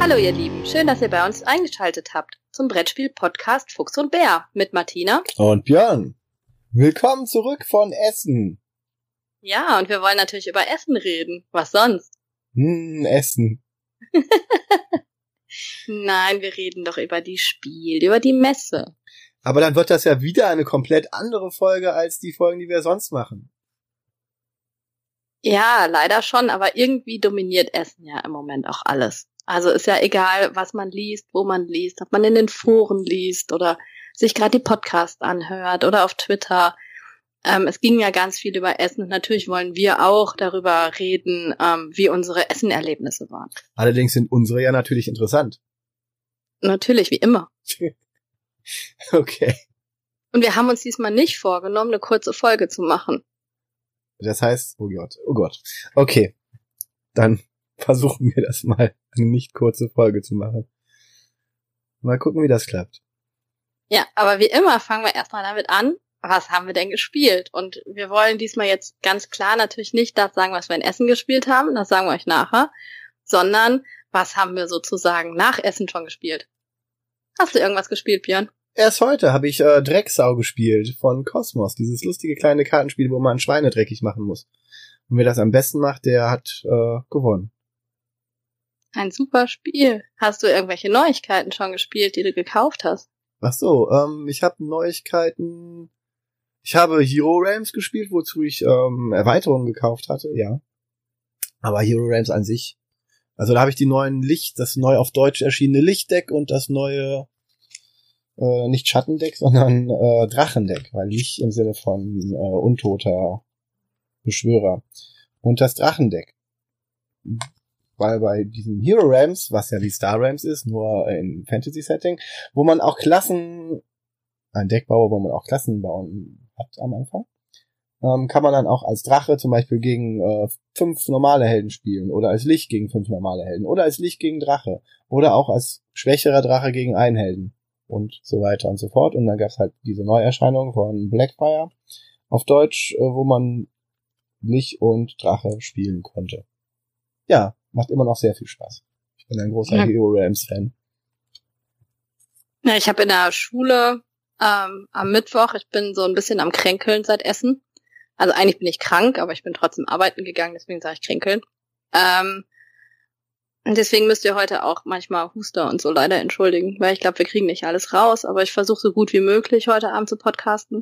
Hallo ihr Lieben, schön, dass ihr bei uns eingeschaltet habt zum Brettspiel-Podcast Fuchs und Bär mit Martina und Björn. Willkommen zurück von Essen. Ja, und wir wollen natürlich über Essen reden. Was sonst? Essen. Nein, wir reden doch über die Spiele, über die Messe. Aber dann wird das ja wieder eine komplett andere Folge als die Folgen, die wir sonst machen. Ja, leider schon, aber irgendwie dominiert Essen ja im Moment auch alles. Also ist ja egal, was man liest, wo man liest, ob man in den Foren liest oder sich gerade die Podcasts anhört oder auf Twitter. Es ging ja ganz viel über Essen und natürlich wollen wir auch darüber reden, wie unsere Essenerlebnisse waren. Allerdings sind unsere ja natürlich interessant. Natürlich, wie immer. Okay. Und wir haben uns diesmal nicht vorgenommen, eine kurze Folge zu machen. Das heißt, oh Gott. Okay, dann versuchen wir das mal, eine nicht kurze Folge zu machen. Mal gucken, wie das klappt. Ja, aber wie immer fangen wir erstmal damit an, was haben wir denn gespielt? Und wir wollen diesmal jetzt ganz klar natürlich nicht das sagen, was wir in Essen gespielt haben, das sagen wir euch nachher, sondern was haben wir sozusagen nach Essen schon gespielt? Hast du irgendwas gespielt, Björn? Erst heute habe ich Drecksau gespielt von Kosmos, dieses lustige kleine Kartenspiel, wo man Schweine dreckig machen muss. Und wer das am besten macht, der hat gewonnen. Ein super Spiel. Hast du irgendwelche Neuigkeiten schon gespielt, die du gekauft hast? Ach so, ich habe Neuigkeiten. Ich habe Hero Realms gespielt, wozu ich Erweiterungen gekauft hatte, ja. Aber Hero Realms an sich, also da habe ich die neuen das neu auf Deutsch erschienene Lichtdeck und das neue nicht Schattendeck, sondern Drachendeck, weil Licht im Sinne von untoter Beschwörer. Und das Drachendeck. Weil bei diesem Hero Realms, was ja wie Star Realms ist, nur in Fantasy-Setting, wo man auch ein Deck baue, wo man auch Klassen bauen hat am Anfang, kann man dann auch als Drache zum Beispiel gegen 5 normale Helden spielen oder als Licht gegen 5 normale Helden oder als Licht gegen Drache oder auch als schwächerer Drache gegen einen Helden und so weiter und so fort. Und dann gab es halt diese Neuerscheinung von Blackfire auf Deutsch, wo man Licht und Drache spielen konnte. Ja, macht immer noch sehr viel Spaß. Ich bin ein großer Hero Realms Fan. Ja, ich habe in der Schule am Mittwoch, ich bin so ein bisschen am Kränkeln seit Essen. Also eigentlich bin ich krank, aber ich bin trotzdem arbeiten gegangen, deswegen sage ich kränkeln. Und deswegen müsst ihr heute auch manchmal Huster und so leider entschuldigen, weil ich glaube, wir kriegen nicht alles raus, aber ich versuche so gut wie möglich heute Abend zu podcasten.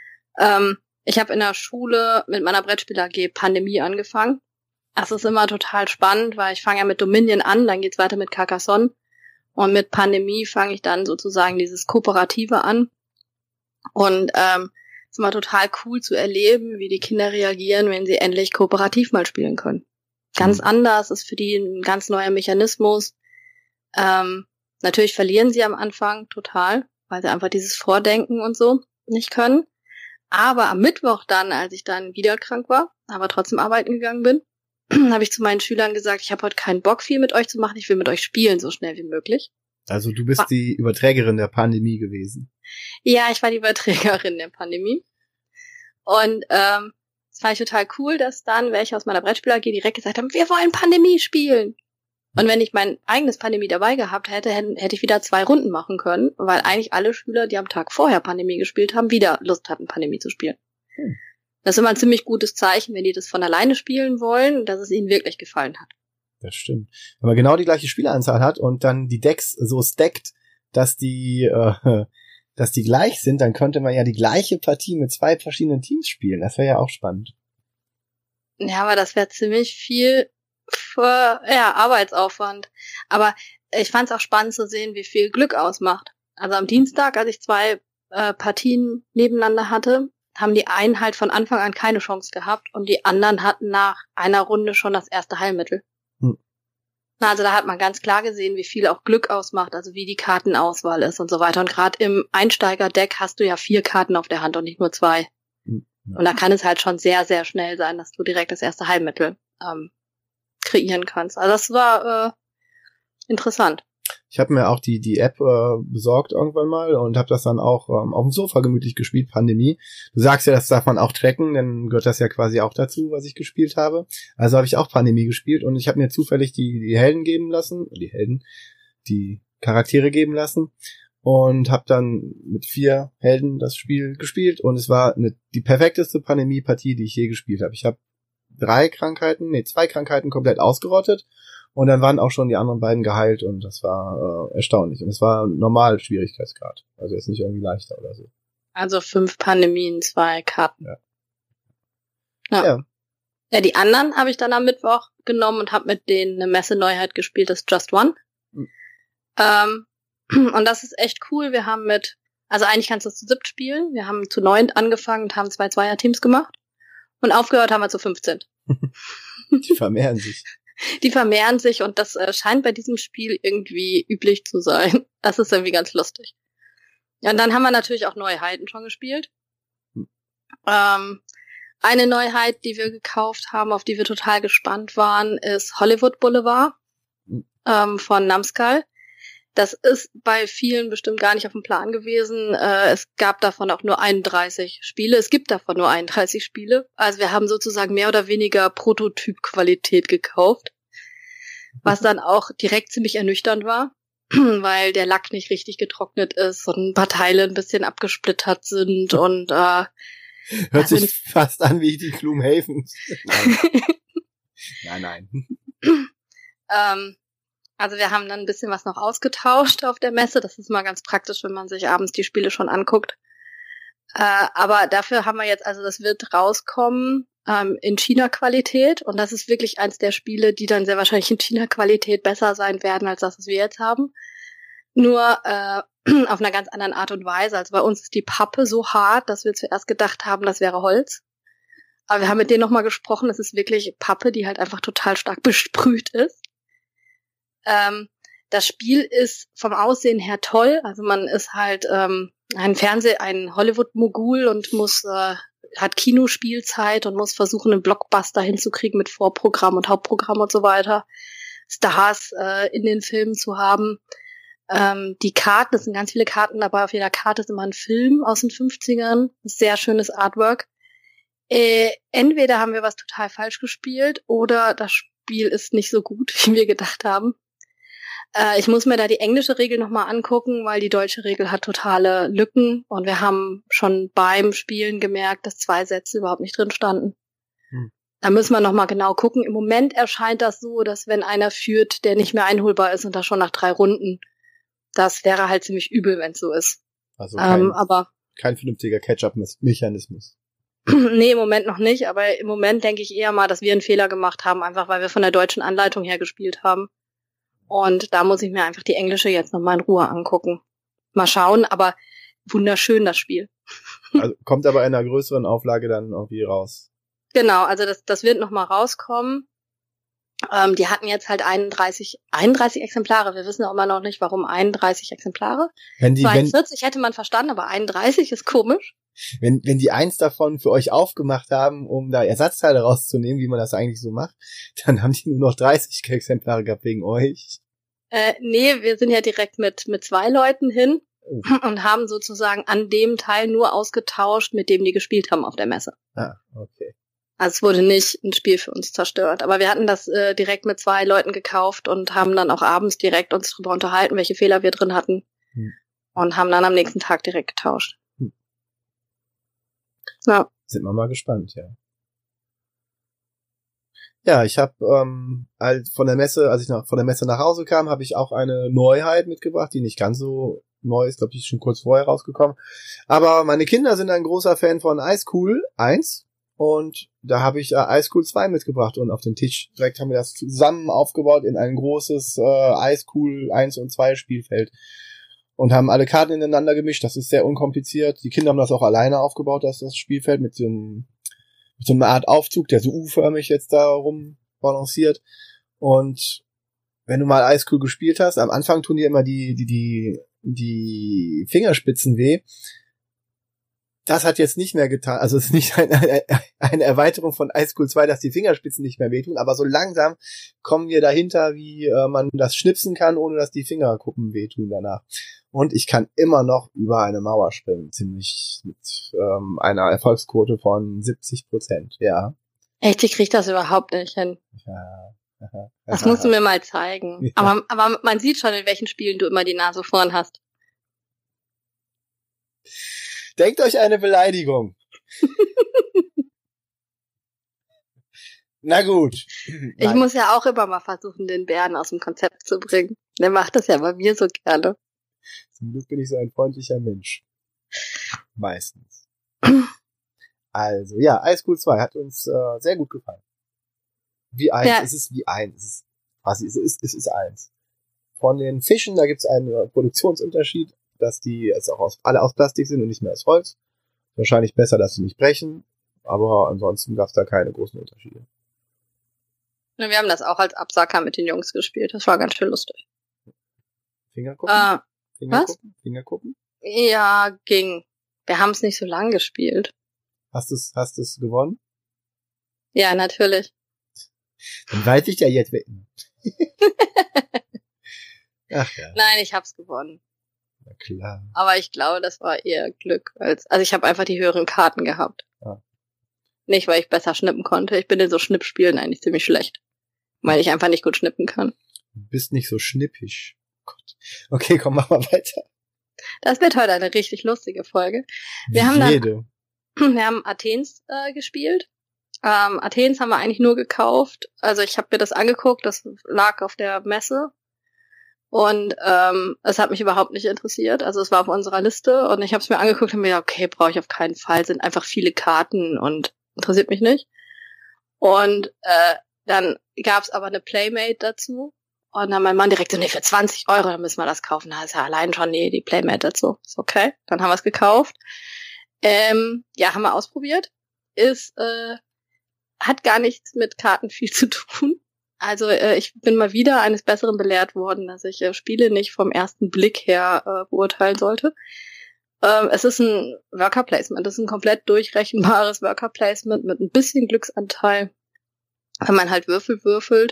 Ich habe in der Schule mit meiner Brettspiel AG Pandemie angefangen. Das ist immer total spannend, weil ich fange ja mit Dominion an, dann geht's weiter mit Carcassonne und mit Pandemie fange ich dann sozusagen dieses Kooperative an. Und es ist immer total cool zu erleben, wie die Kinder reagieren, wenn sie endlich kooperativ mal spielen können. Ganz anders, ist für die ein ganz neuer Mechanismus. Natürlich verlieren sie am Anfang total, weil sie einfach dieses Vordenken und so nicht können. Aber am Mittwoch dann, als ich dann wieder krank war, aber trotzdem arbeiten gegangen bin, habe ich zu meinen Schülern gesagt, ich habe heute keinen Bock, viel mit euch zu machen, ich will mit euch spielen, so schnell wie möglich. Also du bist die Überträgerin der Pandemie gewesen. Ja, ich war die Überträgerin der Pandemie. Und das fand ich total cool, dass dann welche aus meiner Brettspiel AG direkt gesagt haben, wir wollen Pandemie spielen. Und wenn ich mein eigenes Pandemie dabei gehabt hätte, hätte ich wieder 2 Runden machen können, weil eigentlich alle Schüler, die am Tag vorher Pandemie gespielt haben, wieder Lust hatten, Pandemie zu spielen. Das ist immer ein ziemlich gutes Zeichen, wenn die das von alleine spielen wollen, dass es ihnen wirklich gefallen hat. Das stimmt. Wenn man genau die gleiche Spieleranzahl hat und dann die Decks so stackt, dass die gleich sind, dann könnte man ja die gleiche Partie mit 2 verschiedenen Teams spielen. Das wäre ja auch spannend. Ja, aber das wäre ziemlich viel Arbeitsaufwand. Aber ich fand es auch spannend zu sehen, wie viel Glück ausmacht. Also am Dienstag, als ich 2 Partien nebeneinander hatte, haben die einen halt von Anfang an keine Chance gehabt und die anderen hatten nach einer Runde schon das erste Heilmittel. Also da hat man ganz klar gesehen, wie viel auch Glück ausmacht, also wie die Kartenauswahl ist und so weiter. Und gerade im Einsteigerdeck hast du ja 4 Karten auf der Hand und nicht nur 2. Und da kann es halt schon sehr, sehr schnell sein, dass du direkt das erste Heilmittel kreieren kannst. Also das war interessant. Ich habe mir auch die App besorgt irgendwann mal und habe das dann auch auf dem Sofa gemütlich gespielt, Pandemie. Du sagst ja, das darf man auch tracken, dann gehört das ja quasi auch dazu, was ich gespielt habe. Also habe ich auch Pandemie gespielt und ich habe mir zufällig die Helden geben lassen, die Charaktere geben lassen und habe dann mit 4 Helden das Spiel gespielt und es war die perfekteste Pandemie-Partie, die ich je gespielt habe. Ich habe 2 Krankheiten komplett ausgerottet. Und dann waren auch schon die anderen beiden geheilt und das war erstaunlich. Und es war normal Schwierigkeitsgrad. Also jetzt nicht irgendwie leichter oder so. Also 5 Pandemien, 2 Karten. Ja. Ja, die anderen habe ich dann am Mittwoch genommen und habe mit denen eine Messeneuheit gespielt, das Just One. Und das ist echt cool. Wir haben also eigentlich kannst du das zu 7 spielen. Wir haben zu 9 angefangen und haben 2 Zweierteams gemacht. Und aufgehört haben wir zu 15. Die vermehren sich. Die vermehren sich und das scheint bei diesem Spiel irgendwie üblich zu sein. Das ist irgendwie ganz lustig. Ja, und dann haben wir natürlich auch Neuheiten schon gespielt. Eine Neuheit, die wir gekauft haben, auf die wir total gespannt waren, ist Hollywood Boulevard von Numskull. Das ist bei vielen bestimmt gar nicht auf dem Plan gewesen. Es gab davon auch nur 31 Spiele. Es gibt davon nur 31 Spiele. Also wir haben sozusagen mehr oder weniger Prototyp-Qualität gekauft. Was dann auch direkt ziemlich ernüchternd war, weil der Lack nicht richtig getrocknet ist und ein paar Teile ein bisschen abgesplittert sind und hört sich fast an wie die Gloomhaven. Nein. Also wir haben dann ein bisschen was noch ausgetauscht auf der Messe. Das ist mal ganz praktisch, wenn man sich abends die Spiele schon anguckt. Aber dafür haben wir jetzt, also das wird rauskommen in China-Qualität. Und das ist wirklich eins der Spiele, die dann sehr wahrscheinlich in China-Qualität besser sein werden, als das, was wir jetzt haben. Nur auf einer ganz anderen Art und Weise. Also bei uns ist die Pappe so hart, dass wir zuerst gedacht haben, das wäre Holz. Aber wir haben mit denen nochmal gesprochen. Es ist wirklich Pappe, die halt einfach total stark besprüht ist. Das Spiel ist vom Aussehen her toll. Also man ist halt ein Hollywood-Mogul und hat Kinospielzeit und muss versuchen, einen Blockbuster hinzukriegen mit Vorprogramm und Hauptprogramm und so weiter. Stars in den Filmen zu haben. Die Karten, es sind ganz viele Karten dabei. Auf jeder Karte ist immer ein Film aus den 50ern. Sehr schönes Artwork. Entweder haben wir was total falsch gespielt oder das Spiel ist nicht so gut, wie wir gedacht haben. Ich muss mir da die englische Regel nochmal angucken, weil die deutsche Regel hat totale Lücken und wir haben schon beim Spielen gemerkt, dass 2 Sätze überhaupt nicht drin standen. Da müssen wir nochmal genau gucken. Im Moment erscheint das so, dass wenn einer führt, der nicht mehr einholbar ist und das schon nach 3 Runden, das wäre halt ziemlich übel, wenn es so ist. Also kein vernünftiger Catch-up-Mechanismus. Nee, im Moment noch nicht, aber im Moment denke ich eher mal, dass wir einen Fehler gemacht haben, einfach weil wir von der deutschen Anleitung her gespielt haben. Und da muss ich mir einfach die englische jetzt nochmal in Ruhe angucken. Mal schauen, aber wunderschön das Spiel. Also kommt aber in einer größeren Auflage dann irgendwie raus. Genau, also das wird nochmal rauskommen. Die hatten jetzt halt 31 Exemplare. Wir wissen auch immer noch nicht, warum 31 Exemplare. 42 hätte man verstanden, aber 31 ist komisch. Wenn die eins davon für euch aufgemacht haben, um da Ersatzteile rauszunehmen, wie man das eigentlich so macht, dann haben die nur noch 30 Exemplare gehabt wegen euch. Nee, wir sind ja direkt mit 2 Leuten hin und haben sozusagen an dem Teil nur ausgetauscht, mit dem die gespielt haben auf der Messe. Ah, okay. Also es wurde nicht ein Spiel für uns zerstört. Aber wir hatten das direkt mit 2 Leuten gekauft und haben dann auch abends direkt uns darüber unterhalten, welche Fehler wir drin hatten. Und haben dann am nächsten Tag direkt getauscht. Ja. Sind wir mal gespannt, ja. Ja, ich habe als ich von der Messe nach Hause kam, habe ich auch eine Neuheit mitgebracht, die nicht ganz so neu ist, glaube ich, schon kurz vorher rausgekommen. Aber meine Kinder sind ein großer Fan von Ice Cool 1 und da habe ich Ice Cool 2 mitgebracht und auf den Tisch direkt haben wir das zusammen aufgebaut in ein großes Ice Cool 1 und 2 Spielfeld. Und haben alle Karten ineinander gemischt. Das ist sehr unkompliziert. Die Kinder haben das auch alleine aufgebaut, das Spielfeld, mit so einer Art Aufzug, der so U-förmig jetzt da rum balanciert. Und wenn du mal Ice Cool gespielt hast, am Anfang tun dir immer die Fingerspitzen weh. Das hat jetzt nicht mehr getan. Also es ist nicht eine Erweiterung von Ice School 2, dass die Fingerspitzen nicht mehr wehtun, aber so langsam kommen wir dahinter, wie man das schnipsen kann, ohne dass die Fingerkuppen wehtun danach. Und ich kann immer noch über eine Mauer springen, ziemlich mit einer Erfolgsquote von 70%, ja. Echt, ich krieg das überhaupt nicht hin. Ja. Das musst du mir mal zeigen. Ja. Aber man sieht schon, in welchen Spielen du immer die Nase vorn hast. Denkt euch eine Beleidigung. Na gut. Ich muss ja auch immer mal versuchen, den Bären aus dem Konzept zu bringen. Der macht das ja bei mir so gerne. Zum Glück bin ich so ein freundlicher Mensch. Meistens. Also, ja, Ice School 2 hat uns sehr gut gefallen. Wie eins, Ja. es ist wie eins. Es ist quasi, es ist eins. Von den Fischen, da gibt es einen Produktionsunterschied, dass die jetzt auch alle aus Plastik sind und nicht mehr aus Holz. Wahrscheinlich besser, dass sie nicht brechen, aber ansonsten gab es da keine großen Unterschiede. Wir haben das auch als Absacker mit den Jungs gespielt. Das war ganz schön lustig. Fingerkuppen? Was? Fingerkuppen? Ja, ging. Wir haben es nicht so lang gespielt. Hast du's gewonnen? Ja, natürlich. Dann weiß ich ja jetzt. Ach ja. Nein, ich hab's gewonnen. Na klar. Aber ich glaube, das war eher Glück. Also ich habe einfach die höheren Karten gehabt. Ah. Nicht, weil ich besser schnippen konnte. Ich bin in so Schnippspielen eigentlich ziemlich schlecht. Weil ich einfach nicht gut schnippen kann. Du bist nicht so schnippisch. Gott. Okay, komm, mach mal weiter. Das wird heute eine richtig lustige Folge. Wir haben Athens gespielt. Athens haben wir eigentlich nur gekauft. Also ich habe mir das angeguckt, das lag auf der Messe. Und es hat mich überhaupt nicht interessiert. Also es war auf unserer Liste und ich habe es mir angeguckt und mir gedacht, okay, brauche ich auf keinen Fall. Sind einfach viele Karten und interessiert mich nicht. Und dann gab es aber eine Playmate dazu. Und dann mein Mann direkt so, nee, für 20 Euro, dann müssen wir das kaufen. Da ist ja allein schon, nee, die Playmate dazu. Ist okay. Dann haben wir es gekauft. Ja, haben wir ausprobiert. Hat gar nichts mit Karten viel zu tun. Also ich bin mal wieder eines Besseren belehrt worden, dass ich Spiele nicht vom ersten Blick her beurteilen sollte. Es ist ein Worker Placement. Das ist ein komplett durchrechenbares Worker Placement mit ein bisschen Glücksanteil, wenn man halt Würfel würfelt.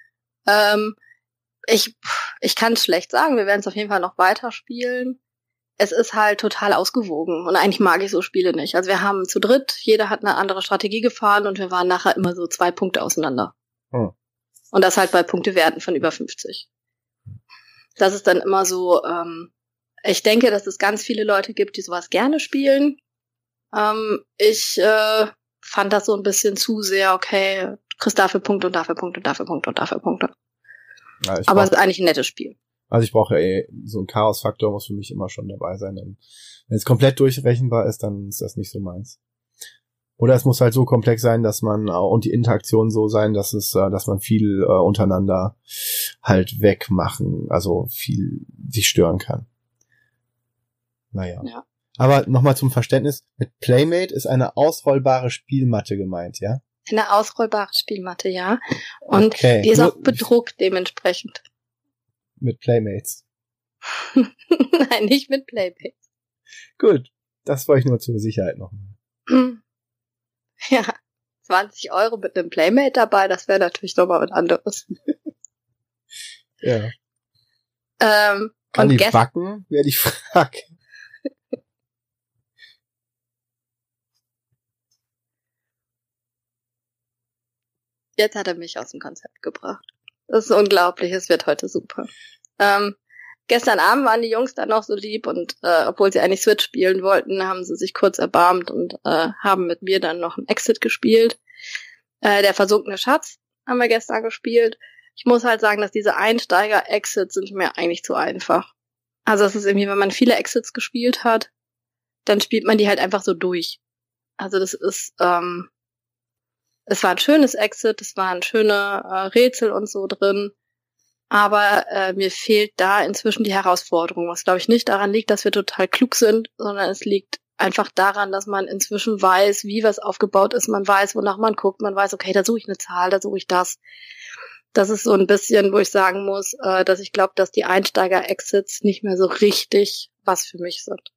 Ich kann es schlecht sagen. Wir werden es auf jeden Fall noch weiterspielen. Es ist halt total ausgewogen und eigentlich mag ich so Spiele nicht. Also wir haben zu dritt, jeder hat eine andere Strategie gefahren und wir waren nachher immer so 2 Punkte auseinander. Hm. Und das halt bei Punktewerten von über 50. Das ist dann immer so, ich denke, dass es ganz viele Leute gibt, die sowas gerne spielen. Ich fand das so ein bisschen zu sehr, okay, du kriegst dafür Punkte und dafür Punkte und dafür Punkte und dafür Punkte. Ja, aber es ist eigentlich ein nettes Spiel. Also ich brauche ja so ein Chaos-Faktor muss für mich immer schon dabei sein. Wenn es komplett durchrechenbar ist, dann ist das nicht so meins. Oder es muss halt so komplex sein, dass man und die Interaktion so sein, dass man viel untereinander halt wegmachen, also viel sich stören kann. Naja. Ja. Aber nochmal zum Verständnis, mit Playmate ist eine ausrollbare Spielmatte gemeint, ja? Eine ausrollbare Spielmatte, ja. Und okay. Die ist auch bedruckt dementsprechend. Mit Playmates. Nein, nicht mit Playmates. Gut, das wollte ich nur zur Sicherheit noch. Ja, 20 Euro mit einem Playmate dabei, das wäre natürlich nochmal was anderes. Ja. Kann die backen, wäre die Frage. Jetzt hat er mich aus dem Konzept gebracht. Das ist unglaublich, es wird heute super. Gestern Abend waren die Jungs dann noch so lieb und obwohl sie eigentlich Switch spielen wollten, haben sie sich kurz erbarmt und haben mit mir dann noch ein Exit gespielt. Der versunkene Schatz haben wir gestern gespielt. Ich muss halt sagen, dass diese Einsteiger-Exits sind mir eigentlich zu einfach. Also es ist irgendwie, wenn man viele Exits gespielt hat, dann spielt man die halt einfach so durch. Also das ist, es war ein schönes Exit, es waren schöne Rätsel und so drin. Aber mir fehlt da inzwischen die Herausforderung, was glaube ich nicht daran liegt, dass wir total klug sind, sondern es liegt einfach daran, dass man inzwischen weiß, wie was aufgebaut ist. Man weiß, wonach man guckt. Man weiß, okay, da suche ich eine Zahl, da suche ich das. Das ist so ein bisschen, wo ich sagen muss, dass ich glaube, dass die Einsteiger-Exits nicht mehr so richtig was für mich sind.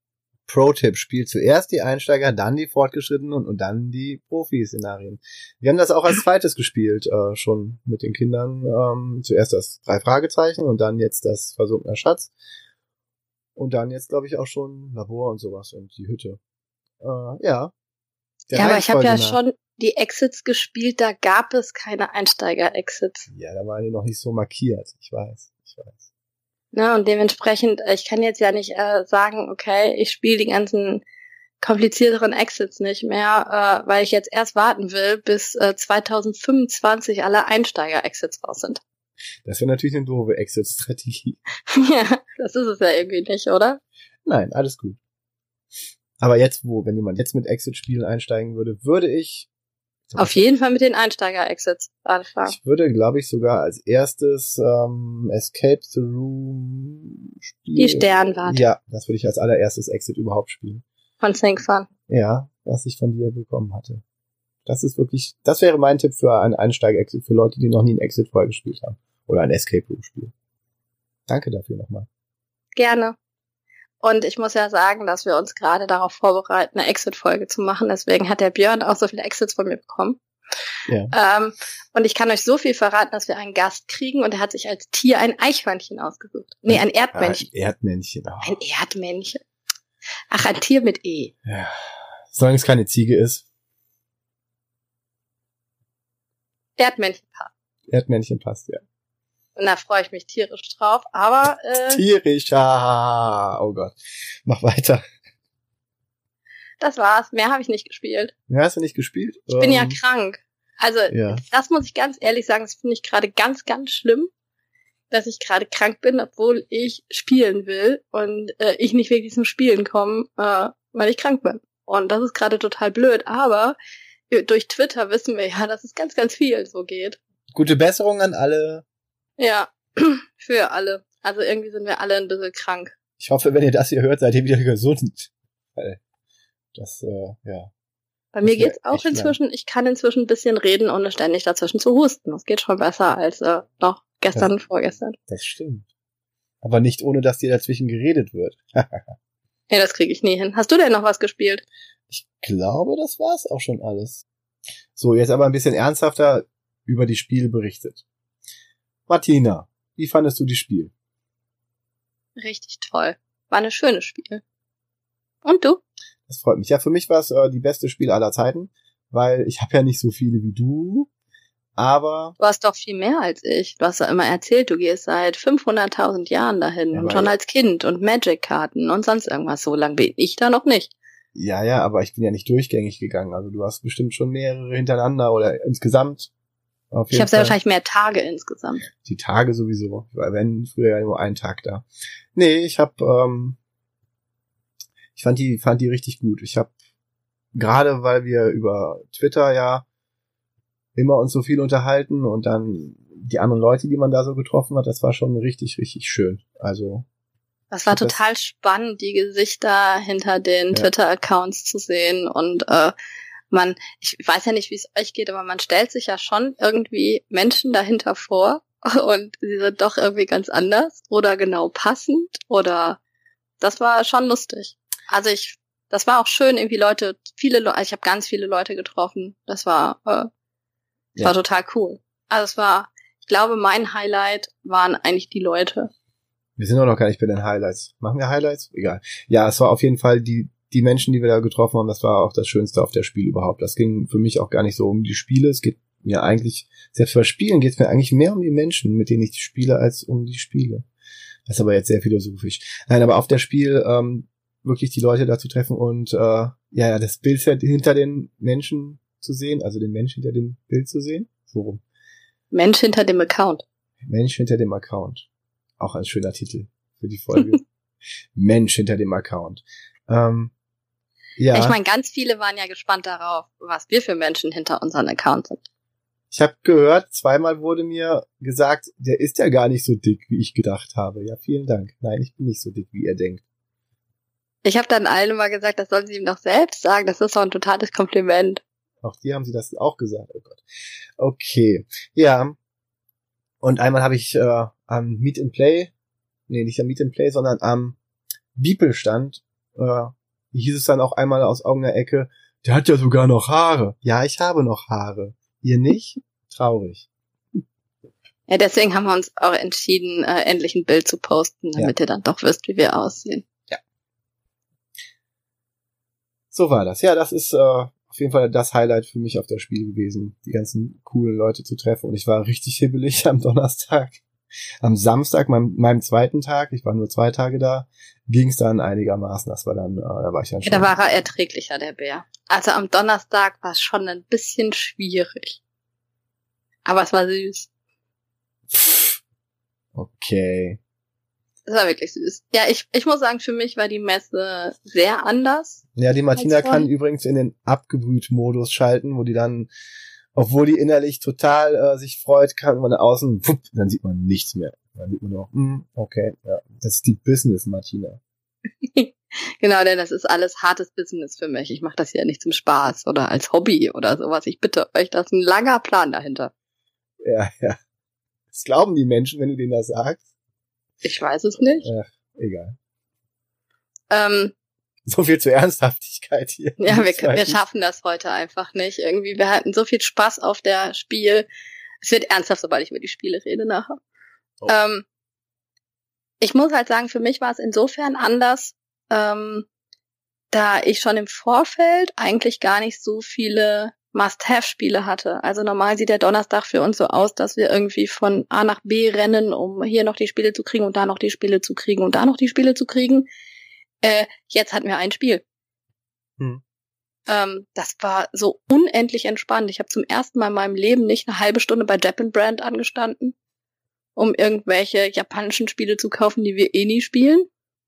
Pro-Tipp, spielt zuerst die Einsteiger, dann die Fortgeschrittenen und dann die Profi-Szenarien. Wir haben das auch als zweites gespielt, schon mit den Kindern. Zuerst das 3 Fragezeichen und dann jetzt das versunkener Schatz. Und dann jetzt, glaube ich, auch schon Labor und sowas und die Hütte. Ja. Ja, aber ich habe ja schon die Exits gespielt, da gab es keine Einsteiger-Exits. Ja, da waren die noch nicht so markiert. Ich weiß. Ne, und dementsprechend, ich kann jetzt ja nicht sagen, okay, ich spiele die ganzen komplizierteren Exits nicht mehr, weil ich jetzt erst warten will, bis 2025 alle Einsteiger-Exits raus sind. Das wäre natürlich eine doofe Exit-Strategie. Ja, das ist es ja irgendwie nicht, oder? Nein, alles gut. Aber jetzt, wenn jemand jetzt mit Exit-Spielen einsteigen würde ich auf jeden Fall mit den Einsteiger-Exits anfangen. Ich würde, glaube ich, sogar als erstes Escape the Room spielen. Die Sternwarte. Ja, das würde ich als allererstes Exit überhaupt spielen. Von Think Fun. Ja, was ich von dir bekommen hatte. Das ist wirklich, das wäre mein Tipp für einen Einsteiger-Exit, für Leute, die noch nie ein Exit vorher gespielt haben. Oder ein Escape Room-Spiel. Danke dafür nochmal. Gerne. Und ich muss ja sagen, dass wir uns gerade darauf vorbereiten, eine Exit-Folge zu machen. Deswegen hat der Björn auch so viele Exits von mir bekommen. Ja. Und ich kann euch so viel verraten, dass wir einen Gast kriegen und er hat sich als Tier ein Eichhörnchen ausgesucht. Nee, ein Erdmännchen. Ein Erdmännchen. Oh. Ein Erdmännchen. Ach, ein Tier mit E. Ja. Solange es keine Ziege ist. Erdmännchen passt. Erdmännchen passt, ja. Und da freue ich mich tierisch drauf, aber tierisch, oh Gott. Mach weiter. Das war's. Mehr habe ich nicht gespielt. Mehr hast du nicht gespielt? Ich bin ja krank. Also, Das muss ich ganz ehrlich sagen, das finde ich gerade ganz, ganz schlimm, dass ich gerade krank bin, obwohl ich spielen will und ich nicht wirklich zum Spielen komme, weil ich krank bin. Und das ist gerade total blöd, aber durch Twitter wissen wir ja, dass es ganz, ganz viel so geht. Gute Besserung an alle. Ja, für alle. Also irgendwie sind wir alle ein bisschen krank. Ich hoffe, wenn ihr das hier hört, seid ihr wieder gesund. Weil das, ja. Bei mir geht's auch inzwischen. Ich kann inzwischen ein bisschen reden, ohne ständig dazwischen zu husten. Das geht schon besser als noch gestern und vorgestern. Das stimmt. Aber nicht ohne, dass dir dazwischen geredet wird. Nee, das kriege ich nie hin. Hast du denn noch was gespielt? Ich glaube, das war's auch schon alles. So, jetzt aber ein bisschen ernsthafter über die Spiele berichtet. Martina, wie fandest du die Spiel? Richtig toll. War ein schönes Spiel. Und du? Das freut mich. Ja, für mich war es die beste Spiel aller Zeiten, weil ich habe ja nicht so viele wie du, aber... Du hast doch viel mehr als ich. Du hast ja immer erzählt, du gehst seit 500.000 Jahren dahin und schon als Kind und Magic-Karten und sonst irgendwas. So lang bin ich da noch nicht. Ja, aber ich bin ja nicht durchgängig gegangen. Also du hast bestimmt schon mehrere hintereinander oder insgesamt. Ich habe sehr wahrscheinlich mehr Tage insgesamt. Die Tage sowieso, weil wenn früher ja nur ein Tag da. Nee, ich fand die richtig gut. Ich habe gerade, weil wir über Twitter ja immer uns so viel unterhalten und dann die anderen Leute, die man da so getroffen hat, das war schon richtig, richtig schön. Also das war total spannend, die Gesichter hinter den Twitter-Accounts zu sehen und ich weiß ja nicht, wie es euch geht, aber man stellt sich ja schon irgendwie Menschen dahinter vor und sie sind doch irgendwie ganz anders oder genau passend oder das war schon lustig. Also das war auch schön, irgendwie ich habe ganz viele Leute getroffen. Das war war total cool. Also ich glaube, mein Highlight waren eigentlich die Leute. Wir sind auch noch gar nicht bei den Highlights. Machen wir Highlights? Egal. Ja, es war auf jeden Fall die Menschen, die wir da getroffen haben, das war auch das Schönste auf der Spiel überhaupt. Das ging für mich auch gar nicht so um die Spiele. Es geht mir eigentlich, selbst bei Spielen geht es mir eigentlich mehr um die Menschen, mit denen ich spiele, als um die Spiele. Das ist aber jetzt sehr philosophisch. Nein, aber auf der Spiel wirklich die Leute da zu treffen und das Bild hinter den Menschen zu sehen, also den Mensch hinter dem Bild zu sehen. So rum. Mensch hinter dem Account. Mensch hinter dem Account. Auch ein schöner Titel für die Folge. Mensch hinter dem Account. Ja. Ich meine, ganz viele waren ja gespannt darauf, was wir für Menschen hinter unseren Accounts sind. Ich habe gehört, zweimal wurde mir gesagt, der ist ja gar nicht so dick, wie ich gedacht habe. Ja, vielen Dank. Nein, ich bin nicht so dick, wie ihr denkt. Ich habe dann allen immer gesagt, das sollen sie ihm doch selbst sagen. Das ist doch ein totales Kompliment. Auch dir haben sie das auch gesagt. Oh Gott. Okay. Ja. Und einmal habe ich am Meet and Play, nicht am Meet and Play, sondern am Beeple-Stand hieß es dann auch einmal aus irgendeiner Ecke, der hat ja sogar noch Haare. Ja, ich habe noch Haare. Ihr nicht? Traurig. Ja, deswegen haben wir uns auch entschieden, endlich ein Bild zu posten, damit ihr dann doch wisst, wie wir aussehen. Ja. So war das. Ja, das ist auf jeden Fall das Highlight für mich auf das Spiel gewesen, die ganzen coolen Leute zu treffen. Und ich war richtig hibbelig am Donnerstag. Am Samstag, meinem zweiten Tag, ich war nur 2 Tage da, ging es dann einigermaßen. Das war dann, da war ich dann schon. Ja, da war er erträglicher, der Bär. Also am Donnerstag war es schon ein bisschen schwierig. Aber es war süß. Okay. Das war wirklich süß. Ja, ich muss sagen, für mich war die Messe sehr anders. Ja, die Martina kann übrigens in den Abgebrüht-Modus schalten, wo die dann, obwohl die innerlich total sich freut, kann man außen, wupp, dann sieht man nichts mehr. Dann sieht man noch, okay, ja, das ist die Business-Martina. Genau, denn das ist alles hartes Business für mich. Ich mache das ja nicht zum Spaß oder als Hobby oder sowas. Ich bitte euch, da ist ein langer Plan dahinter. Ja. Das glauben die Menschen, wenn du denen das sagst. Ich weiß es nicht. Ach, egal. So viel zur Ernsthaftigkeit hier. Ja, wir schaffen das heute einfach nicht. Irgendwie, wir hatten so viel Spaß auf der Spiel. Es wird ernsthaft, sobald ich über die Spiele rede nachher. Oh. Ich muss halt sagen, für mich war es insofern anders, da ich schon im Vorfeld eigentlich gar nicht so viele Must-Have-Spiele hatte. Also normal sieht der Donnerstag für uns so aus, dass wir irgendwie von A nach B rennen, um hier noch die Spiele zu kriegen und da noch die Spiele zu kriegen und da noch die Spiele zu kriegen. Jetzt hatten wir ein Spiel. Das war so unendlich entspannt. Ich habe zum ersten Mal in meinem Leben nicht eine halbe Stunde bei Japan Brand angestanden, um irgendwelche japanischen Spiele zu kaufen, die wir eh nie spielen.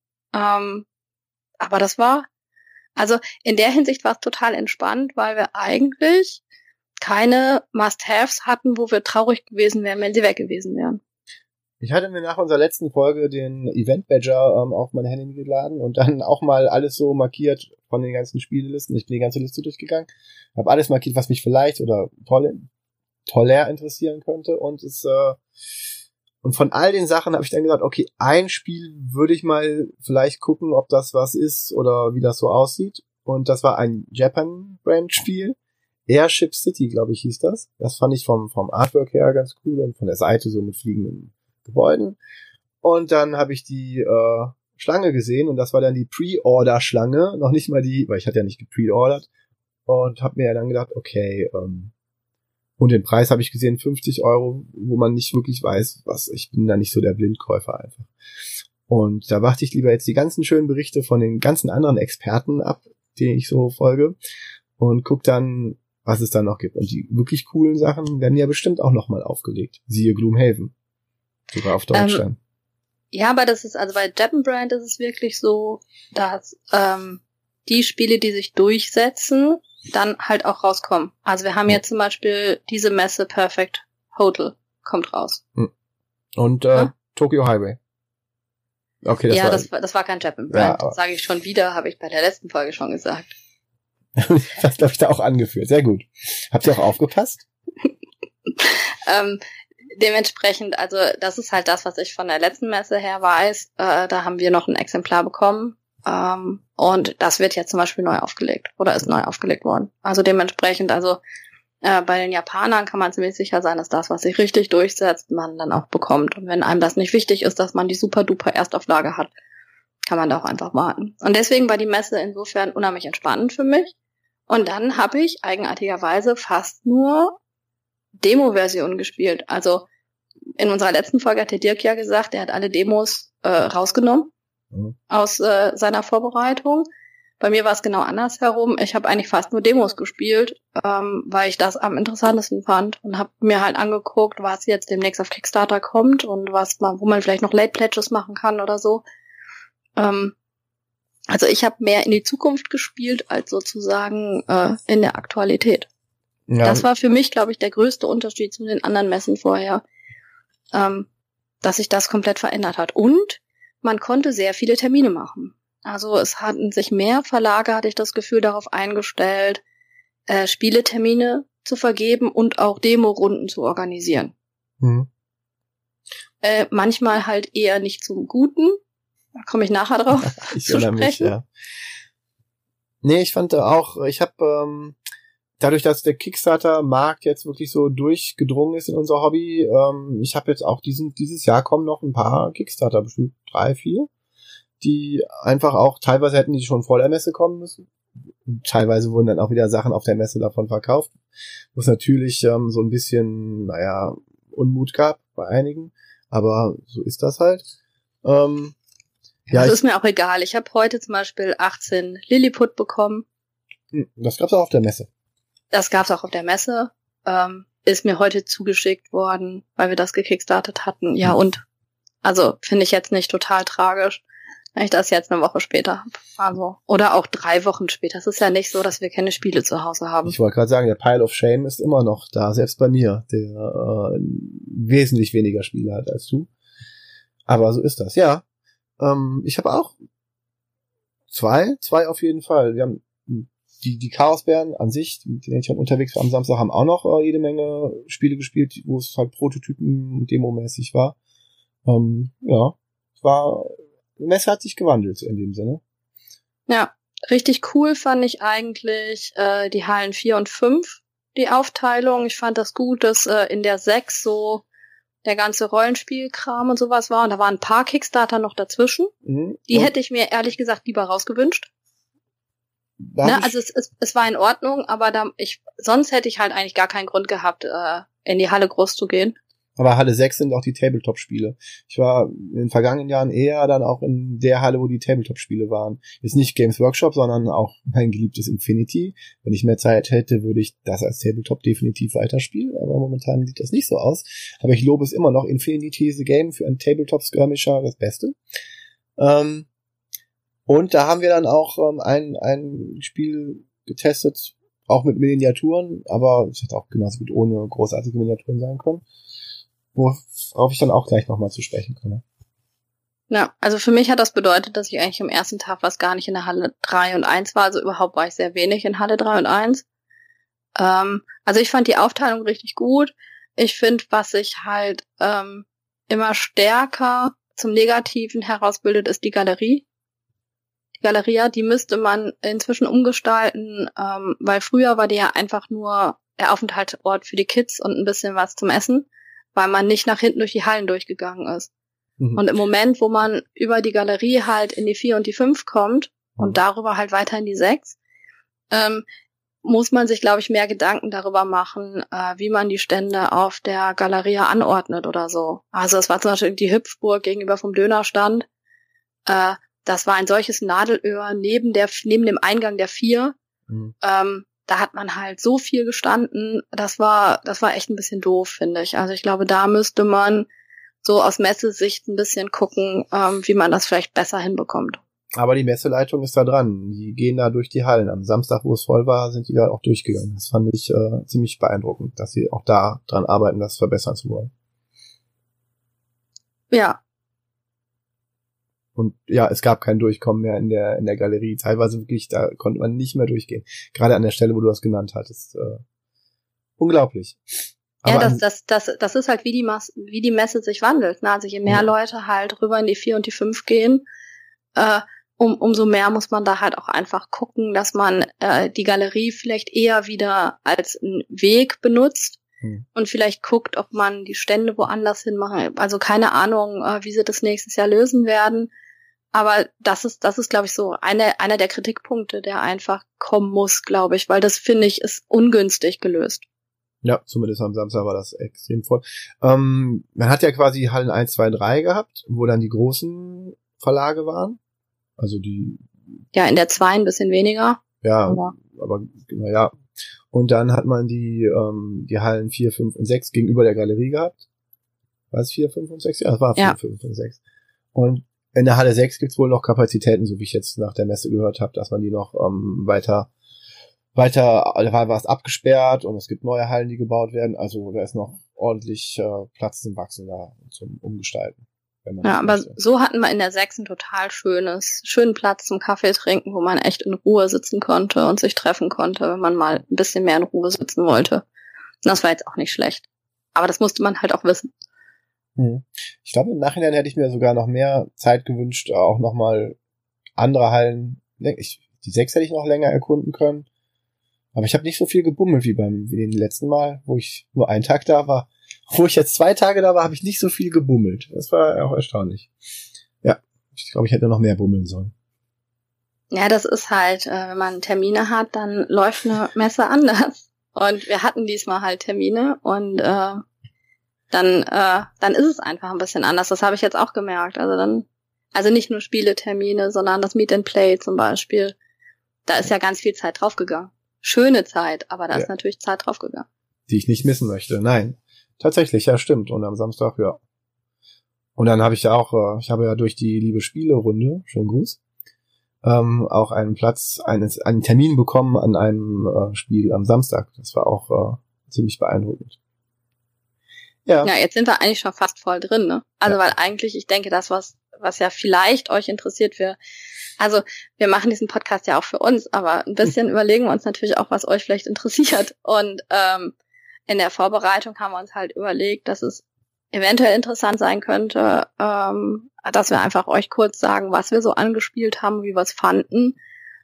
Aber das war, also in der Hinsicht war es total entspannt, weil wir eigentlich keine Must-Haves hatten, wo wir traurig gewesen wären, wenn sie weg gewesen wären. Ich hatte mir nach unserer letzten Folge den Event-Badger auf mein Handy geladen und dann auch mal alles so markiert von den ganzen Spielelisten. Ich bin die ganze Liste durchgegangen, habe alles markiert, was mich vielleicht oder toller interessieren könnte und von all den Sachen habe ich dann gesagt, okay, ein Spiel würde ich mal vielleicht gucken, ob das was ist oder wie das so aussieht. Und das war ein Japan-Brand-Spiel. Airship City, glaube ich, hieß das. Das fand ich vom Artwork her ganz cool und von der Seite so mit fliegenden Gebäuden. Und dann habe ich die Schlange gesehen und das war dann die Pre-Order-Schlange. Noch nicht mal die, weil ich hatte ja nicht gepreordert. Und habe mir dann gedacht, okay, und den Preis habe ich gesehen, 50 €, wo man nicht wirklich weiß, was. Ich bin da nicht so der Blindkäufer einfach. Und da warte ich lieber jetzt die ganzen schönen Berichte von den ganzen anderen Experten ab, denen ich so folge, und guck dann, was es da noch gibt. Und die wirklich coolen Sachen werden ja bestimmt auch nochmal aufgelegt. Siehe Gloomhaven. Sogar auf Deutsch dann. Ja, aber das ist, also bei Japan Brand ist es wirklich so, dass die Spiele, die sich durchsetzen, dann halt auch rauskommen. Also wir haben jetzt zum Beispiel diese Messe Perfect Hotel kommt raus. Und Tokyo Highway. Okay, das war kein Japan Brand. Ja, sage ich schon wieder, habe ich bei der letzten Folge schon gesagt. Das glaube ich da auch angeführt. Sehr gut. Habt ihr auch aufgepasst? Dementsprechend, also das ist halt das, was ich von der letzten Messe her weiß. Da haben wir noch ein Exemplar bekommen. Und das wird jetzt zum Beispiel neu aufgelegt oder ist neu aufgelegt worden. Also dementsprechend, bei den Japanern kann man ziemlich sicher sein, dass das, was sich richtig durchsetzt, man dann auch bekommt. Und wenn einem das nicht wichtig ist, dass man die super-duper Erstauflage hat, kann man da auch einfach warten. Und deswegen war die Messe insofern unheimlich entspannend für mich. Und dann habe ich eigenartigerweise fast nur Demo-Versionen gespielt. Also in unserer letzten Folge hat der Dirk ja gesagt, er hat alle Demos rausgenommen aus seiner Vorbereitung. Bei mir war es genau andersherum. Ich habe eigentlich fast nur Demos gespielt, weil ich das am interessantesten fand und habe mir halt angeguckt, was jetzt demnächst auf Kickstarter kommt und wo man vielleicht noch Late Pledges machen kann oder so. Also ich habe mehr in die Zukunft gespielt als sozusagen in der Aktualität. Ja. Das war für mich, glaube ich, der größte Unterschied zu den anderen Messen vorher, dass sich das komplett verändert hat. Und man konnte sehr viele Termine machen. Also es hatten sich mehr Verlage, hatte ich das Gefühl, darauf eingestellt, Spieletermine zu vergeben und auch Demo-Runden zu organisieren. Manchmal halt eher nicht zum Guten. Da komme ich nachher drauf zu sprechen. Mich, ja. Nee, ich fand auch, ich habe dadurch, dass der Kickstarter-Markt jetzt wirklich so durchgedrungen ist in unser Hobby, ich habe jetzt auch dieses Jahr kommen noch ein paar Kickstarter, bestimmt 3, 4, die einfach auch, teilweise hätten die schon vor der Messe kommen müssen. Und teilweise wurden dann auch wieder Sachen auf der Messe davon verkauft, wo es natürlich so ein bisschen, Unmut gab bei einigen, aber so ist das halt. Das ist mir auch egal. Ich habe heute zum Beispiel 18 Lilliput bekommen. Das gab's auch auf der Messe. Das gab's auch auf der Messe. Ist mir heute zugeschickt worden, weil wir das gekickstartet hatten. Ja, und also finde ich jetzt nicht total tragisch, wenn ich das jetzt eine Woche später habe. Also, oder auch 3 Wochen später. Es ist ja nicht so, dass wir keine Spiele zu Hause haben. Ich wollte gerade sagen, der Pile of Shame ist immer noch da, selbst bei mir, der wesentlich weniger Spiele hat als du. Aber so ist das, ja. Ich habe auch zwei auf jeden Fall. Wir haben die Chaosbären an sich, mit denen ich halt unterwegs war am Samstag, haben auch noch jede Menge Spiele gespielt, wo es halt Prototypen und Demomäßig war. Die Messe hat sich gewandelt in dem Sinne. Ja, richtig cool fand ich eigentlich die Hallen 4 und 5, die Aufteilung. Ich fand das gut, dass in der 6 so der ganze Rollenspielkram und sowas war. Und da waren ein paar Kickstarter noch dazwischen. Die hätte ich mir ehrlich gesagt lieber rausgewünscht. Ne? Also es war in Ordnung, aber sonst hätte ich halt eigentlich gar keinen Grund gehabt, in die Halle groß zu gehen. Aber Halle 6 sind auch die Tabletop-Spiele. Ich war in den vergangenen Jahren eher dann auch in der Halle, wo die Tabletop-Spiele waren. Jetzt nicht Games Workshop, sondern auch mein geliebtes Infinity. Wenn ich mehr Zeit hätte, würde ich das als Tabletop definitiv weiterspielen, aber momentan sieht das nicht so aus. Aber ich lobe es immer noch. Infinity is a Game für einen Tabletop-Skirmisher das Beste. Und da haben wir dann auch ein Spiel getestet, auch mit Miniaturen, aber es hätte auch genauso gut ohne großartige Miniaturen sein können, worauf ich dann auch gleich nochmal zu sprechen komme. Ja, also für mich hat das bedeutet, dass ich eigentlich am ersten Tag fast gar nicht in der Halle 3 und 1 war, also überhaupt war ich sehr wenig in Halle 3 und 1. Also ich fand die Aufteilung richtig gut. Ich finde, was sich halt immer stärker zum Negativen herausbildet, ist die Galerie. Die Galeria, die müsste man inzwischen umgestalten, weil früher war die ja einfach nur der Aufenthaltsort für die Kids und ein bisschen was zum Essen, weil man nicht nach hinten durch die Hallen durchgegangen ist. Und im Moment, wo man über die Galerie halt in die 4 und die 5 kommt und darüber halt weiter in die 6, muss man sich, glaube ich, mehr Gedanken darüber machen, wie man die Stände auf der Galeria anordnet oder so. Also es war zum Beispiel die Hüpfburg gegenüber vom Dönerstand. Das war ein solches Nadelöhr neben dem Eingang der 4. Da hat man halt so viel gestanden. Das war echt ein bisschen doof, finde ich. Also ich glaube, da müsste man so aus Messesicht ein bisschen gucken, wie man das vielleicht besser hinbekommt. Aber die Messeleitung ist da dran. Die gehen da durch die Hallen. Am Samstag, wo es voll war, sind die da auch durchgegangen. Das fand ich ziemlich beeindruckend, dass sie auch da dran arbeiten, das verbessern zu wollen. Ja. Und ja, es gab kein Durchkommen mehr in der Galerie. Teilweise wirklich, da konnte man nicht mehr durchgehen. Gerade an der Stelle, wo du das genannt hattest. Unglaublich. Aber ja, das ist halt, wie die Messe sich wandelt. Ne? Also je mehr Leute halt rüber in die 4 und die 5 gehen, umso mehr muss man da halt auch einfach gucken, dass man die Galerie vielleicht eher wieder als einen Weg benutzt und vielleicht guckt, ob man die Stände woanders hin machen. Also keine Ahnung, wie sie das nächstes Jahr lösen werden. Aber das ist, glaube ich, so einer der Kritikpunkte, der einfach kommen muss, glaube ich, weil das, finde ich, ist ungünstig gelöst. Ja, zumindest am Samstag war das extrem voll. Man hat ja quasi Hallen 1, 2, 3 gehabt, wo dann die großen Verlage waren. Also die... Ja, in der 2 ein bisschen weniger. Ja, aber naja. Und dann hat man die Hallen 4, 5 und 6 gegenüber der Galerie gehabt. War es 4, 5 und 6? Ja, es war 4, 5 und 6. Und in der Halle 6 gibt's wohl noch Kapazitäten, so wie ich jetzt nach der Messe gehört habe, dass man die noch weiter, da war was abgesperrt und es gibt neue Hallen, die gebaut werden. Also da ist noch ordentlich Platz zum Wachsen da, zum Umgestalten. Ja, aber so hatten wir in der 6 einen total schönen Platz zum Kaffee trinken, wo man echt in Ruhe sitzen konnte und sich treffen konnte, wenn man mal ein bisschen mehr in Ruhe sitzen wollte. Und das war jetzt auch nicht schlecht. Aber das musste man halt auch wissen. Ich glaube, im Nachhinein hätte ich mir sogar noch mehr Zeit gewünscht, auch nochmal andere Hallen. Ich Die 6 hätte ich noch länger erkunden können. Aber ich habe nicht so viel gebummelt wie den letzten Mal, wo ich nur einen Tag da war. Wo ich jetzt 2 Tage da war, habe ich nicht so viel gebummelt. Das war auch erstaunlich. Ja, ich glaube, ich hätte noch mehr bummeln sollen. Ja, das ist halt, wenn man Termine hat, dann läuft eine Messe anders. Und wir hatten diesmal halt Termine und dann ist es einfach ein bisschen anders. Das habe ich jetzt auch gemerkt. Also nicht nur Spieletermine, sondern das Meet and Play zum Beispiel. Da ist ja ganz viel Zeit draufgegangen. Schöne Zeit, aber da ist natürlich Zeit draufgegangen. Die ich nicht missen möchte. Nein, tatsächlich, ja, stimmt. Und am Samstag, ja. Und dann habe ich ja auch, ich habe ja durch die Liebe Spiele-Runde, schönen Gruß, auch einen Termin bekommen an einem Spiel am Samstag. Das war auch ziemlich beeindruckend. Ja, jetzt sind wir eigentlich schon fast voll drin, ne? Also weil eigentlich, ich denke, das, was ja vielleicht euch interessiert, wir machen diesen Podcast ja auch für uns, aber ein bisschen überlegen wir uns natürlich auch, was euch vielleicht interessiert. Und in der Vorbereitung haben wir uns halt überlegt, dass es eventuell interessant sein könnte, dass wir einfach euch kurz sagen, was wir so angespielt haben, wie wir es fanden.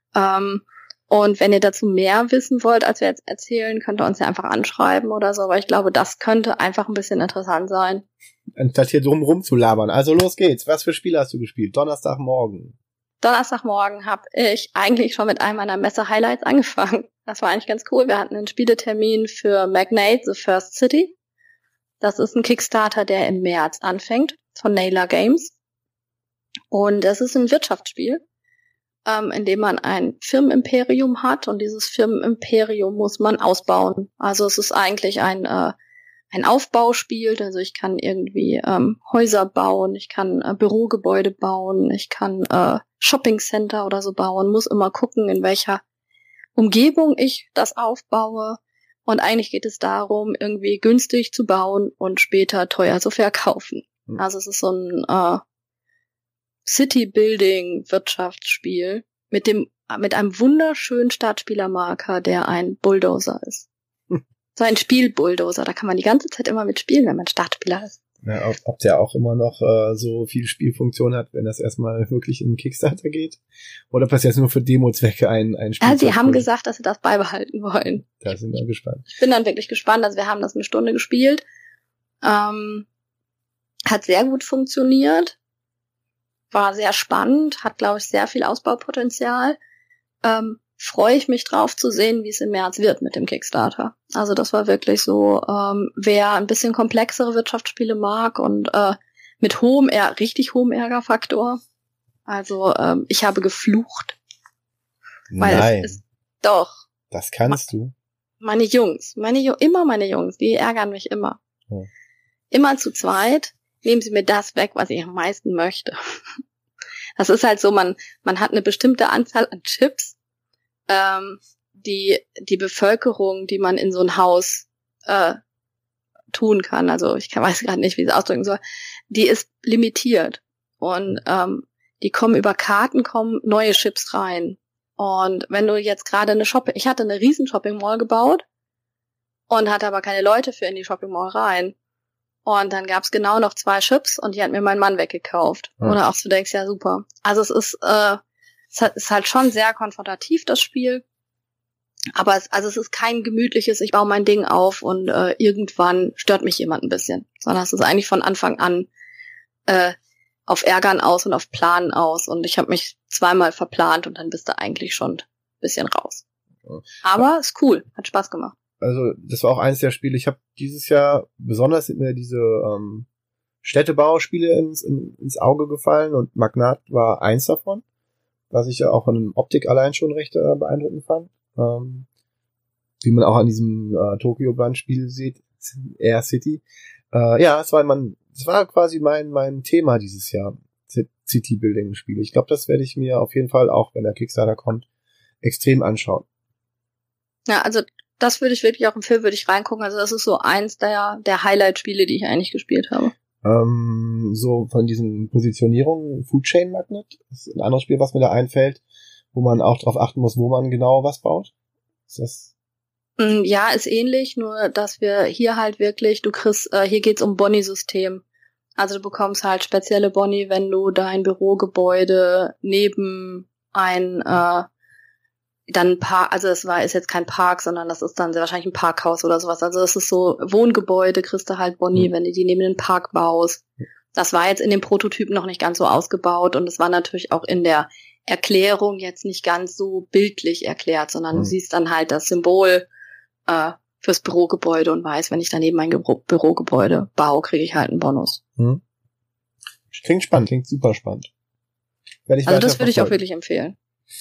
Und wenn ihr dazu mehr wissen wollt, als wir jetzt erzählen, könnt ihr uns ja einfach anschreiben oder so. Aber ich glaube, das könnte einfach ein bisschen interessant sein. Anstatt hier drum rumzulabern. Also los geht's. Was für Spiele hast du gespielt? Donnerstagmorgen habe ich eigentlich schon mit einem meiner Messe-Highlights angefangen. Das war eigentlich ganz cool. Wir hatten einen Spieletermin für Magnate, The First City. Das ist ein Kickstarter, der im März anfängt, von Naylor Games. Und es ist ein Wirtschaftsspiel, in dem man ein Firmenimperium hat. Und dieses Firmenimperium muss man ausbauen. Also es ist eigentlich ein Aufbauspiel. Also ich kann irgendwie Häuser bauen, ich kann Bürogebäude bauen, ich kann Shoppingcenter oder so bauen. Muss immer gucken, in welcher Umgebung ich das aufbaue. Und eigentlich geht es darum, irgendwie günstig zu bauen und später teuer zu verkaufen. Also es ist so ein City-Building-Wirtschaftsspiel mit einem wunderschönen Startspielermarker, der ein Bulldozer ist. So ein Spielbulldozer, da kann man die ganze Zeit immer mitspielen, wenn man Startspieler ist. Ja, ob der auch immer noch so viel Spielfunktion hat, wenn das erstmal wirklich in den Kickstarter geht? Oder ob das jetzt nur für Demo-Zwecke ein Spiel? Ja, sie haben gesagt, dass sie das beibehalten wollen. Da sind wir gespannt. Ich bin dann wirklich gespannt. Also wir haben das 1 Stunde gespielt. Hat sehr gut funktioniert. War sehr spannend. Hat, glaube ich, sehr viel Ausbaupotenzial. Freue ich mich drauf zu sehen, wie es im März wird mit dem Kickstarter. Also das war wirklich so, wer ein bisschen komplexere Wirtschaftsspiele mag und mit richtig hohem Ärgerfaktor. Also ich habe geflucht. Nein. Es ist doch. Das kannst du. Meine Jungs, die ärgern mich immer. Oh. Immer zu zweit nehmen sie mir das weg, was ich am meisten möchte. Das ist halt so, man hat eine bestimmte Anzahl an Chips, die Bevölkerung, die man in so ein Haus tun kann, also ich weiß gerade nicht, wie ich es ausdrücken soll, die ist limitiert. Und die kommen über Karten, kommen neue Chips rein. Und wenn du jetzt gerade ich hatte eine riesen Shopping Mall gebaut und hatte aber keine Leute für in die Shopping Mall rein. Und dann gab's genau noch 2 Chips und die hat mir mein Mann weggekauft. Ja. Oder auch du denkst, ja super. Also es ist halt schon sehr konfrontativ, das Spiel. Aber es ist kein gemütliches, ich baue mein Ding auf und irgendwann stört mich jemand ein bisschen. Sondern es ist eigentlich von Anfang an auf Ärgern aus und auf Planen aus. Und ich habe mich 2-mal verplant und dann bist du eigentlich schon ein bisschen raus. Aber ist cool, hat Spaß gemacht. Also das war auch eines der Spiele, ich habe dieses Jahr, besonders sind mir diese Städtebauspiele ins Auge gefallen und Magnat war eins davon, was ich ja auch von der Optik allein schon recht beeindruckend fand. Wie man auch an diesem Tokyo-Band-Spiel sieht, Air City. Ja, es war quasi mein Thema dieses Jahr, City-Building-Spiele. Ich glaube, das werde ich mir auf jeden Fall auch, wenn der Kickstarter kommt, extrem anschauen. Ja, also das würde ich wirklich auch im Film reingucken. Also das ist so eins der Highlight-Spiele, die ich eigentlich gespielt habe. So von diesen Positionierungen, Food Chain Magnet, das ist ein anderes Spiel, was mir da einfällt, wo man auch darauf achten muss, wo man genau was baut. Ist das? Ja, ist ähnlich, nur dass wir hier halt wirklich, hier geht's um Boni-System. Also du bekommst halt spezielle Boni, wenn du dein Bürogebäude neben ein dann ein Park, also ist jetzt kein Park, sondern das ist dann sehr wahrscheinlich ein Parkhaus oder sowas. Also es ist so Wohngebäude, kriegst du halt Boni, wenn du die neben den Park baust. Das war jetzt in dem Prototypen noch nicht ganz so ausgebaut und es war natürlich auch in der Erklärung jetzt nicht ganz so bildlich erklärt, sondern du siehst dann halt das Symbol fürs Bürogebäude und weißt, wenn ich daneben mein Bürogebäude baue, kriege ich halt einen Bonus. Klingt spannend, klingt super spannend. Also das würde ich auch wirklich empfehlen.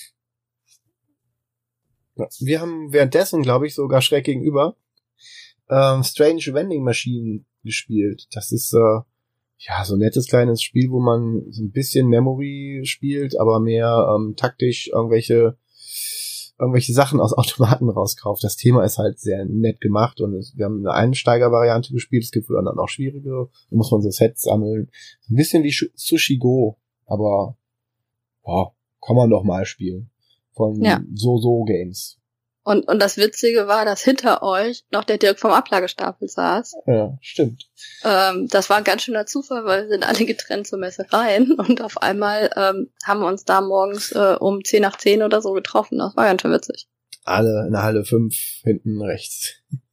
Wir haben währenddessen, glaube ich, sogar schräg gegenüber Strange Vending Machine gespielt. Das ist so ein nettes kleines Spiel, wo man so ein bisschen Memory spielt, aber mehr taktisch irgendwelche Sachen aus Automaten rauskauft. Das Thema ist halt sehr nett gemacht und wir haben eine Einsteiger-Variante gespielt. Es gibt wohl dann auch schwierige. Da muss man so Sets sammeln. Ein bisschen wie Sushi Go, aber kann man doch mal spielen. Von So Games. Und das Witzige war, dass hinter euch noch der Dirk vom Ablagestapel saß. Ja, stimmt. Das war ein ganz schöner Zufall, weil wir sind alle getrennt zur Messe rein und auf einmal haben wir uns da morgens um 10 nach 10 oder so getroffen. Das war ganz schön witzig. Alle in der Halle 5 hinten rechts.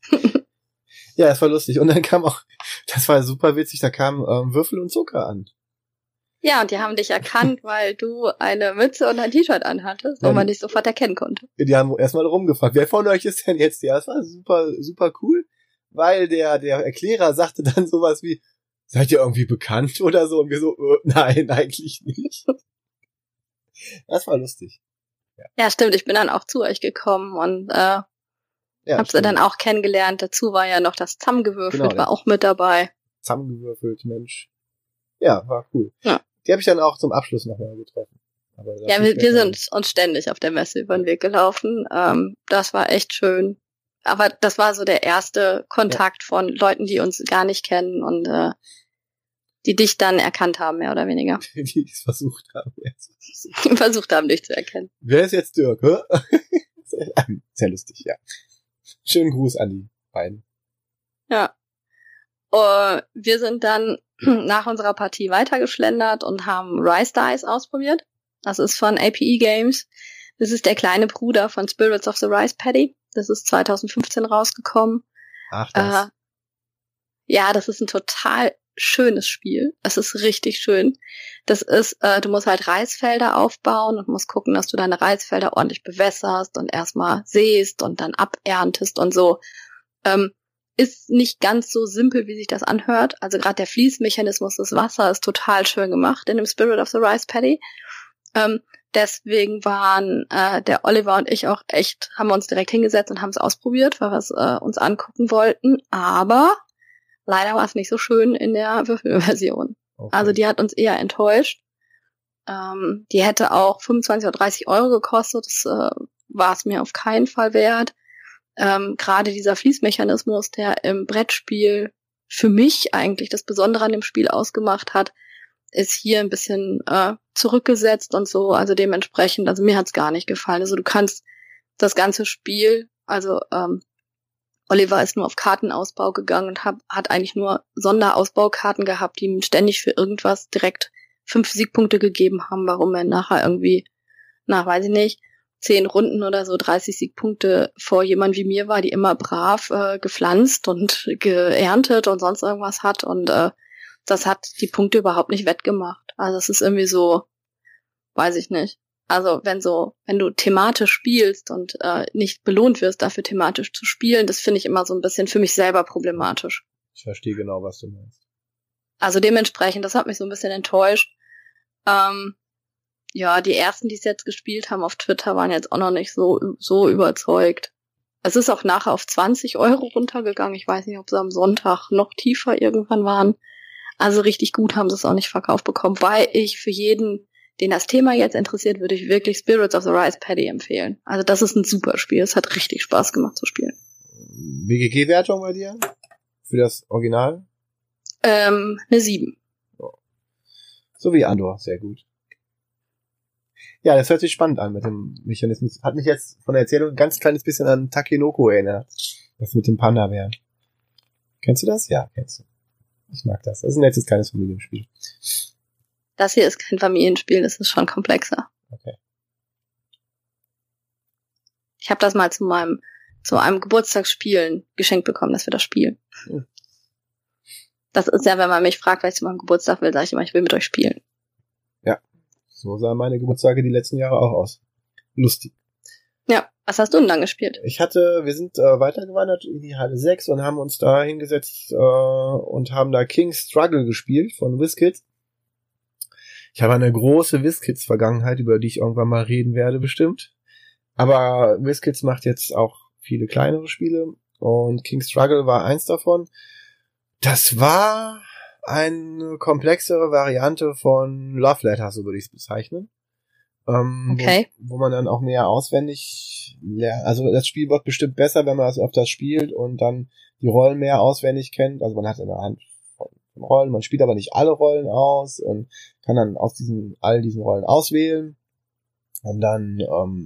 Ja, das war lustig. Und dann kam auch, das war super witzig, da kamen Würfel und Zucker an. Ja, und die haben dich erkannt, weil du eine Mütze und ein T-Shirt anhattest, wo man dich sofort erkennen konnte. Die haben erstmal rumgefragt, wer von euch ist denn jetzt der? Das war super, super cool, weil der Erklärer sagte dann sowas wie, seid ihr irgendwie bekannt oder so? Und wir so, nein, eigentlich nicht. Das war lustig. Ja, stimmt, ich bin dann auch zu euch gekommen und hab sie dann auch kennengelernt. Dazu war ja noch das Zusammengewürfelt, war auch mit dabei. Zusammengewürfelt, Mensch. Ja, war cool. Ja. Die habe ich dann auch zum Abschluss nochmal getroffen. Aber ja, wir sind uns ständig auf der Messe über den Weg gelaufen. Das war echt schön. Aber das war so der erste Kontakt von Leuten, die uns gar nicht kennen und die dich dann erkannt haben, mehr oder weniger. Die es versucht haben. Die versucht haben, dich zu erkennen. Wer ist jetzt Dirk? Sehr lustig, ja. Schönen Gruß an die beiden. Ja. Wir sind dann nach unserer Partie weitergeschlendert und haben Rise Dice ausprobiert. Das ist von APE Games. Das ist der kleine Bruder von Spirits of the Rice Paddy. Das ist 2015 rausgekommen. Ach, das. Ja, das ist ein total schönes Spiel. Es ist richtig schön. Das ist, du musst halt Reisfelder aufbauen und musst gucken, dass du deine Reisfelder ordentlich bewässerst und erstmal säst und dann aberntest und so. Ist nicht ganz so simpel, wie sich das anhört. Also gerade der Fließmechanismus des Wassers ist total schön gemacht in dem Spirit of the Rice Paddy. Deswegen waren der Oliver und ich auch echt, haben wir uns direkt hingesetzt und haben es ausprobiert, weil wir es uns angucken wollten. Aber leider war es nicht so schön in der Würfelversion. Okay. Also die hat uns eher enttäuscht. Die hätte auch 25 oder 30 Euro gekostet. Das war es mir auf keinen Fall wert. Gerade dieser Fließmechanismus, der im Brettspiel für mich eigentlich das Besondere an dem Spiel ausgemacht hat, ist hier ein bisschen zurückgesetzt und so. Also dementsprechend, also mir hat's gar nicht gefallen. Also du kannst das ganze Spiel, also Oliver ist nur auf Kartenausbau gegangen und hat eigentlich nur Sonderausbaukarten gehabt, die ihm ständig für irgendwas direkt 5 Siegpunkte gegeben haben, warum er nachher irgendwie, weiß ich nicht, 10 Runden oder so 30 Siegpunkte vor jemand wie mir war, die immer brav gepflanzt und geerntet und sonst irgendwas hat und das hat die Punkte überhaupt nicht wettgemacht. Also es ist irgendwie so, weiß ich nicht. Also wenn du thematisch spielst und nicht belohnt wirst, dafür thematisch zu spielen, das finde ich immer so ein bisschen für mich selber problematisch. Ich verstehe genau, was du meinst. Also dementsprechend, das hat mich so ein bisschen enttäuscht. Ja, die ersten, die es jetzt gespielt haben auf Twitter, waren jetzt auch noch nicht so überzeugt. Es ist auch nachher auf 20 Euro runtergegangen. Ich weiß nicht, ob sie am Sonntag noch tiefer irgendwann waren. Also richtig gut haben sie es auch nicht verkauft bekommen, weil ich für jeden, den das Thema jetzt interessiert, würde ich wirklich Spirits of the Rice Paddy empfehlen. Also das ist ein super Spiel. Es hat richtig Spaß gemacht zu spielen. WGG-Wertung bei dir? Für das Original? Eine 7. So wie Andor, sehr gut. Ja, das hört sich spannend an mit dem Mechanismus. Hat mich jetzt von der Erzählung ein ganz kleines bisschen an Takenoko erinnert. Das mit dem Panda-Bären. Kennst du das? Ja, kennst du. Ich mag das. Das ist ein nettes kleines Familienspiel. Das hier ist kein Familienspiel, das ist schon komplexer. Okay. Ich habe das mal zu einem Geburtstagsspielen geschenkt bekommen, dass wir das spielen. Hm. Das ist ja, wenn man mich fragt, was ich zu meinem Geburtstag will, sage ich immer, ich will mit euch spielen. Ja, so sahen meine Geburtstage die letzten Jahre auch aus. Lustig. Ja, was hast du denn dann gespielt? Wir sind weitergewandert in die Halle 6 und haben uns da hingesetzt und haben da King's Struggle gespielt von WizKids. Ich habe eine große WizKids-Vergangenheit, über die ich irgendwann mal reden werde, bestimmt. Aber WizKids macht jetzt auch viele kleinere Spiele und King's Struggle war eins davon. Das war eine komplexere Variante von Love Letter, so würde ich es bezeichnen. Okay. Wo man dann auch mehr auswendig lernt. Also das Spiel wird bestimmt besser, wenn man das öfters spielt und dann die Rollen mehr auswendig kennt. Also man hat in der Hand von Rollen, man spielt aber nicht alle Rollen aus und kann dann aus all diesen Rollen auswählen. Und dann,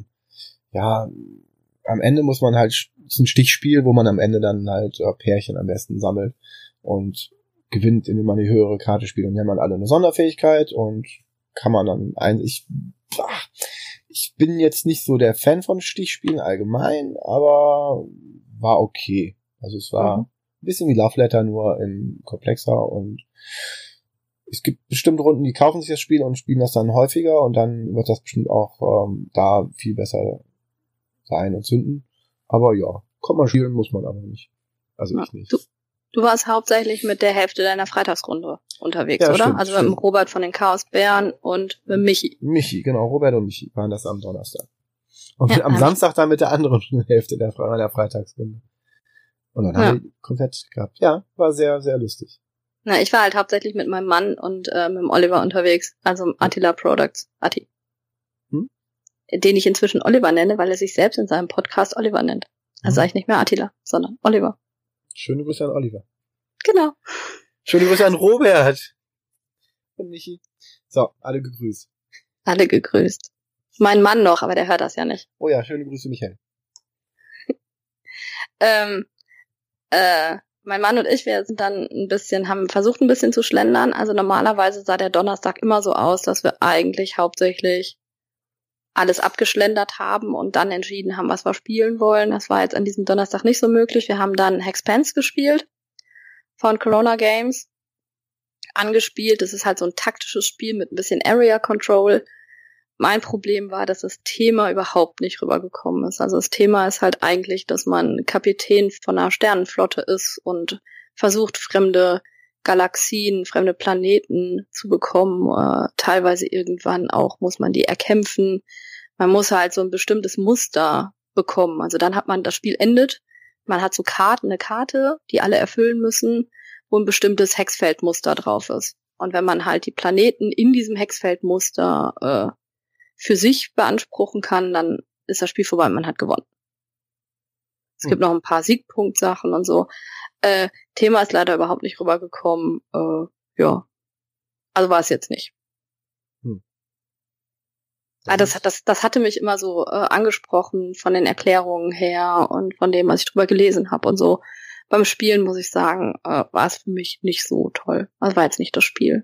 am Ende muss man halt, es ist ein Stichspiel, wo man am Ende dann halt Pärchen am besten sammelt und gewinnt, indem man die höhere Karte spielt. Und die haben dann alle eine Sonderfähigkeit und kann man dann ich bin jetzt nicht so der Fan von Stichspielen allgemein, aber war okay. Also es war ein bisschen wie Love Letter, nur in komplexer und es gibt bestimmt Runden, die kaufen sich das Spiel und spielen das dann häufiger und dann wird das bestimmt auch da viel besser sein und zünden. Aber ja, kann man spielen, muss man aber nicht. Also ich nicht. Du warst hauptsächlich mit der Hälfte deiner Freitagsrunde unterwegs, ja, oder? Stimmt, also mit dem Robert von den Chaosbären und mit Michi. Michi, genau. Robert und Michi waren das am Donnerstag. Und am Samstag dann mit der anderen Hälfte der Freitagsrunde. Und dann haben wir komplett gehabt. Ja, war sehr, sehr lustig. Na, ich war halt hauptsächlich mit meinem Mann und mit dem Oliver unterwegs. Also Attila Products. Atti. Den ich inzwischen Oliver nenne, weil er sich selbst in seinem Podcast Oliver nennt. Also sage ich nicht mehr Attila, sondern Oliver. Schöne Grüße an Oliver. Genau. Schöne Grüße an Robert. Und Michi. So, alle gegrüßt. Alle gegrüßt. Mein Mann noch, aber der hört das ja nicht. Oh ja, schöne Grüße, Michael. Mein Mann und ich, wir sind dann haben versucht ein bisschen zu schlendern. Also normalerweise sah der Donnerstag immer so aus, dass wir eigentlich hauptsächlich alles abgeschlendert haben und dann entschieden haben, was wir spielen wollen. Das war jetzt an diesem Donnerstag nicht so möglich. Wir haben dann Hexpence gespielt von Corona Games. Angespielt. Das ist halt so ein taktisches Spiel mit ein bisschen Area Control. Mein Problem war, dass das Thema überhaupt nicht rübergekommen ist. Also das Thema ist halt eigentlich, dass man Kapitän von einer Sternenflotte ist und versucht, fremde Galaxien, fremde Planeten zu bekommen. Teilweise irgendwann auch muss man die erkämpfen. Man muss halt so ein bestimmtes Muster bekommen. Also dann hat man, das Spiel endet, man hat so eine Karte, die alle erfüllen müssen, wo ein bestimmtes Hexfeldmuster drauf ist. Und wenn man halt die Planeten in diesem Hexfeldmuster für sich beanspruchen kann, dann ist das Spiel vorbei und man hat gewonnen. Es gibt noch ein paar Siegpunktsachen und so. Thema ist leider überhaupt nicht rübergekommen. Ja. Also war es jetzt nicht. Das hatte mich immer so angesprochen von den Erklärungen her und von dem, was ich drüber gelesen habe und so. Beim Spielen, muss ich sagen, war es für mich nicht so toll. Also war jetzt nicht das Spiel.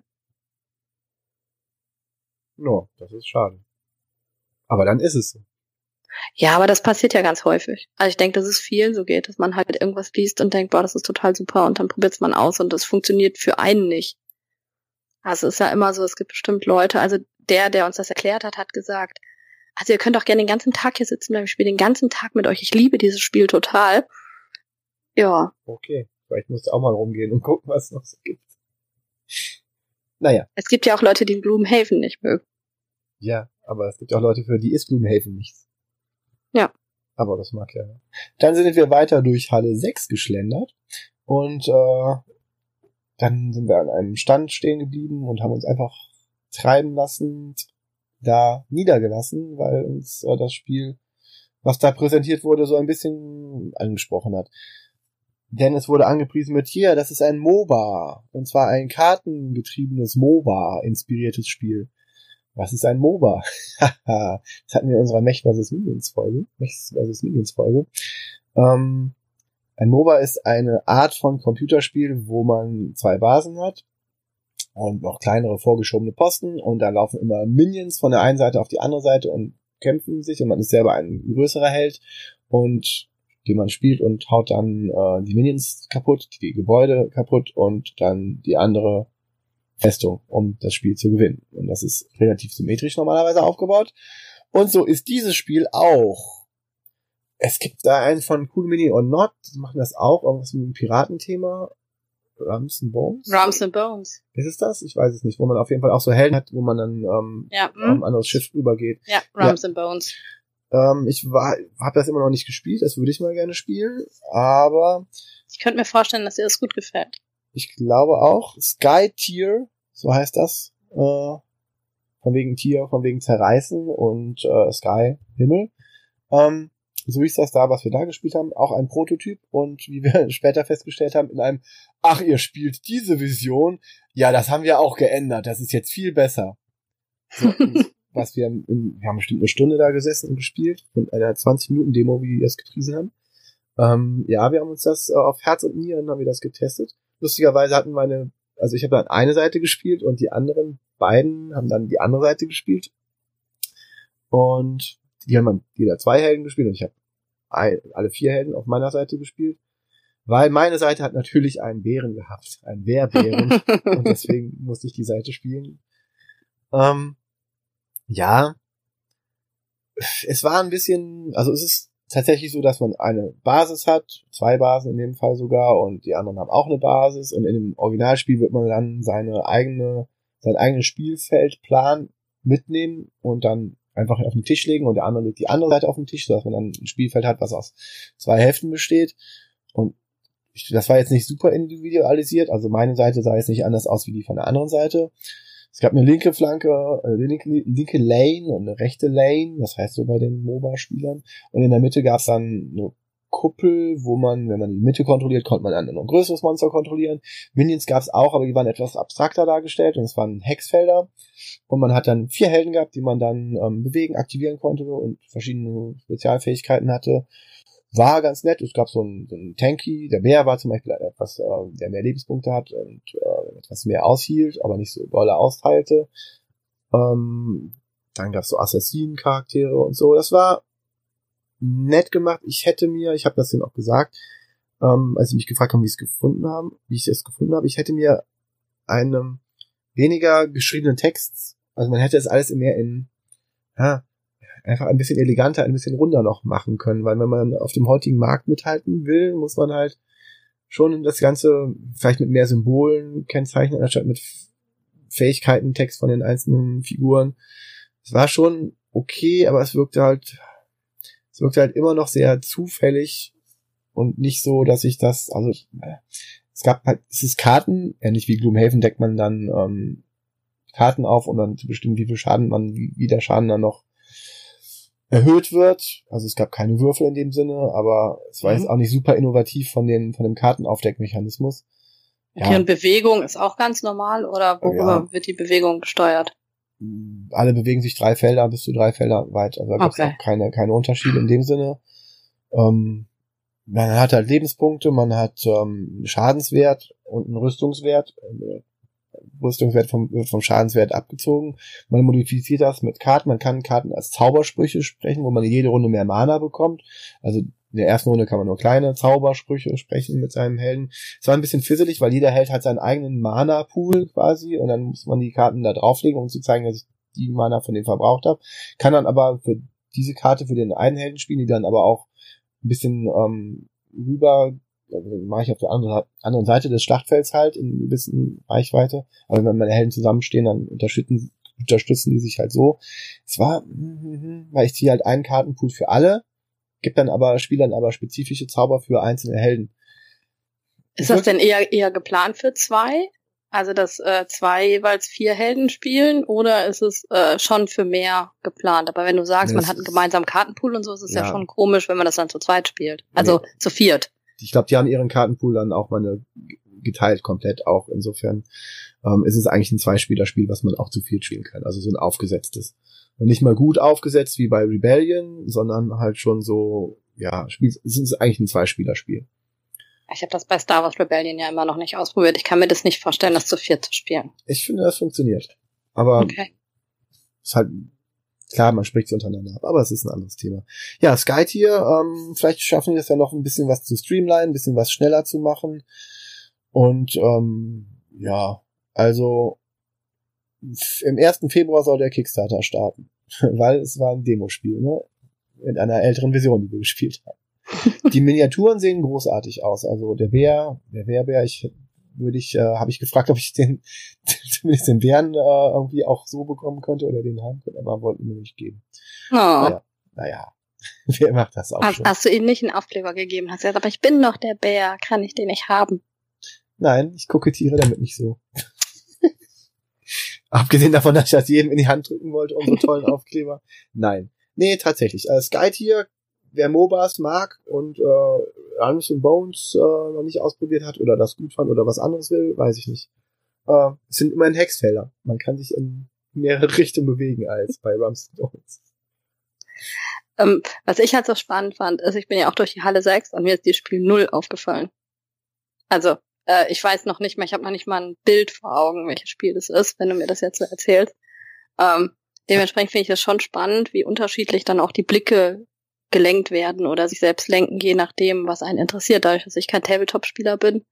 No, das ist schade. Aber dann ist es so. Ja, aber das passiert ja ganz häufig. Also ich denke, dass es vielen so geht, dass man halt irgendwas liest und denkt, boah, das ist total super und dann probiert es man aus und das funktioniert für einen nicht. Also es ist ja immer so, es gibt bestimmt Leute, also der uns das erklärt hat, hat gesagt, also ihr könnt auch gerne den ganzen Tag hier sitzen bleiben, ich spiele den ganzen Tag mit euch, ich liebe dieses Spiel total. Ja. Okay, vielleicht musst du auch mal rumgehen und gucken, was es noch so gibt. Naja. Es gibt ja auch Leute, die Gloomhaven nicht mögen. Ja, aber es gibt auch Leute, für die ist Gloomhaven nichts. Ja. Aber das mag ja. Dann sind wir weiter durch Halle 6 geschlendert und dann sind wir an einem Stand stehen geblieben und haben uns einfach treiben lassen, da niedergelassen, weil uns das Spiel, was da präsentiert wurde, so ein bisschen angesprochen hat. Denn es wurde angepriesen mit, hier, das ist ein MOBA. Und zwar ein kartengetriebenes MOBA-inspiriertes Spiel. Was ist ein MOBA? Das hatten wir in unserer Mech vs. Minions Folge. Ein MOBA ist eine Art von Computerspiel, wo man 2 Basen hat und noch kleinere vorgeschobene Posten und da laufen immer Minions von der einen Seite auf die andere Seite und kämpfen sich und man ist selber ein größerer Held und den man spielt und haut dann die Minions kaputt, die Gebäude kaputt und dann die andere Festung, um das Spiel zu gewinnen. Und das ist relativ symmetrisch normalerweise aufgebaut. Und so ist dieses Spiel auch. Es gibt da einen von Cool Mini or Not, die machen das auch, irgendwas mit dem Piratenthema. Rums and Bones? Rums and Bones. Ist es das? Ich weiß es nicht. Wo man auf jeden Fall auch so Helden hat, wo man dann auf ein anderes Schiff rübergeht. Ja, Rums and Bones. Ich habe das immer noch nicht gespielt, das würde ich mal gerne spielen, aber ich könnte mir vorstellen, dass dir das gut gefällt. Ich glaube auch. Sky Tier, so heißt das. Von wegen Tier, von wegen Zerreißen und Sky, Himmel. So ist das da, was wir da gespielt haben. Auch ein Prototyp und wie wir später festgestellt haben, in einem ach, ihr spielt diese Vision. Ja, das haben wir auch geändert. Das ist jetzt viel besser. So, was wir haben bestimmt eine Stunde da gesessen und gespielt. Und einer 20-Minuten-Demo, wie die das gepriesen haben. Ja, wir haben uns das auf Herz und Nieren haben wir das getestet. Lustigerweise hatten also ich habe dann eine Seite gespielt und die anderen beiden haben dann die andere Seite gespielt. Und die haben dann jeder 2 Helden gespielt und ich habe alle 4 Helden auf meiner Seite gespielt. Weil meine Seite hat natürlich einen Bären gehabt, einen Wehrbären. Und deswegen musste ich die Seite spielen. Ja, es war ein bisschen, also es ist tatsächlich so, dass man eine Basis hat, 2 Basen in dem Fall sogar, und die anderen haben auch eine Basis, und in dem Originalspiel wird man dann sein eigenes Spielfeldplan mitnehmen und dann einfach auf den Tisch legen und der andere legt die andere Seite auf den Tisch, sodass man dann ein Spielfeld hat, was aus 2 Hälften besteht. Und das war jetzt nicht super individualisiert, also meine Seite sah jetzt nicht anders aus wie die von der anderen Seite. Es gab eine linke Flanke, linke Lane und eine rechte Lane, das heißt so bei den MOBA-Spielern. Und in der Mitte gab es dann eine Kuppel, wo man, wenn man die Mitte kontrolliert, konnte man dann noch ein größeres Monster kontrollieren. Minions gab es auch, aber die waren etwas abstrakter dargestellt und es waren Hexfelder. Und man hat dann 4 Helden gehabt, die man dann bewegen, aktivieren konnte und verschiedene Spezialfähigkeiten hatte. War ganz nett. Es gab so einen Tanky. Der Bär war zum Beispiel etwas, der mehr Lebenspunkte hat und etwas mehr aushielt, aber nicht so doll austeilte. Dann gab es so Assassinen-Charaktere und so. Das war nett gemacht. Ich habe das denen auch gesagt, als sie mich gefragt haben, wie ich es gefunden habe, ich hätte mir einen weniger geschriebenen Text, also man hätte es alles mehr einfach ein bisschen eleganter, ein bisschen runder noch machen können, weil wenn man auf dem heutigen Markt mithalten will, muss man halt schon das Ganze vielleicht mit mehr Symbolen kennzeichnen, anstatt mit Fähigkeiten, Text von den einzelnen Figuren. Es war schon okay, aber es wirkte halt immer noch sehr zufällig und nicht so, dass ich das, also es ist Karten, ähnlich wie Gloomhaven deckt man dann Karten auf, um dann zu bestimmen, wie viel Schaden wie der Schaden dann noch erhöht wird. Also es gab keine Würfel in dem Sinne, aber es war jetzt auch nicht super innovativ von dem Kartenaufdeckmechanismus. Okay, ja. Und Bewegung ist auch ganz normal, oder worüber wird die Bewegung gesteuert? Alle bewegen sich 3 Felder, bis zu 3 Felder weit. Also da gibt es auch keine Unterschiede in dem Sinne. Man hat halt Lebenspunkte, man hat einen Schadenswert und einen Rüstungswert. Rüstungswert vom Schadenswert abgezogen. Man modifiziert das mit Karten. Man kann Karten als Zaubersprüche sprechen, wo man jede Runde mehr Mana bekommt. Also in der ersten Runde kann man nur kleine Zaubersprüche sprechen mit seinem Helden. Es war ein bisschen fisselig, weil jeder Held hat seinen eigenen Mana-Pool quasi und dann muss man die Karten da drauflegen, um zu zeigen, dass ich die Mana von dem verbraucht habe. Kann dann aber für diese Karte für den einen Helden spielen, die dann aber auch ein bisschen mache ich auf der anderen Seite des Schlachtfelds halt in einer gewissen Reichweite. Aber wenn meine Helden zusammenstehen, dann unterstützen die sich halt so. Es war, weil ich ziehe halt einen Kartenpool für alle, spiele dann aber spezifische Zauber für einzelne Helden. Ist das denn eher geplant für 2? Also, dass 2 jeweils 4 Helden spielen, oder ist es schon für mehr geplant? Aber wenn du sagst, man hat einen gemeinsamen Kartenpool und so, ist es ja schon komisch, wenn man das dann zu 2 spielt. Also zu 4. Ich glaube, die haben ihren Kartenpool dann auch mal geteilt komplett auch. Insofern ist es eigentlich ein 2-Spieler-Spiel, was man auch zu 4 spielen kann. Also so ein aufgesetztes. Und nicht mal gut aufgesetzt wie bei Rebellion, sondern halt schon so, es ist eigentlich ein 2-Spieler-Spiel. Ich habe das bei Star Wars Rebellion ja immer noch nicht ausprobiert. Ich kann mir das nicht vorstellen, das zu 4 zu spielen. Ich finde, das funktioniert. Aber es ist halt Klar, man spricht es untereinander ab, aber es ist ein anderes Thema. Ja, Skytier, vielleicht schaffen die das ja noch ein bisschen was zu streamlinen, ein bisschen was schneller zu machen. Und ja, also im 1. Februar soll der Kickstarter starten, weil es war ein Demospiel, ne? In einer älteren Version, die wir gespielt haben. Die Miniaturen sehen großartig aus. Also der Wehrbär, habe ich gefragt, ob ich den zumindest den Bären irgendwie auch so bekommen könnte oder den haben könnte, aber wollten mir nicht geben. Oh. Naja, wer macht das auch schon? Hast du ihm nicht einen Aufkleber gegeben? Hast gesagt, aber ich bin doch der Bär, kann ich den nicht haben? Nein, ich kokettiere damit nicht so. Abgesehen davon, dass ich das jedem in die Hand drücken wollte, unsere tollen Aufkleber. Nein. Nee, tatsächlich. Skytier, wer MOBAs mag und Arms and Bones noch nicht ausprobiert hat oder das gut fand oder was anderes will, weiß ich nicht. Es sind immerhin Hexfelder. Man kann sich in mehrere Richtungen bewegen als bei Arms and Bones. Was ich halt so spannend fand, ist, ich bin ja auch durch die Halle 6 und mir ist das Spiel 0 aufgefallen. Also, ich weiß noch nicht mehr, ich habe noch nicht mal ein Bild vor Augen, welches Spiel das ist, wenn du mir das jetzt so erzählst. Dementsprechend finde ich das schon spannend, wie unterschiedlich dann auch die Blicke gelenkt werden oder sich selbst lenken, je nachdem, was einen interessiert. Dadurch, dass ich kein Tabletop-Spieler bin,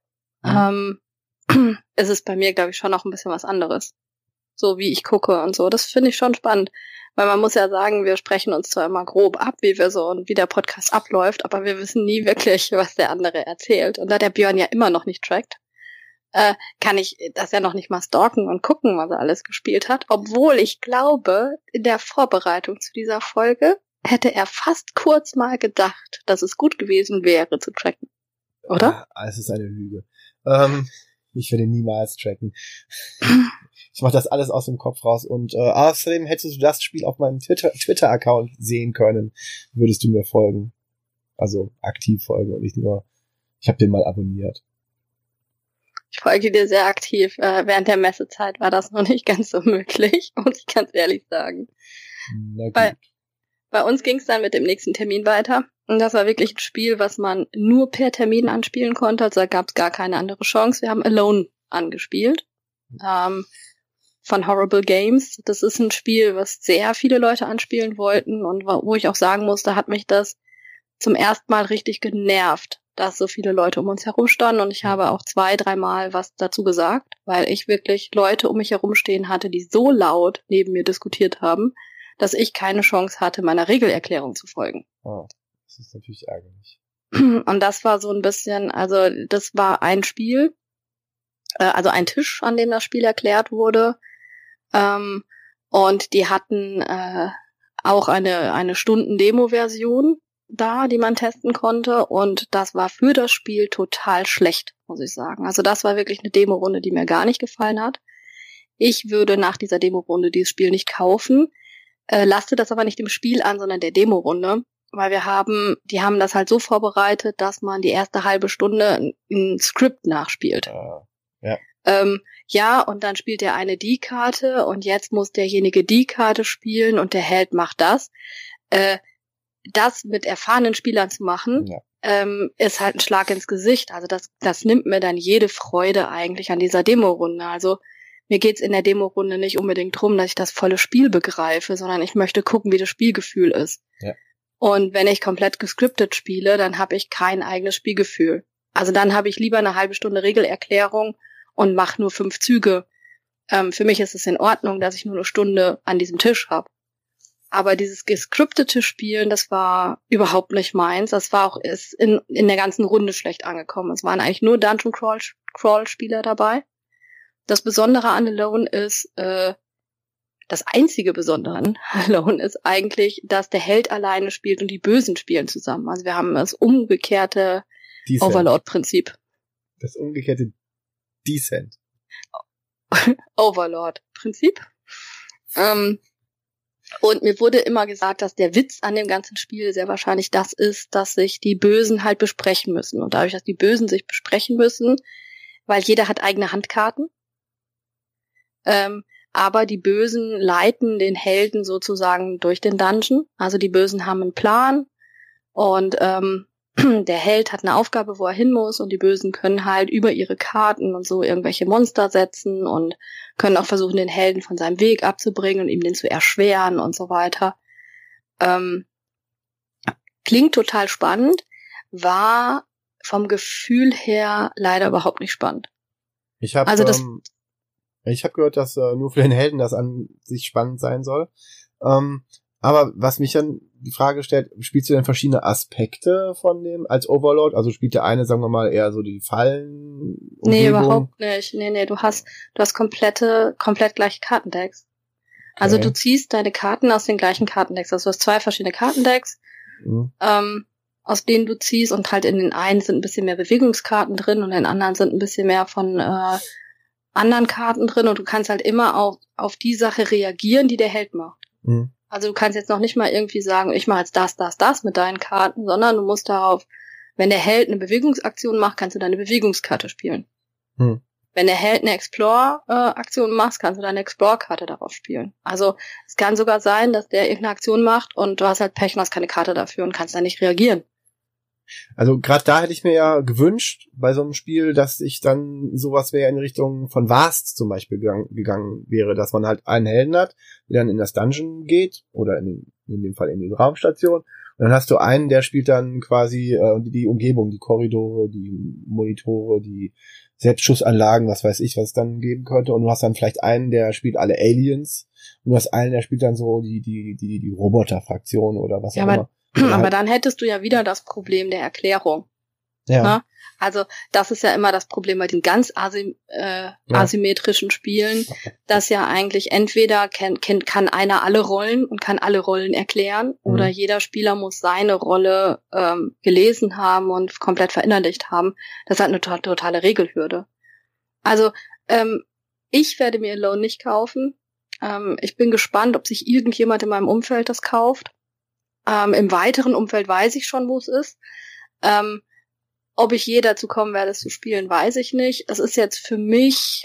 ist es bei mir, glaube ich, schon noch ein bisschen was anderes. So wie ich gucke und so. Das finde ich schon spannend. Weil man muss ja sagen, wir sprechen uns zwar immer grob ab, wie wir so und wie der Podcast abläuft, aber wir wissen nie wirklich, was der andere erzählt. Und da der Björn ja immer noch nicht trackt, kann ich das ja noch nicht mal stalken und gucken, was er alles gespielt hat. Obwohl ich glaube, in der Vorbereitung zu dieser Folge hätte er fast kurz mal gedacht, dass es gut gewesen wäre zu tracken. Oder? Es ist eine Lüge. Ich werde niemals tracken. Ich mache das alles aus dem Kopf raus und außerdem hättest du das Spiel auf meinem Twitter-Account sehen können, würdest du mir folgen. Also aktiv folgen und nicht nur, ich habe den mal abonniert. Ich folge dir sehr aktiv. Während der Messezeit war das noch nicht ganz so möglich, muss ich ganz ehrlich sagen. Na gut. Bei uns ging es dann mit dem nächsten Termin weiter. Und das war wirklich ein Spiel, was man nur per Termin anspielen konnte. Also da gab es gar keine andere Chance. Wir haben Alone angespielt. Von Horrible Games. Das ist ein Spiel, was sehr viele Leute anspielen wollten und wo ich auch sagen muss, da hat mich das zum ersten Mal richtig genervt, dass so viele Leute um uns herum standen und ich habe auch 2-3 Mal was dazu gesagt, weil ich wirklich Leute um mich herum stehen hatte, die so laut neben mir diskutiert haben, dass ich keine Chance hatte, meiner Regelerklärung zu folgen. Oh, das ist natürlich ärgerlich. Und das war so ein bisschen, also das war ein Spiel, also ein Tisch, an dem das Spiel erklärt wurde. Und die hatten auch eine Stunden-Demo-Version da, die man testen konnte. Und das war für das Spiel total schlecht, muss ich sagen. Also das war wirklich eine Demo-Runde, die mir gar nicht gefallen hat. Ich würde nach dieser Demo-Runde dieses Spiel nicht kaufen. Laste das aber nicht dem Spiel an, sondern der Demo-Runde. Weil die haben das halt so vorbereitet, dass man die erste halbe Stunde ein Skript nachspielt. Ja. Ja, und dann spielt der eine die Karte und jetzt muss derjenige die Karte spielen und der Held macht das. Das mit erfahrenen Spielern zu machen, ist halt ein Schlag ins Gesicht. Also das nimmt mir dann jede Freude eigentlich an dieser Demo-Runde. Also mir geht's in der Demo-Runde nicht unbedingt drum, dass ich das volle Spiel begreife, sondern ich möchte gucken, wie das Spielgefühl ist. Ja. Und wenn ich komplett gescriptet spiele, dann habe ich kein eigenes Spielgefühl. Also dann habe ich lieber eine halbe Stunde Regelerklärung und mache nur 5 Züge. Für mich ist es in Ordnung, dass ich nur eine Stunde an diesem Tisch habe. Aber dieses gescriptete Spielen, das war überhaupt nicht meins. Das war auch ist in der ganzen Runde schlecht angekommen. Es waren eigentlich nur Dungeon Crawl Spieler dabei. Das Besondere an Alone ist, das einzige Besondere an Alone ist eigentlich, dass der Held alleine spielt und die Bösen spielen zusammen. Also wir haben das umgekehrte Overlord-Prinzip. Das umgekehrte Descent. Overlord-Prinzip. Und mir wurde immer gesagt, dass der Witz an dem ganzen Spiel sehr wahrscheinlich das ist, dass sich die Bösen halt besprechen müssen. Und dadurch, dass die Bösen sich besprechen müssen, weil jeder hat eigene Handkarten, aber die Bösen leiten den Helden sozusagen durch den Dungeon. Also die Bösen haben einen Plan und der Held hat eine Aufgabe, wo er hin muss und die Bösen können halt über ihre Karten und so irgendwelche Monster setzen und können auch versuchen, den Helden von seinem Weg abzubringen und ihm den zu erschweren und so weiter. Klingt total spannend, war vom Gefühl her leider überhaupt nicht spannend. Ich habe gehört, dass nur für den Helden das an sich spannend sein soll. Aber was mich dann die Frage stellt, spielst du denn verschiedene Aspekte von dem als Overlord? Also spielt der eine, sagen wir mal, eher so die Fallen? Nee, überhaupt nicht. Nee, du hast komplett gleiche Kartendecks. Okay. Also du ziehst deine Karten aus den gleichen Kartendecks. Also du hast 2 verschiedene Kartendecks, aus denen du ziehst, und halt in den einen sind ein bisschen mehr Bewegungskarten drin und in den anderen sind ein bisschen mehr von anderen Karten drin, und du kannst halt immer auch auf die Sache reagieren, die der Held macht. Mhm. Also du kannst jetzt noch nicht mal irgendwie sagen, ich mache jetzt das mit deinen Karten, sondern du musst darauf, wenn der Held eine Bewegungsaktion macht, kannst du deine Bewegungskarte spielen. Mhm. Wenn der Held eine Explore-Aktion macht, kannst du deine Explore-Karte darauf spielen. Also es kann sogar sein, dass der irgendeine Aktion macht und du hast halt Pech und hast keine Karte dafür und kannst da nicht reagieren. Also gerade da hätte ich mir ja gewünscht bei so einem Spiel, dass ich dann sowas wäre in Richtung von Vast zum Beispiel gegangen wäre, dass man halt einen Helden hat, der dann in das Dungeon geht oder in dem Fall in die Raumstation, und dann hast du einen, der spielt dann quasi die Umgebung, die Korridore, die Monitore, die Selbstschussanlagen, was weiß ich, was es dann geben könnte, und du hast dann vielleicht einen, der spielt alle Aliens, und du hast einen, der spielt dann so die Roboter-Fraktion oder was auch immer. Aber dann hättest du ja wieder das Problem der Erklärung. Ja. Na? Also das ist ja immer das Problem bei den ganz asymmetrischen Spielen, dass ja eigentlich entweder kann einer alle Rollen und kann alle Rollen erklären, oder jeder Spieler muss seine Rolle gelesen haben und komplett verinnerlicht haben. Das ist halt eine totale Regelhürde. Also ich werde mir Alone nicht kaufen. Ich bin gespannt, ob sich irgendjemand in meinem Umfeld das kauft. Im weiteren Umfeld weiß ich schon, wo es ist. Ob ich je dazu kommen werde, es zu spielen, weiß ich nicht. Es ist jetzt für mich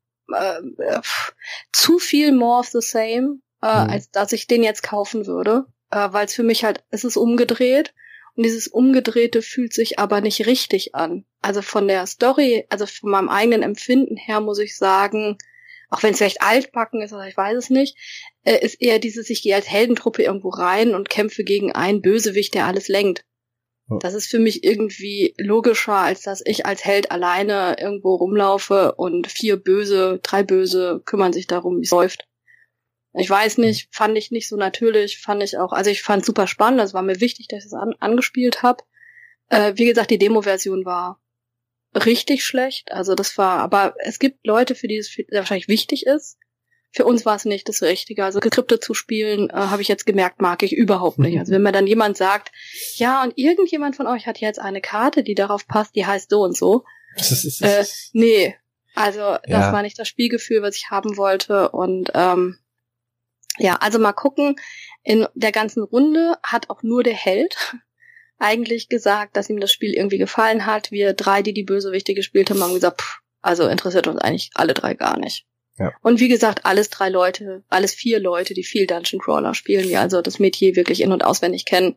zu viel more of the same, als dass ich den jetzt kaufen würde. Weil es für mich halt, es ist umgedreht. Und dieses Umgedrehte fühlt sich aber nicht richtig an. Also von der Story, also von meinem eigenen Empfinden her muss ich sagen, auch wenn es vielleicht altbacken ist, oder ich weiß es nicht, ist eher dieses, ich gehe als Heldentruppe irgendwo rein und kämpfe gegen einen Bösewicht, der alles lenkt. Oh. Das ist für mich irgendwie logischer, als dass ich als Held alleine irgendwo rumlaufe und 3 Böse kümmern sich darum, wie es läuft. Ich weiß nicht, fand ich nicht so natürlich, also ich fand es super spannend, das war mir wichtig, dass ich das angespielt habe. Wie gesagt, die Demo-Version war richtig schlecht, also aber es gibt Leute, für die es wahrscheinlich wichtig ist. Für uns war es nicht das Richtige. Also Skripte zu spielen, habe ich jetzt gemerkt, mag ich überhaupt nicht. Also wenn mir dann jemand sagt, ja, und irgendjemand von euch hat jetzt eine Karte, die darauf passt, die heißt so und so. Nee, also das war nicht das Spielgefühl, was ich haben wollte. Und also mal gucken. In der ganzen Runde hat auch nur der Held eigentlich gesagt, dass ihm das Spiel irgendwie gefallen hat. Wir 3, die Bösewichte gespielt haben, haben gesagt, also interessiert uns eigentlich alle 3 gar nicht. Ja. Und wie gesagt, alles 4 Leute, die viel Dungeon Crawler spielen, die also das Metier wirklich in- und auswendig kennen,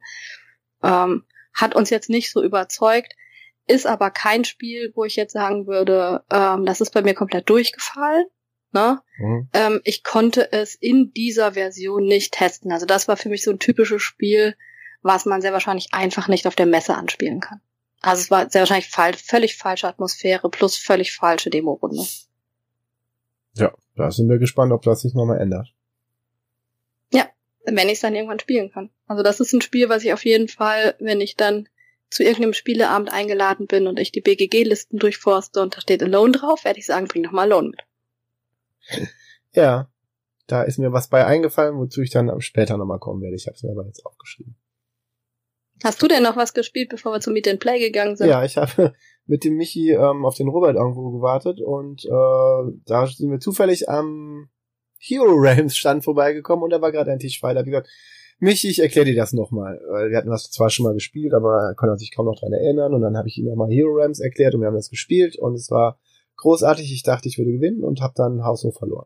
hat uns jetzt nicht so überzeugt, ist aber kein Spiel, wo ich jetzt sagen würde, das ist bei mir komplett durchgefallen. Ne? Mhm. Ich konnte es in dieser Version nicht testen. Also das war für mich so ein typisches Spiel, was man sehr wahrscheinlich einfach nicht auf der Messe anspielen kann. Also es war sehr wahrscheinlich völlig falsche Atmosphäre plus völlig falsche Demo-Runde. Ja, da sind wir gespannt, ob das sich nochmal ändert. Ja, wenn ich es dann irgendwann spielen kann. Also das ist ein Spiel, was ich auf jeden Fall, wenn ich dann zu irgendeinem Spieleabend eingeladen bin und ich die BGG-Listen durchforste und da steht Alone drauf, werde ich sagen, bring doch mal Alone mit. Ja, da ist mir was bei eingefallen, wozu ich dann später nochmal kommen werde. Ich habe es mir aber jetzt aufgeschrieben. Hast du denn noch was gespielt, bevor wir zum Meet and Play gegangen sind? Ja, ich habe mit dem Michi auf den Robert irgendwo gewartet und da sind wir zufällig am Hero Realms Stand vorbeigekommen und da war gerade ein Tisch frei. Da habe ich gesagt, Michi, ich erkläre dir das nochmal. Weil wir hatten das zwar schon mal gespielt, aber er konnte sich kaum noch dran erinnern, und dann habe ich ihm nochmal Hero Realms erklärt und wir haben das gespielt und es war großartig. Ich dachte, ich würde gewinnen und habe dann haushoch verloren.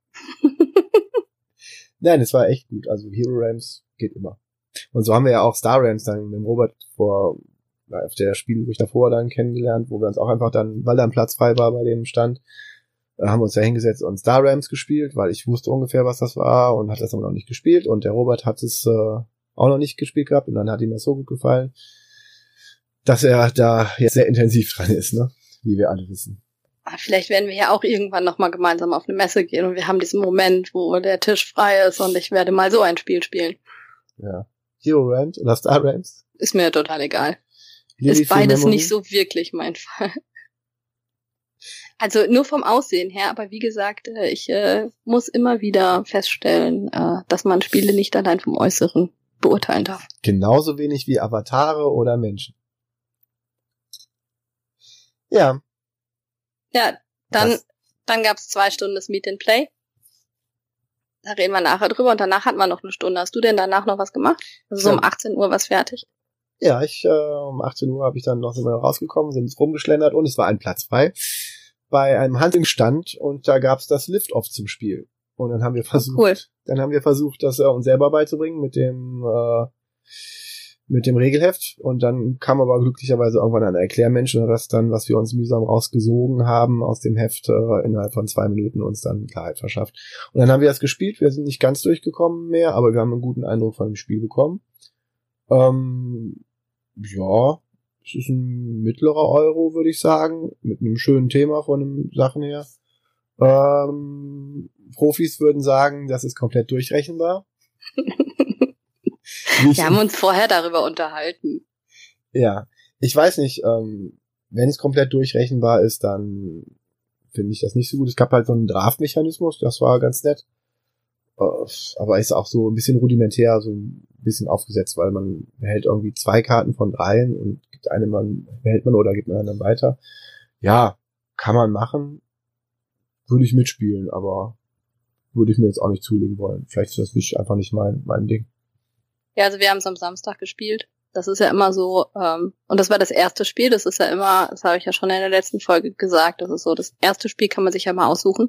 Nein, es war echt gut. Also Hero Realms geht immer. Und so haben wir ja auch Star Realms dann mit dem Robert vor auf der Spiel, wo ich davor dann kennengelernt, wo wir uns auch einfach dann, weil da ein Platz frei war bei dem Stand, haben wir uns da hingesetzt und Star Realms gespielt, weil ich wusste ungefähr, was das war und hat das aber noch nicht gespielt und der Robert hat es auch noch nicht gespielt gehabt und dann hat ihm das so gut gefallen, dass er da jetzt sehr intensiv dran ist, ne? Wie wir alle wissen. Vielleicht werden wir ja auch irgendwann nochmal gemeinsam auf eine Messe gehen und wir haben diesen Moment, wo der Tisch frei ist und ich werde mal so ein Spiel spielen. Ja. Hero Realms oder Star Realms? Ist mir total egal. Lily ist beides Memory? nicht so wirklich mein Fall. Also nur vom Aussehen her, aber wie gesagt, ich muss immer wieder feststellen, dass man Spiele nicht allein vom Äußeren beurteilen darf. Genauso wenig wie Avatare oder Menschen. Ja. Ja, dann gab's 2 Stunden das Meet and Play. Da reden wir nachher drüber und danach hatten wir noch eine Stunde. Hast du denn danach noch was gemacht? Also so um 18 Uhr was fertig? Ja, um 18 Uhr habe ich dann sind wir rausgekommen, sind rumgeschlendert und es war ein Platz frei bei einem Hunting-Stand und da gab's das Lift-Off zum Spiel. Und dann haben wir versucht, das uns selber beizubringen mit dem Regelheft und dann kam aber glücklicherweise irgendwann ein Erklärmensch und das dann, was wir uns mühsam rausgesogen haben aus dem Heft, innerhalb von 2 Minuten uns dann Klarheit verschafft. Und dann haben wir das gespielt, wir sind nicht ganz durchgekommen mehr, aber wir haben einen guten Eindruck von dem Spiel bekommen. Ja, es ist ein mittlerer Euro, würde ich sagen, mit einem schönen Thema von den Sachen her. Profis würden sagen, das ist komplett durchrechenbar. Wir haben uns vorher darüber unterhalten. Ja, ich weiß nicht, wenn es komplett durchrechenbar ist, dann finde ich das nicht so gut. Es gab halt so einen Draft-Mechanismus, das war ganz nett. Aber ist auch so ein bisschen rudimentär, so ein bisschen aufgesetzt, weil man behält irgendwie 2 Karten von 3 und gibt eine behält man oder gibt man dann weiter. Ja, kann man machen. Würde ich mitspielen, aber würde ich mir jetzt auch nicht zulegen wollen. Vielleicht ist das einfach nicht mein Ding. Ja, also wir haben es am Samstag gespielt. Das ist ja immer so, und das war das erste Spiel, das ist ja immer, das habe ich ja schon in der letzten Folge gesagt, das ist so, das erste Spiel kann man sich ja mal aussuchen.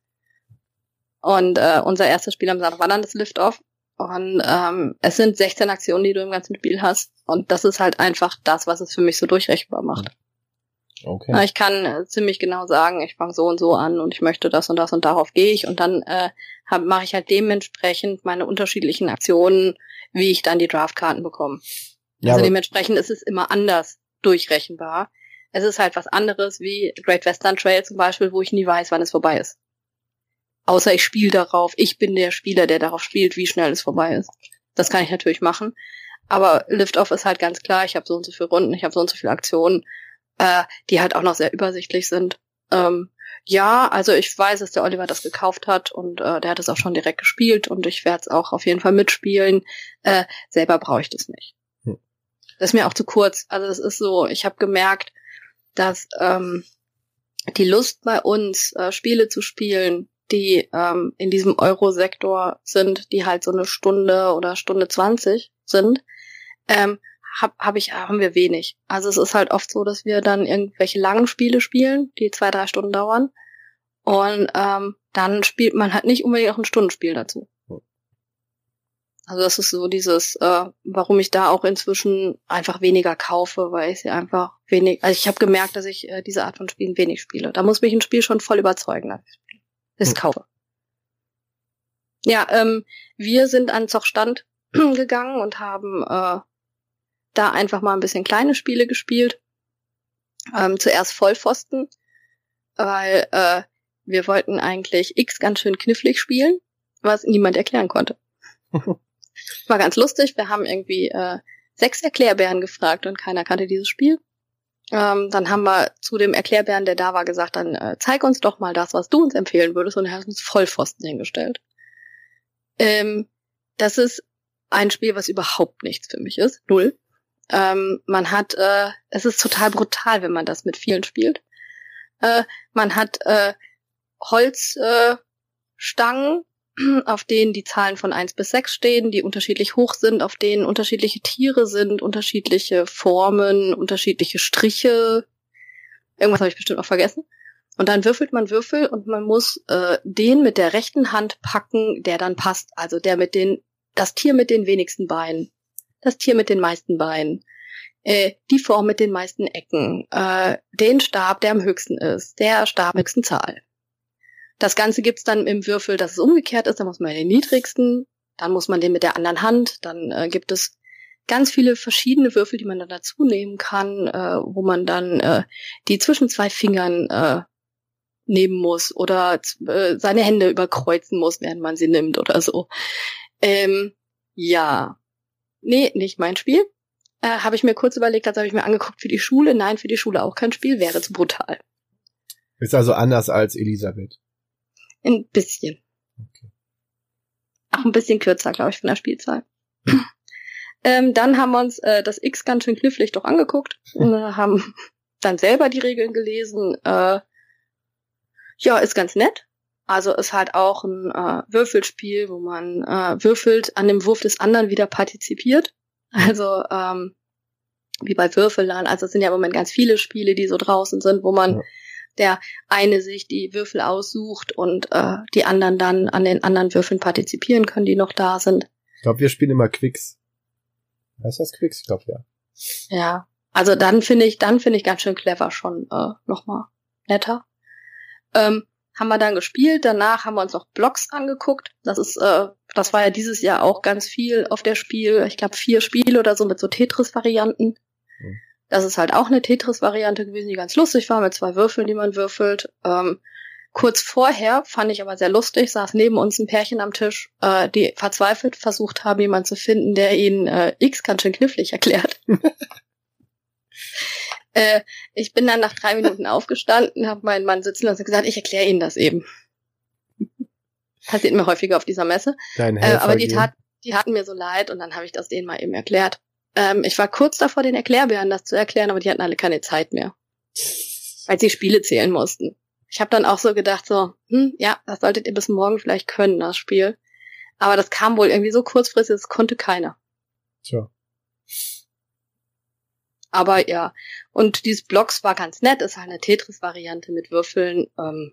Und unser erstes Spiel am Samstag war dann das Lift-Off. Und es sind 16 Aktionen, die du im ganzen Spiel hast. Und das ist halt einfach das, was es für mich so durchrechenbar macht. Okay. Na, ich kann ziemlich genau sagen, ich fange so und so an und ich möchte das und das und darauf gehe ich. Und dann mache ich halt dementsprechend meine unterschiedlichen Aktionen, wie ich dann die Draftkarten bekomme. Ja, also dementsprechend ist es immer anders durchrechenbar. Es ist halt was anderes wie Great Western Trail zum Beispiel, wo ich nie weiß, wann es vorbei ist. Außer ich spiele darauf, ich bin der Spieler, der darauf spielt, wie schnell es vorbei ist. Das kann ich natürlich machen. Aber Lift-Off ist halt ganz klar, ich habe so und so viele Runden, ich habe so und so viele Aktionen, die halt auch noch sehr übersichtlich sind. Ja, also ich weiß, dass der Oliver das gekauft hat und der hat es auch schon direkt gespielt und ich werde es auch auf jeden Fall mitspielen. Selber brauche ich das nicht. Das ist mir auch zu kurz. Also das ist so, ich habe gemerkt, dass die Lust bei uns, Spiele zu spielen, die in diesem Euro-Sektor sind, die halt so eine Stunde oder Stunde 20 sind, haben wir wenig. Also es ist halt oft so, dass wir dann irgendwelche langen Spiele spielen, die 2-3 Stunden dauern. Und dann spielt man halt nicht unbedingt auch ein Stundenspiel dazu. Also das ist so dieses, warum ich da auch inzwischen einfach weniger kaufe, weil ich sie einfach also ich habe gemerkt, dass ich diese Art von Spielen wenig spiele. Da muss mich ein Spiel schon voll überzeugen, dass ich es kaufe. Ja, wir sind an den Zochstand gegangen und haben da einfach mal ein bisschen kleine Spiele gespielt. Zuerst Vollpfosten, weil wir wollten eigentlich X ganz schön knifflig spielen, was niemand erklären konnte. War ganz lustig, wir haben irgendwie 6 Erklärbären gefragt und keiner kannte dieses Spiel. Dann haben wir zu dem Erklärbären, der da war, gesagt, dann zeig uns doch mal das, was du uns empfehlen würdest, und er hat uns Vollpfosten hingestellt. Das ist ein Spiel, was überhaupt nichts für mich ist. 0. Es ist total brutal, wenn man das mit vielen spielt. Man hat Holzstangen, auf denen die Zahlen von 1 bis 6 stehen, die unterschiedlich hoch sind, auf denen unterschiedliche Tiere sind, unterschiedliche Formen, unterschiedliche Striche. Irgendwas habe ich bestimmt auch vergessen. Und dann würfelt man Würfel und man muss den mit der rechten Hand packen, der dann passt. Also das Tier mit den wenigsten Beinen, das Tier mit den meisten Beinen, die Form mit den meisten Ecken, den Stab, der am höchsten ist, der Stab mit der höchsten Zahl. Das Ganze gibt's dann im Würfel, dass es umgekehrt ist, dann muss man den niedrigsten, dann muss man den mit der anderen Hand, dann gibt es ganz viele verschiedene Würfel, die man dann dazu nehmen kann, wo man dann die zwischen zwei Fingern nehmen muss oder seine Hände überkreuzen muss, während man sie nimmt oder so. Ja. Nee, nicht mein Spiel. Habe ich mir kurz überlegt, also habe ich mir angeguckt für die Schule. Nein, für die Schule auch kein Spiel, wäre zu brutal. Ist also anders als Elisabeth. Ein bisschen. Okay. Auch ein bisschen kürzer, glaube ich, von der Spielzahl. Dann haben wir uns das X ganz schön knifflig doch angeguckt und haben dann selber die Regeln gelesen. Ja, ist ganz nett. Also ist halt auch ein Würfelspiel, wo man würfelt, an dem Wurf des anderen wieder partizipiert. Also wie bei Würfeln. Also es sind ja im Moment ganz viele Spiele, die so draußen sind, wo man der eine sich die Würfel aussucht und die anderen dann an den anderen Würfeln partizipieren können, die noch da sind. Ich glaube, wir spielen immer Quicks. Heißt das Quicks? Ich glaube, ja. Ja, also dann finde ich ganz schön clever schon nochmal netter. Haben wir dann gespielt, danach haben wir uns noch Blocks angeguckt. Das war ja dieses Jahr auch ganz viel auf der Spiel. Ich glaube 4 Spiele oder so mit so Tetris-Varianten. Mhm. Das ist halt auch eine Tetris-Variante gewesen, die ganz lustig war, mit 2 Würfeln, die man würfelt. Kurz vorher, fand ich aber sehr lustig, saß neben uns ein Pärchen am Tisch, die verzweifelt versucht haben, jemanden zu finden, der ihnen X ganz schön knifflig erklärt. Ich bin dann nach 3 Minuten aufgestanden, habe meinen Mann sitzen lassen und gesagt, ich erkläre Ihnen das eben. Passiert mir häufiger auf dieser Messe. Aber die hatten mir so leid und dann habe ich das denen mal eben erklärt. Ich war kurz davor, den Erklärbären das zu erklären, aber die hatten alle keine Zeit mehr. Weil sie Spiele zählen mussten. Ich habe dann auch so gedacht, ja, das solltet ihr bis morgen vielleicht können, das Spiel. Aber das kam wohl irgendwie so kurzfristig, das konnte keiner. Tja. Aber ja, und dieses Blocks war ganz nett, ist halt eine Tetris-Variante mit Würfeln.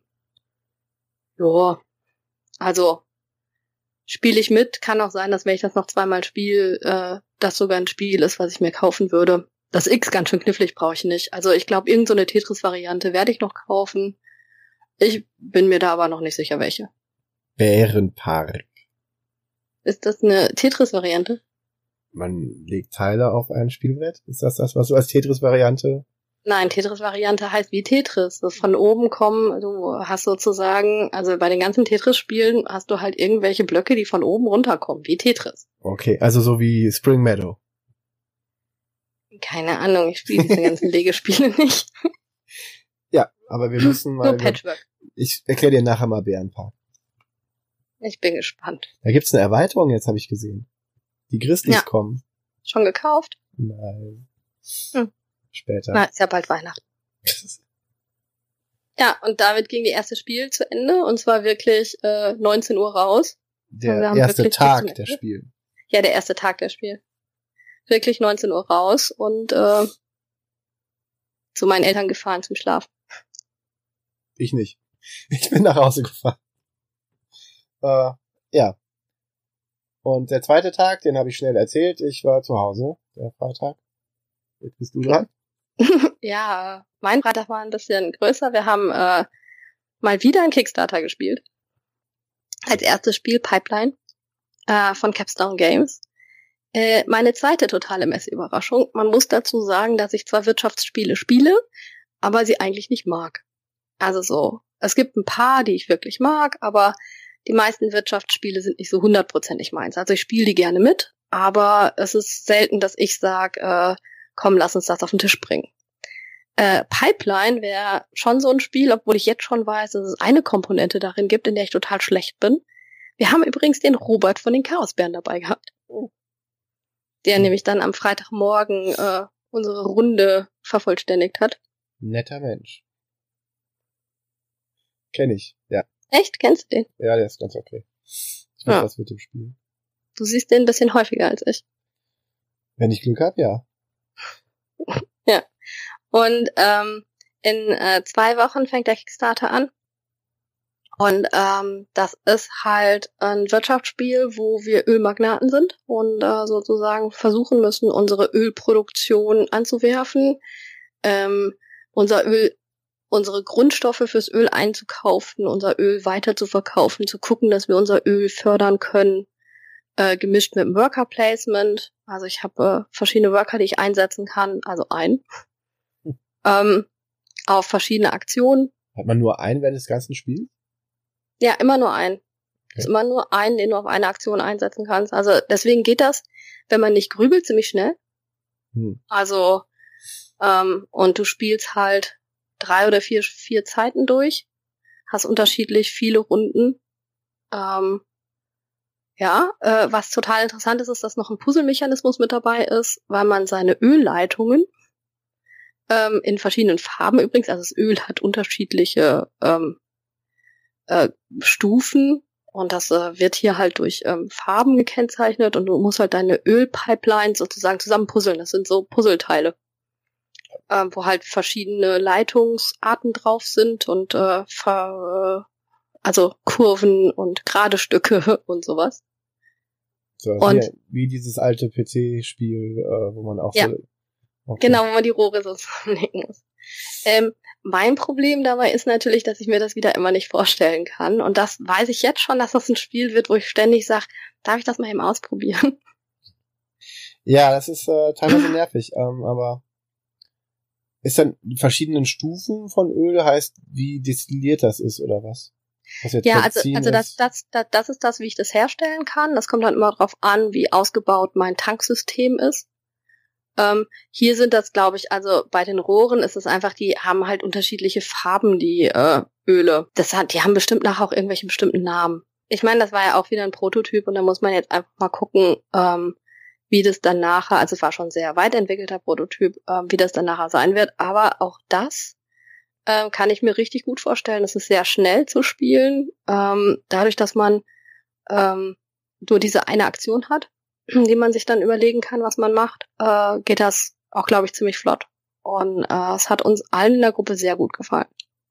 Ja, also spiele ich mit. Kann auch sein, dass wenn ich das noch 2-mal spiele, das sogar ein Spiel ist, was ich mir kaufen würde. Das X ganz schön knifflig brauche ich nicht. Also ich glaube, irgend so eine Tetris-Variante werde ich noch kaufen. Ich bin mir da aber noch nicht sicher, welche. Bärenpark. Ist das eine Tetris-Variante? Man legt Teile auf ein Spielbrett? Ist das, was du als Tetris-Variante? Nein, Tetris-Variante heißt wie Tetris. Das von oben kommen, du hast sozusagen, also bei den ganzen Tetris-Spielen hast du halt irgendwelche Blöcke, die von oben runterkommen, wie Tetris. Okay, also so wie Spring Meadow. Keine Ahnung, ich spiele diese ganzen Legespiele nicht. Ja, aber wir müssen mal... Nur Patchwork. Ich erkläre dir nachher mal Bärenpark. Ich bin gespannt. Da gibt's eine Erweiterung, jetzt habe ich gesehen. Die Grizzlies kommen. Schon gekauft? Nein. Später. Na, ist ja bald Weihnachten. Ja, und damit ging die erste Spiel zu Ende und zwar wirklich 19 Uhr raus. Der erste Tag der Spiel. Ja, der erste Tag der Spiel. Wirklich 19 Uhr raus und zu meinen Eltern gefahren zum Schlafen. Ich nicht. Ich bin nach Hause gefahren. Ja. Und der zweite Tag, den habe ich schnell erzählt. Ich war zu Hause, der Freitag. Jetzt bist du dran. Ja, mein Freitag war ein bisschen größer. Wir haben mal wieder einen Kickstarter gespielt. Als erstes Spiel Pipeline von Capstone Games. Meine zweite totale Messeüberraschung. Man muss dazu sagen, dass ich zwar Wirtschaftsspiele spiele, aber sie eigentlich nicht mag. Also so, es gibt ein paar, die ich wirklich mag, aber die meisten Wirtschaftsspiele sind nicht so 100%ig meins. Also ich spiele die gerne mit, aber es ist selten, dass ich sage, komm, lass uns das auf den Tisch bringen. Pipeline wäre schon so ein Spiel, obwohl ich jetzt schon weiß, dass es eine Komponente darin gibt, in der ich total schlecht bin. Wir haben übrigens den Robert von den Chaosbären dabei gehabt. Der nämlich dann am Freitagmorgen unsere Runde vervollständigt hat. Netter Mensch. Kenn ich, ja. Echt? Kennst du den? Ja, der ist ganz okay. Ich weiß was mit dem Spiel. Du siehst den ein bisschen häufiger als ich. Wenn ich Glück habe, ja. Ja. Und in 2 Wochen fängt der Kickstarter an. Und das ist halt ein Wirtschaftsspiel, wo wir Ölmagnaten sind und sozusagen versuchen müssen, unsere Ölproduktion anzuwerfen, unsere Grundstoffe fürs Öl einzukaufen, unser Öl weiter zu verkaufen, zu gucken, dass wir unser Öl fördern können, gemischt mit dem Worker Placement. Also ich habe verschiedene Worker, die ich einsetzen kann, also auf verschiedene Aktionen. Hat man nur einen während des ganzen Spiels? Ja, immer nur einen. Okay. Ist immer nur einen, den du auf eine Aktion einsetzen kannst. Also deswegen geht das, wenn man nicht grübelt, ziemlich schnell. Also und du spielst halt 3 oder 4 Zeiten durch, hast unterschiedlich viele Runden. Was total interessant ist, dass noch ein Puzzlemechanismus mit dabei ist, weil man seine Ölleitungen in verschiedenen Farben übrigens, also das Öl hat unterschiedliche Stufen und das wird hier halt durch Farben gekennzeichnet und du musst halt deine Ölpipelines sozusagen zusammenpuzzeln. Das sind so Puzzleteile, wo halt verschiedene Leitungsarten drauf sind und also Kurven und gerade Stücke und sowas. So, und wie dieses alte PC-Spiel, wo man auch so... Okay. Genau, wo man die Rohre so zusammenlegen muss. Mein Problem dabei ist natürlich, dass ich mir das wieder immer nicht vorstellen kann. Und das weiß ich jetzt schon, dass das ein Spiel wird, wo ich ständig sage, darf ich das mal eben ausprobieren? Ja, das ist teilweise nervig, aber ist dann verschiedenen Stufen von Öl, heißt, wie destilliert das ist, oder was? Was jetzt ja, also das ist das, wie ich das herstellen kann. Das kommt dann immer drauf an, wie ausgebaut mein Tanksystem ist. Hier sind das, glaube ich, also bei den Rohren ist es einfach, die haben halt unterschiedliche Farben, die Öle. Die haben bestimmt nachher auch irgendwelche bestimmten Namen. Ich meine, das war ja auch wieder ein Prototyp und da muss man jetzt einfach mal gucken, wie das dann nachher, also es war schon ein sehr weit entwickelter Prototyp, wie das dann nachher sein wird. Aber auch das kann ich mir richtig gut vorstellen. Es ist sehr schnell zu spielen, dadurch, dass man nur diese eine Aktion hat, die man sich dann überlegen kann, was man macht, geht das auch, glaube ich, ziemlich flott. Und es hat uns allen in der Gruppe sehr gut gefallen.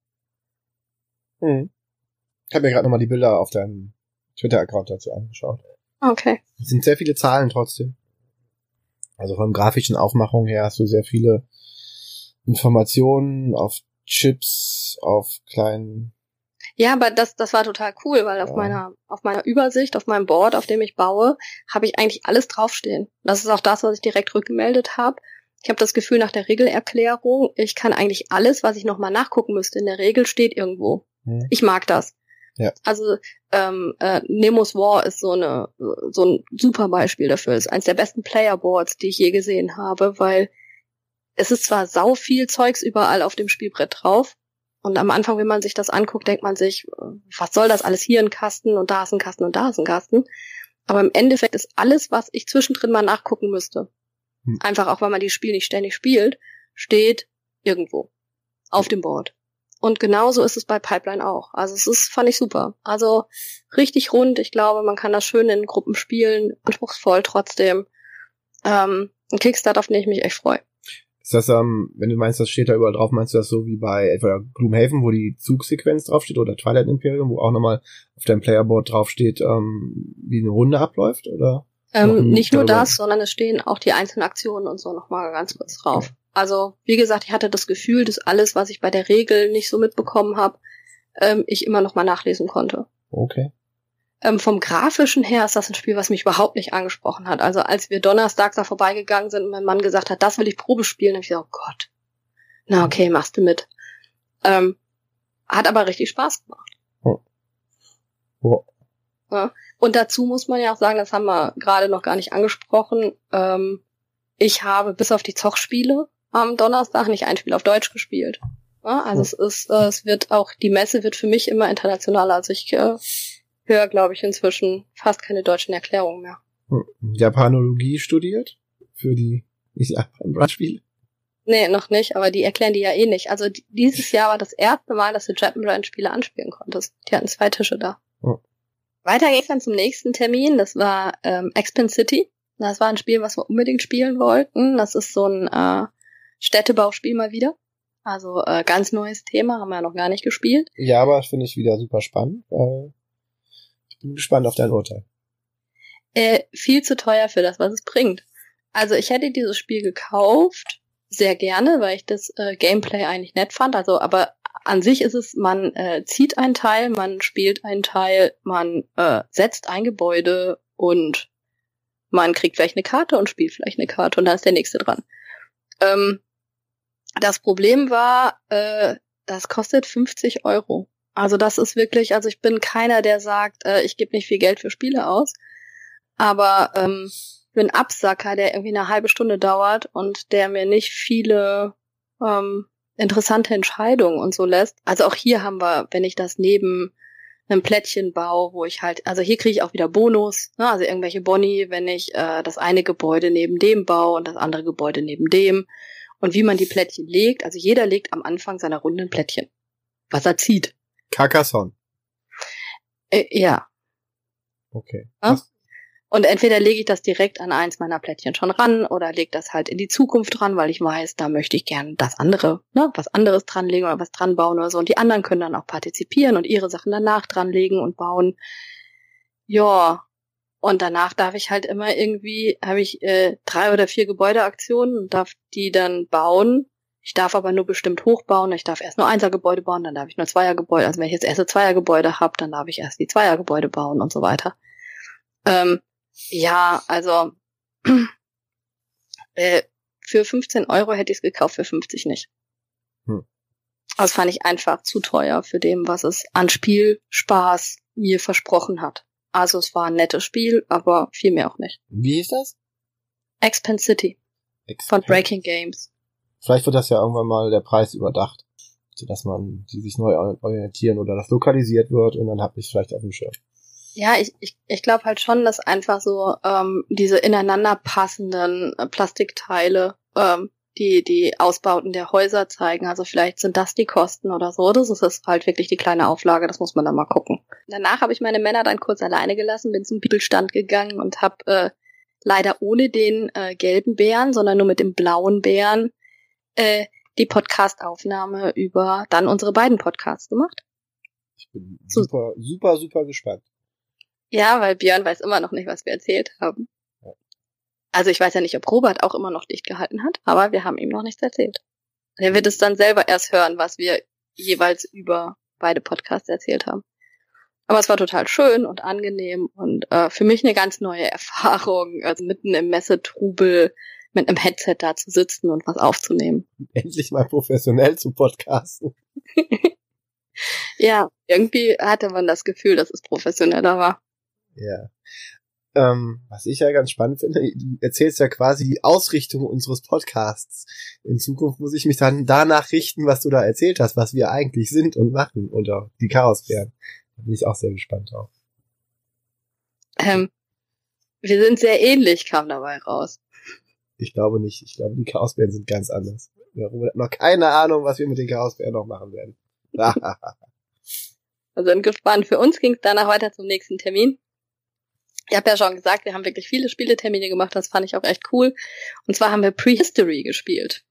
Ich habe mir gerade nochmal die Bilder auf deinem Twitter-Account dazu angeschaut. Okay. Es sind sehr viele Zahlen trotzdem. Also von grafischen Aufmachung her hast du sehr viele Informationen auf Chips, auf kleinen... Ja, aber das war total cool, weil auf meiner Übersicht, auf meinem Board, auf dem ich baue, habe ich eigentlich alles draufstehen. Das ist auch das, was ich direkt rückgemeldet habe. Ich habe das Gefühl, nach der Regelerklärung, ich kann eigentlich alles, was ich nochmal nachgucken müsste, in der Regel steht irgendwo. Ich mag das. Ja. Also Nemo's War ist so ein super Beispiel dafür. Es ist eines der besten Playerboards, die ich je gesehen habe, weil es ist zwar sau viel Zeugs überall auf dem Spielbrett drauf, und am Anfang, wenn man sich das anguckt, denkt man sich, was soll das alles, hier ein Kasten und da ist ein Kasten und da ist ein Kasten. Aber im Endeffekt ist alles, was ich zwischendrin mal nachgucken müsste, einfach auch, weil man die Spiel nicht ständig spielt, steht irgendwo auf dem Board. Und genauso ist es bei Pipeline auch. Also fand ich super. Also richtig rund. Ich glaube, man kann das schön in Gruppen spielen, anspruchsvoll trotzdem. Ein Kickstart, auf den ich mich echt freue. Ist das, wenn du meinst, das steht da überall drauf, meinst du das so wie bei etwa Gloomhaven, wo die Zugsequenz draufsteht, oder Twilight Imperium, wo auch nochmal auf deinem Playerboard draufsteht, wie eine Runde abläuft, oder? Nicht nur das, sondern es stehen auch die einzelnen Aktionen und so nochmal ganz kurz drauf. Okay. Also, wie gesagt, ich hatte das Gefühl, dass alles, was ich bei der Regel nicht so mitbekommen habe, ich immer nochmal nachlesen konnte. Okay. Vom Grafischen her ist das ein Spiel, was mich überhaupt nicht angesprochen hat. Also als wir donnerstags da vorbeigegangen sind und mein Mann gesagt hat, das will ich Probe spielen, habe ich gesagt, oh Gott, na okay, machst du mit. Hat aber richtig Spaß gemacht. Oh. Ja. Und dazu muss man ja auch sagen, das haben wir gerade noch gar nicht angesprochen, ich habe bis auf die Zochspiele am Donnerstag nicht ein Spiel auf Deutsch gespielt. Ja, also die Messe wird für mich immer internationaler, also ich höre, glaube ich, inzwischen fast keine deutschen Erklärungen mehr. Japanologie studiert? Für die Japan-Spiele? Nee, noch nicht, aber die erklären die ja eh nicht. Also dieses Jahr war das erste Mal, dass du Japan-Spiele anspielen konntest. Die hatten 2 Tische da. Oh. Weiter ging es dann zum nächsten Termin. Das war Expan City. Das war ein Spiel, was wir unbedingt spielen wollten. Das ist so ein Städtebauspiel mal wieder. Also ganz neues Thema, haben wir ja noch gar nicht gespielt. Ja, aber finde ich wieder super spannend. Ich bin gespannt auf dein Urteil. Viel zu teuer für das, was es bringt. Also ich hätte dieses Spiel gekauft, sehr gerne, weil ich das Gameplay eigentlich nett fand. Also, aber an sich ist es, man zieht ein Teil, man spielt ein Teil, man setzt ein Gebäude und man kriegt vielleicht eine Karte und spielt vielleicht eine Karte und dann ist der nächste dran. Das Problem war, das kostet 50 Euro. Also das ist wirklich, also ich bin keiner, der sagt, ich gebe nicht viel Geld für Spiele aus. Aber für einen Absacker, der irgendwie eine halbe Stunde dauert und der mir nicht viele interessante Entscheidungen und so lässt. Also auch hier haben wir, wenn ich das neben einem Plättchen baue, wo ich halt, also hier kriege ich auch wieder Bonus, ne? Also irgendwelche Boni, wenn ich das eine Gebäude neben dem baue und das andere Gebäude neben dem. Und wie man die Plättchen legt, also jeder legt am Anfang seiner Runde ein Plättchen, was er zieht. Carcassonne. Ja. Okay. Ja? Und entweder lege ich das direkt an eins meiner Plättchen schon ran oder lege das halt in die Zukunft ran, weil ich weiß, da möchte ich gern das andere, ne, was anderes dranlegen oder was dran bauen oder so. Und die anderen können dann auch partizipieren und ihre Sachen danach dranlegen und bauen. Ja. Und danach darf ich halt immer irgendwie, habe ich 3 oder 4 Gebäudeaktionen und darf die dann bauen. Ich darf aber nur bestimmt hochbauen. Ich darf erst nur Einsergebäude bauen, dann darf ich nur Zweiergebäude. Also wenn ich jetzt erste Zweiergebäude habe, dann darf ich erst die Zweiergebäude bauen und so weiter. Ja, also für 15 Euro hätte ich es gekauft, für 50 nicht. Das fand ich einfach zu teuer für dem, was es an Spielspaß mir versprochen hat. Also es war ein nettes Spiel, aber viel mehr auch nicht. Wie hieß das? Expan City von Breaking Games. Vielleicht wird das ja irgendwann mal der Preis überdacht, sodass man die sich neu orientieren oder das lokalisiert wird und dann habe ich es vielleicht auf dem Schirm. Ja, ich glaube halt schon, dass einfach so diese ineinander passenden Plastikteile die Ausbauten der Häuser zeigen. Also vielleicht sind das die Kosten oder so. Das ist halt wirklich die kleine Auflage, das muss man dann mal gucken. Danach habe ich meine Männer dann kurz alleine gelassen, bin zum Bibelstand gegangen und habe leider ohne den gelben Bären, sondern nur mit dem blauen Bären die Podcast-Aufnahme über dann unsere beiden Podcasts gemacht. Ich bin super gespannt. Ja, weil Björn weiß immer noch nicht, was wir erzählt haben. Ja. Also ich weiß ja nicht, ob Robert auch immer noch dicht gehalten hat, aber wir haben ihm noch nichts erzählt. Er wird es dann selber erst hören, was wir jeweils über beide Podcasts erzählt haben. Aber es war total schön und angenehm und für mich eine ganz neue Erfahrung, also mitten im Messetrubel mit einem Headset da zu sitzen und was aufzunehmen. Endlich mal professionell zu podcasten. Ja, irgendwie hatte man das Gefühl, dass es professioneller war. Ja. Was ich ja ganz spannend finde, du erzählst ja quasi die Ausrichtung unseres Podcasts. In Zukunft muss ich mich dann danach richten, was du da erzählt hast, was wir eigentlich sind und machen oder die Chaosbären. Da bin ich auch sehr gespannt drauf. Wir sind sehr ähnlich, kam dabei raus. Ich glaube nicht. Ich glaube, die Chaosbären sind ganz anders. Wir haben noch keine Ahnung, was wir mit den Chaosbären noch machen werden. Wir sind gespannt. Für uns ging es danach weiter zum nächsten Termin. Ich habe ja schon gesagt, wir haben wirklich viele Spieletermine gemacht, das fand ich auch echt cool. Und zwar haben wir Prehistory gespielt.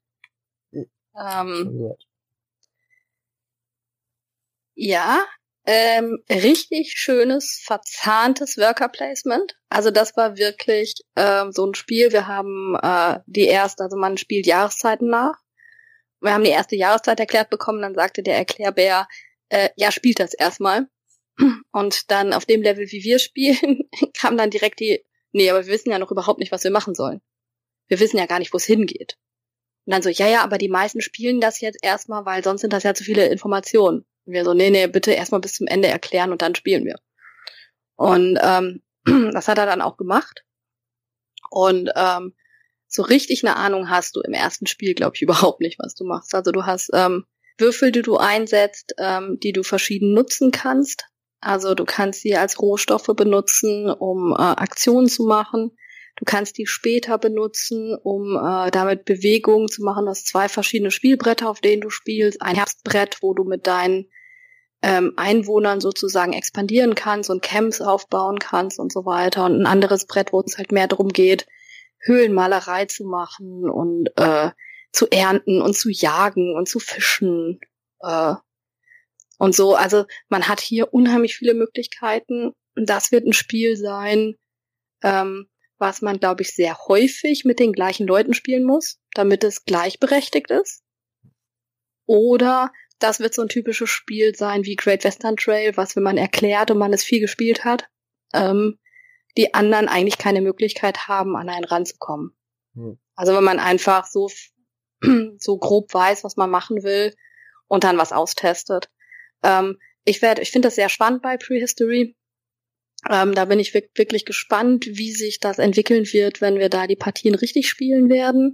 Ja, richtig schönes, verzahntes Worker Placement. Also das war wirklich so ein Spiel. Wir haben also man spielt Jahreszeiten nach. Wir haben die erste Jahreszeit erklärt bekommen, dann sagte der Erklärbär, ja, spielt das erstmal. Und dann auf dem Level, wie wir spielen, kam dann direkt aber wir wissen ja noch überhaupt nicht, was wir machen sollen. Wir wissen ja gar nicht, wo es hingeht. Und dann so, ja, aber die meisten spielen das jetzt erstmal, weil sonst sind das ja zu viele Informationen. Und wir so, nee, bitte erstmal bis zum Ende erklären und dann spielen wir. Und das hat er dann auch gemacht. Und so richtig eine Ahnung hast du im ersten Spiel, glaube ich, überhaupt nicht, was du machst. Also du hast Würfel, die du einsetzt, die du verschieden nutzen kannst. Also du kannst sie als Rohstoffe benutzen, um Aktionen zu machen. Du kannst die später benutzen, um damit Bewegungen zu machen. Du hast 2 verschiedene Spielbretter, auf denen du spielst. Ein Herbstbrett, wo du mit deinen Einwohnern sozusagen expandieren kannst und Camps aufbauen kannst und so weiter. Und ein anderes Brett, wo es halt mehr darum geht, Höhlenmalerei zu machen und zu ernten und zu jagen und zu fischen und so. Also man hat hier unheimlich viele Möglichkeiten. Das wird ein Spiel sein, was man, glaube ich, sehr häufig mit den gleichen Leuten spielen muss, damit es gleichberechtigt ist. Oder das wird so ein typisches Spiel sein wie Great Western Trail, was, wenn man erklärt und man es viel gespielt hat, die anderen eigentlich keine Möglichkeit haben, an einen ranzukommen. Also wenn man einfach so grob weiß, was man machen will und dann was austestet. Ich finde das sehr spannend bei Prehistory. Da bin ich wirklich gespannt, wie sich das entwickeln wird, wenn wir da die Partien richtig spielen werden.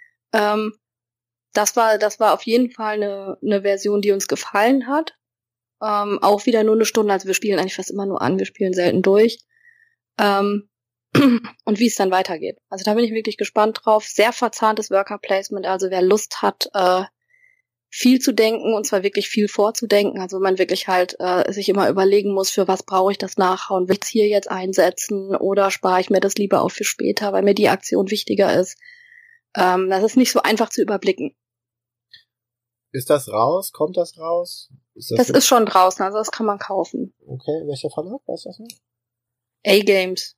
Das war auf jeden Fall eine Version, die uns gefallen hat. Auch wieder nur eine Stunde, also wir spielen eigentlich fast immer nur an, wir spielen selten durch. Und wie es dann weitergeht. Also da bin ich wirklich gespannt drauf. Sehr verzahntes Worker Placement, also wer Lust hat, viel zu denken, und zwar wirklich viel vorzudenken, also man wirklich halt sich immer überlegen muss, für was brauche ich das nachher und will ich es hier jetzt einsetzen oder spare ich mir das lieber auf für später, weil mir die Aktion wichtiger ist. Das ist nicht so einfach zu überblicken. Ist das raus? Kommt das raus? Das ist schon draußen, also das kann man kaufen. Okay, welcher Verlag? Weißt du das noch? A-Games.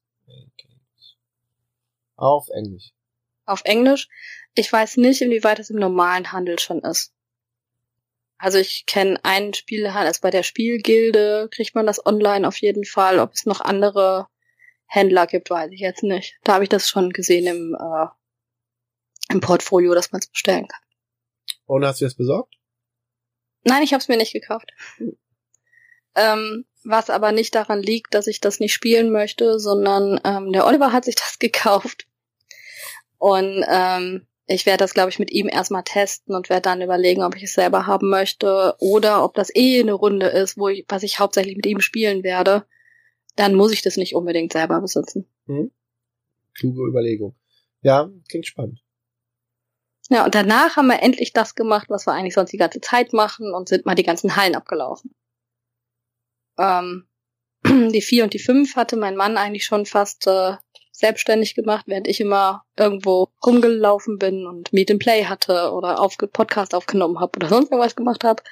Auf Englisch. Auf Englisch. Ich weiß nicht, inwieweit es im normalen Handel schon ist. Also ich kenne einen Spielehandel, also bei der Spielgilde kriegt man das online auf jeden Fall. Ob es noch andere Händler gibt, weiß ich jetzt nicht. Da habe ich das schon gesehen im Portfolio, dass man es bestellen kann. Und hast du es besorgt? Nein, ich habe es mir nicht gekauft. Was aber nicht daran liegt, dass ich das nicht spielen möchte, sondern der Oliver hat sich das gekauft. Und ich werde das, glaube ich, mit ihm erstmal testen und werde dann überlegen, ob ich es selber haben möchte oder ob das eine Runde ist, was ich hauptsächlich mit ihm spielen werde. Dann muss ich das nicht unbedingt selber besitzen. Kluge Überlegung. Ja, klingt spannend. Ja, und danach haben wir endlich das gemacht, was wir eigentlich sonst die ganze Zeit machen und sind mal die ganzen Hallen abgelaufen. Die 4 und die 5 hatte mein Mann eigentlich schon fast selbstständig gemacht, während ich immer irgendwo rumgelaufen bin und Meet and Play hatte oder Podcast aufgenommen habe oder sonst irgendwas gemacht habe.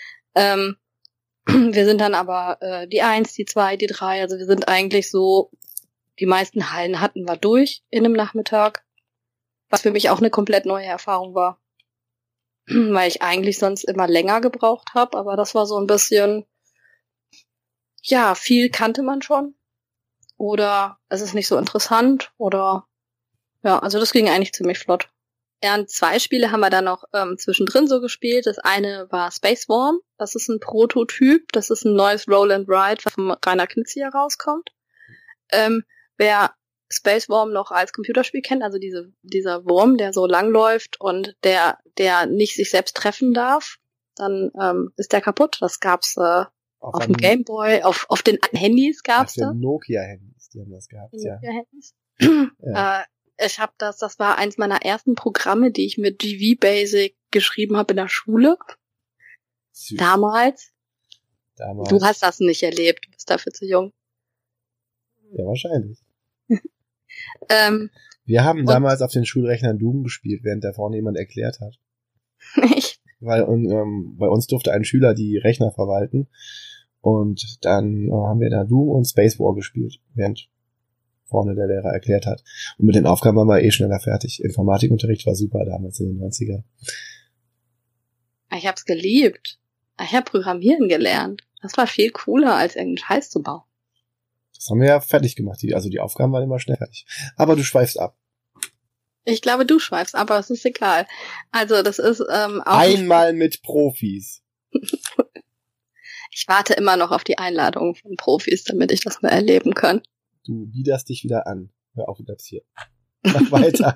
Wir sind dann aber die 1, die 2, die 3, also wir sind eigentlich so, die meisten Hallen hatten wir durch in einem Nachmittag, was für mich auch eine komplett neue Erfahrung war, weil ich eigentlich sonst immer länger gebraucht habe, aber das war so ein bisschen, ja, viel kannte man schon. Oder es ist nicht so interessant. Oder ja, also das ging eigentlich ziemlich flott. Ja, und 2 Spiele haben wir dann noch zwischendrin so gespielt. Das eine war Space Swarm. Das ist ein Prototyp. Das ist ein neues Roll and Ride, was von Rainer Knizia herauskommt. Wer Space Swarm noch als Computerspiel kennt, also dieser Wurm, der so langläuft und der nicht sich selbst treffen darf, dann ist der kaputt. Das gab's auf dem Gameboy, auf den Handys gab's das. Auf den Nokia-Handys, die haben das gehabt, ja. Handys. Ja. Ich habe das war eins meiner ersten Programme, die ich mit GV Basic geschrieben habe in der Schule. Süß. Damals. Du hast das nicht erlebt, du bist dafür zu jung. Ja, wahrscheinlich. Wir haben damals auf den Schulrechnern Doom gespielt, während da vorne jemand erklärt hat. Echt? Weil bei uns durfte ein Schüler die Rechner verwalten und dann haben wir da Doom und Space War gespielt, während vorne der Lehrer erklärt hat. Und mit den Aufgaben waren wir schneller fertig. Informatikunterricht war super damals in den 90ern. Ich hab's geliebt. Ich hab Programmieren gelernt. Das war viel cooler, als irgendeinen Scheiß zu bauen. Das haben wir ja fertig gemacht. Die Aufgaben waren immer schnell fertig. Aber du schweifst ab. Ich glaube, du schweifst, aber es ist egal. Also das ist auch einmal mit Profis. Ich warte immer noch auf die Einladung von Profis, damit ich das mal erleben kann. Du biederst dich wieder an. Hör auf das hier. Mach weiter.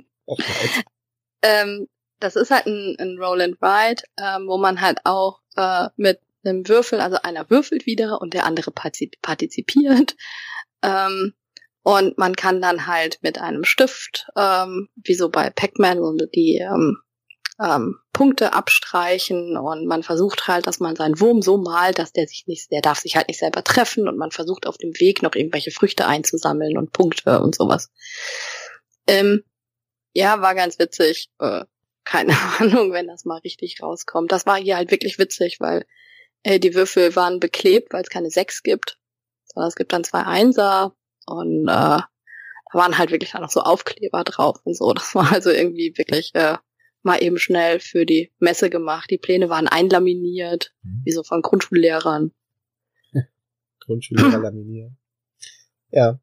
Das ist halt ein Roll and Ride, wo man halt auch mit einem Würfel, also einer würfelt wieder und der andere partizipiert. Und man kann dann halt mit einem Stift, wie so bei Pac-Man, die Punkte abstreichen und man versucht halt, dass man seinen Wurm so malt, dass der darf sich halt nicht selber treffen und man versucht auf dem Weg noch irgendwelche Früchte einzusammeln und Punkte und sowas. Ja, war ganz witzig. keine Ahnung, wenn das mal richtig rauskommt. Das war hier halt wirklich witzig, weil die Würfel waren beklebt, weil es keine 6 gibt. Sondern es gibt dann 2 Einser und da waren halt wirklich dann noch so Aufkleber drauf und so. Das war also irgendwie wirklich mal eben schnell für die Messe gemacht. Die Pläne waren einlaminiert, wie so von Grundschullehrern. Grundschullehrer laminieren. Ja.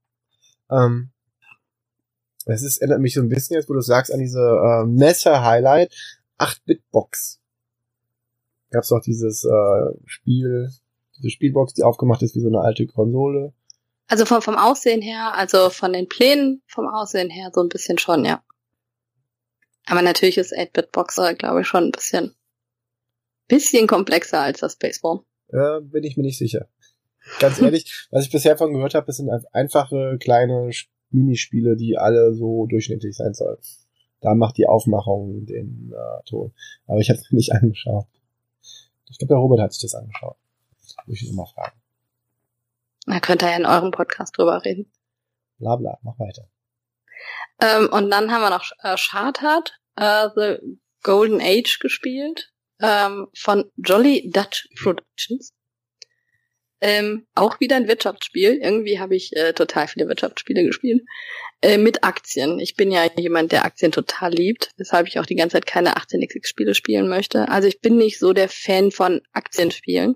Erinnert mich so ein bisschen jetzt, wo du sagst, an diese Messe-Highlight 8-Bit-Box. Gab's doch dieses diese Spielbox, die aufgemacht ist wie so eine alte Konsole. Also vom Aussehen her, also von den Plänen vom Aussehen her so ein bisschen schon, ja. Aber natürlich ist 8-Bit-Box, glaube ich, schon ein bisschen komplexer als das Baseball. Bin ich mir nicht sicher. Ganz ehrlich, was ich bisher von gehört habe, das sind einfache kleine Minispiele, die alle so durchschnittlich sein sollen. Da macht die Aufmachung den Ton. Aber ich habe es nicht angeschaut. Ich glaube, der Robert hat sich das angeschaut. Muss ich ihn mal fragen. Da könnt ihr ja in eurem Podcast drüber reden. Bla bla, mach weiter. Und dann haben wir noch Chartered, The Golden Age gespielt, von Jolly Dutch Productions. Auch wieder ein Wirtschaftsspiel. Irgendwie habe ich total viele Wirtschaftsspiele gespielt. Mit Aktien. Ich bin ja jemand, der Aktien total liebt, weshalb ich auch die ganze Zeit keine 18xx-Spiele spielen möchte. Also ich bin nicht so der Fan von Aktienspielen.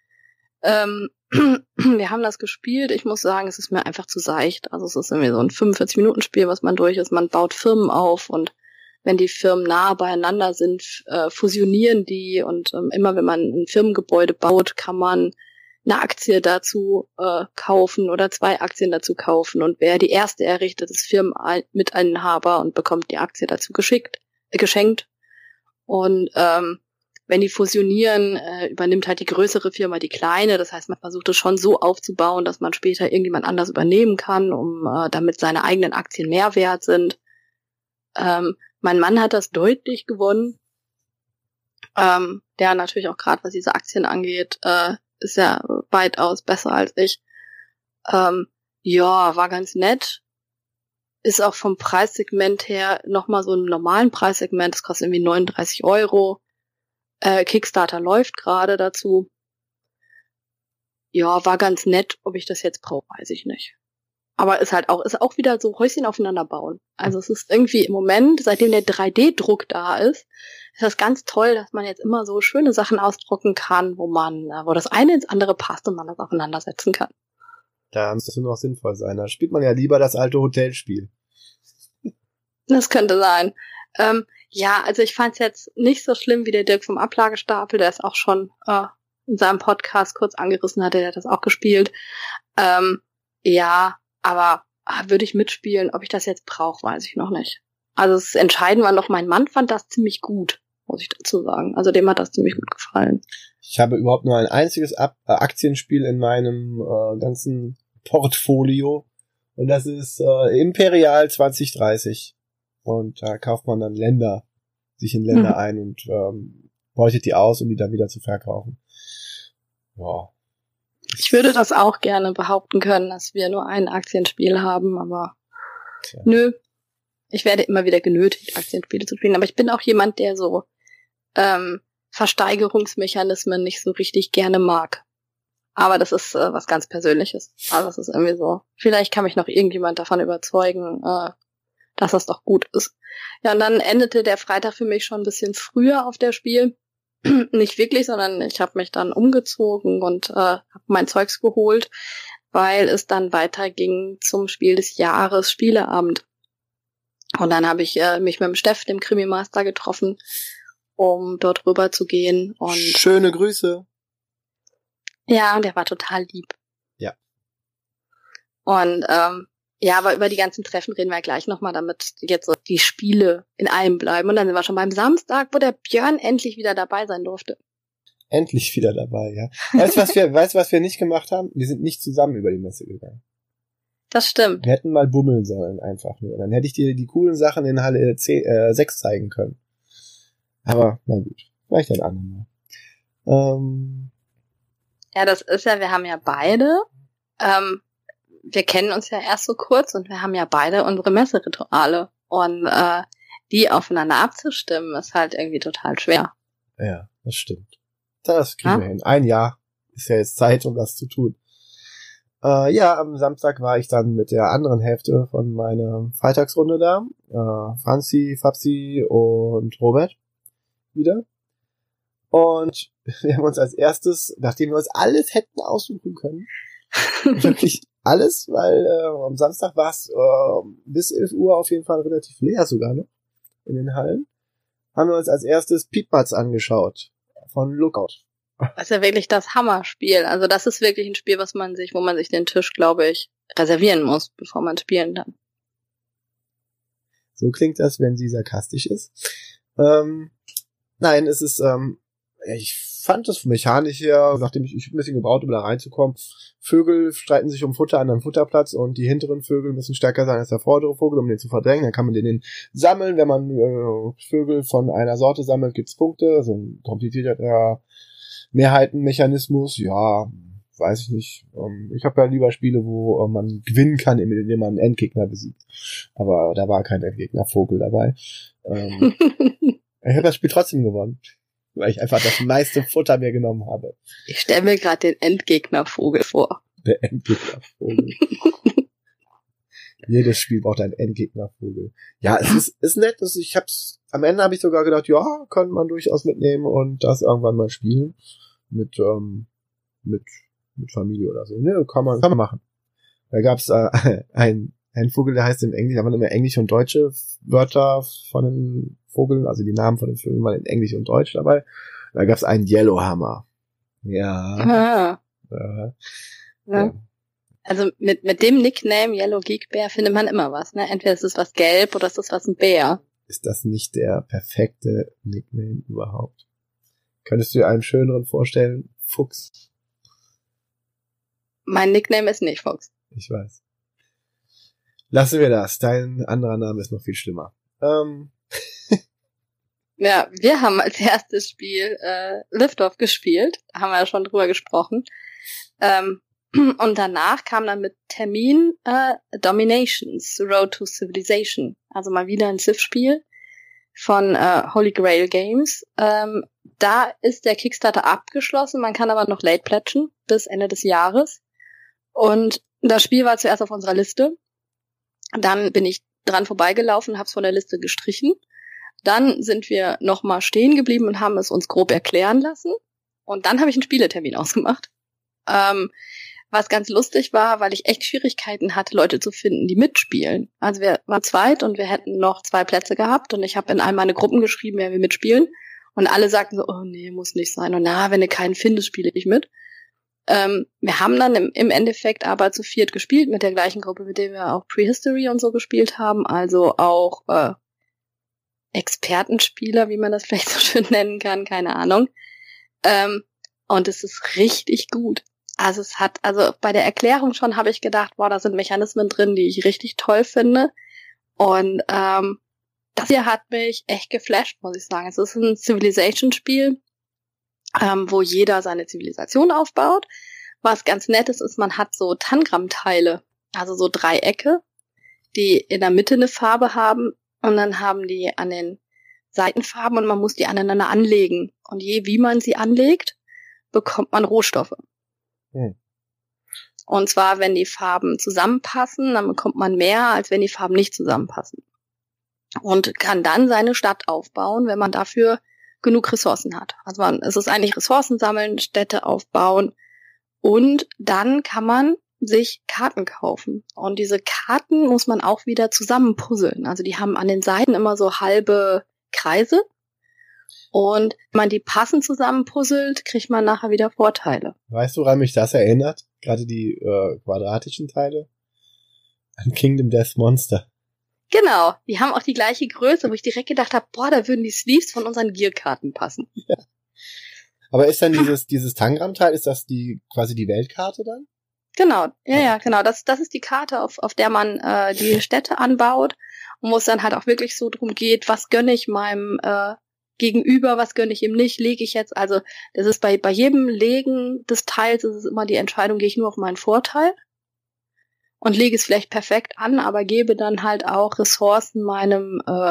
Wir haben das gespielt. Ich muss sagen, es ist mir einfach zu seicht. Also es ist irgendwie so ein 45-Minuten-Spiel, was man durch ist. Man baut Firmen auf und wenn die Firmen nah beieinander sind, fusionieren die und immer wenn man ein Firmengebäude baut, kann man eine Aktie dazu kaufen oder 2 Aktien dazu kaufen und wer die erste errichtet, ist Firmenmitinhaber und bekommt die Aktie dazu geschenkt. Und wenn die fusionieren, übernimmt halt die größere Firma die kleine. Das heißt, man versucht es schon so aufzubauen, dass man später irgendjemand anders übernehmen kann, damit seine eigenen Aktien mehr wert sind. Mein Mann hat das deutlich gewonnen. Der natürlich auch gerade, was diese Aktien angeht, ist ja weitaus besser als ich. Ja, war ganz nett. Ist auch vom Preissegment her nochmal so ein normalen Preissegment. Das kostet irgendwie 39 €. Kickstarter läuft gerade dazu. Ja, war ganz nett. Ob ich das jetzt brauche, weiß ich nicht. Aber ist auch wieder so Häuschen aufeinander bauen. Also es ist irgendwie im Moment, seitdem der 3D-Druck da ist das ganz toll, dass man jetzt immer so schöne Sachen ausdrucken kann, wo das eine ins andere passt und man das aufeinandersetzen kann. Da muss das nur noch sinnvoll sein. Da spielt man ja lieber das alte Hotelspiel. Das könnte sein. Ja, also ich fand es jetzt nicht so schlimm wie der Dirk vom Ablagestapel, der es auch schon in seinem Podcast kurz angerissen hatte, der hat das auch gespielt. Ja, aber würde ich mitspielen, ob ich das jetzt brauche, weiß ich noch nicht. Also das Entscheidende war noch, mein Mann fand das ziemlich gut, muss ich dazu sagen. Also dem hat das ziemlich gut gefallen. Ich habe überhaupt nur ein einziges Aktienspiel in meinem ganzen Portfolio und das ist Imperial 2030. Und da kauft man dann sich in Länder ein und beutet die aus, um die dann wieder zu verkaufen. Ja. Ich würde das auch gerne behaupten können, dass wir nur ein Aktienspiel haben, aber nö. Ich werde immer wieder genötigt, Aktienspiele zu spielen. Aber ich bin auch jemand, der so Versteigerungsmechanismen nicht so richtig gerne mag. Aber das ist was ganz Persönliches. Also das ist irgendwie so. Vielleicht kann mich noch irgendjemand davon überzeugen, dass das doch gut ist. Ja, und dann endete der Freitag für mich schon ein bisschen früher auf der Spiel. Nicht wirklich, sondern ich habe mich dann umgezogen und habe mein Zeugs geholt, weil es dann weiterging zum Spiel des Jahres, Spieleabend. Und dann habe ich mich mit dem Steff, dem Krimi-Master, getroffen, um dort rüber zu gehen. Und schöne Grüße. Ja, der war total lieb. Ja. Und ja, aber über die ganzen Treffen reden wir gleich nochmal, damit jetzt so die Spiele in einem bleiben. Und dann sind wir schon beim Samstag, wo der Björn endlich wieder dabei sein durfte. Endlich wieder dabei, ja. Weißt du, was wir nicht gemacht haben? Wir sind nicht zusammen über die Messe gegangen. Das stimmt. Wir hätten mal bummeln sollen, einfach nur. Dann hätte ich dir die coolen Sachen in Halle 6 zeigen können. Aber, na gut. Vielleicht ein andermal. Ja, das ist ja, wir haben ja beide, wir kennen uns ja erst so kurz und wir haben ja beide unsere Messerituale. Und die aufeinander abzustimmen, ist halt irgendwie total schwer. Ja, das stimmt. Das kriegen wir hin. Ein Jahr ist ja jetzt Zeit, um das zu tun. Ja, am Samstag war ich dann mit der anderen Hälfte von meiner Freitagsrunde da. Franzi, Fabsi und Robert wieder. Und wir haben uns als erstes, nachdem wir uns alles hätten aussuchen können, wirklich alles, weil am Samstag war es bis 11 Uhr auf jeden Fall relativ leer sogar noch in den Hallen, haben wir uns als erstes Peatbuds angeschaut von Lookout. Das ist ja wirklich das Hammerspiel. Also das ist wirklich ein Spiel, wo man sich den Tisch, glaube ich, reservieren muss, bevor man spielen kann. So klingt das, wenn sie sarkastisch ist. Nein, es ist, ich fand das mechanisch her, nachdem ich ein bisschen gebraucht, um da reinzukommen. Vögel streiten sich um Futter an einem Futterplatz und die hinteren Vögel müssen stärker sein als der vordere Vogel, um den zu verdrängen. Dann kann man den sammeln. Wenn man Vögel von einer Sorte sammelt, gibt's Punkte. So ein komplizierter Mehrheitenmechanismus, ja, weiß ich nicht. Ich habe ja lieber Spiele, wo man gewinnen kann, indem man einen Endgegner besiegt. Aber da war kein Endgegner-Vogel dabei. Ich habe das Spiel trotzdem gewonnen, weil ich einfach das meiste Futter mir genommen habe. Ich stelle mir gerade den Endgegner-Vogel vor. Der Endgegner-Vogel. Jedes Spiel braucht einen Endgegner-Vogel. Ja, es ist nett. Am Ende habe ich sogar gedacht, ja, könnte man durchaus mitnehmen und das irgendwann mal spielen. Mit Familie oder so. Ne, kann man machen. Da gab's einen Vogel, der heißt in Englisch, da waren immer englische und deutsche Wörter von den Vogeln, also die Namen von den Vögeln waren in Englisch und Deutsch dabei. Da gab's einen Yellowhammer. Ja. Ja. Also mit dem Nickname Yellow Geek Bear findet man immer was, ne? Entweder ist es was gelb oder ist es was ein Bär. Ist das nicht der perfekte Nickname überhaupt? Könntest du dir einen schöneren vorstellen? Fuchs. Mein Nickname ist nicht Fuchs. Ich weiß. Lassen wir das. Dein anderer Name ist noch viel schlimmer. Ja, wir haben als erstes Spiel Liftoff gespielt. Da haben wir ja schon drüber gesprochen. Und danach kam dann mit Termin Dominations, The Road to Civilization. Also mal wieder ein Civ-Spiel von Holy Grail Games. Da ist der Kickstarter abgeschlossen, man kann aber noch late pledgen bis Ende des Jahres. Und das Spiel war zuerst auf unserer Liste. Dann bin ich dran vorbeigelaufen, hab's von der Liste gestrichen. Dann sind wir nochmal stehen geblieben und haben es uns grob erklären lassen. Und dann habe ich einen Spieletermin ausgemacht. Was ganz lustig war, weil ich echt Schwierigkeiten hatte, Leute zu finden, die mitspielen. Also wir waren zweit und wir hätten noch 2 Plätze gehabt und ich habe in all meine Gruppen geschrieben, wer will mitspielen. Und alle sagten so, oh nee, muss nicht sein. Und wenn du keinen findest, spiele ich mit. Wir haben dann im Endeffekt aber zu 4 gespielt mit der gleichen Gruppe, mit der wir auch Prehistory und so gespielt haben. Also auch Expertenspieler, wie man das vielleicht so schön nennen kann, keine Ahnung. Und es ist richtig gut. Also bei der Erklärung schon habe ich gedacht, da sind Mechanismen drin, die ich richtig toll finde. Und das hier hat mich echt geflasht, muss ich sagen. Es ist ein Civilization-Spiel, wo jeder seine Zivilisation aufbaut. Was ganz nett ist, man hat so Tangram-Teile, also so Dreiecke, die in der Mitte eine Farbe haben und dann haben die an den Seiten Farben und man muss die aneinander anlegen. Und wie man sie anlegt, bekommt man Rohstoffe. Und zwar, wenn die Farben zusammenpassen, dann bekommt man mehr, als wenn die Farben nicht zusammenpassen. Und kann dann seine Stadt aufbauen, wenn man dafür genug Ressourcen hat. Also es ist eigentlich Ressourcen sammeln, Städte aufbauen und dann kann man sich Karten kaufen. Und diese Karten muss man auch wieder zusammen puzzeln. Also die haben an den Seiten immer so halbe Kreise und wenn man die passend zusammen puzzelt, kriegt man nachher wieder Vorteile. Weißt du, woran mich das erinnert? Gerade die quadratischen Teile? An Kingdom Death Monster. Genau, die haben auch die gleiche Größe, wo ich direkt gedacht habe, da würden die Sleeves von unseren Gear-Karten passen. Ja. Aber ist dann dieses Tangram-Teil, ist das quasi die Weltkarte dann? Genau, ja, genau. Das ist die Karte, auf der man die Städte anbaut und wo es dann halt auch wirklich so drum geht, was gönne ich meinem Gegenüber, was gönne ich ihm nicht, lege ich jetzt, also das ist bei jedem Legen des Teils ist es immer die Entscheidung, gehe ich nur auf meinen Vorteil und lege es vielleicht perfekt an, aber gebe dann halt auch Ressourcen meinem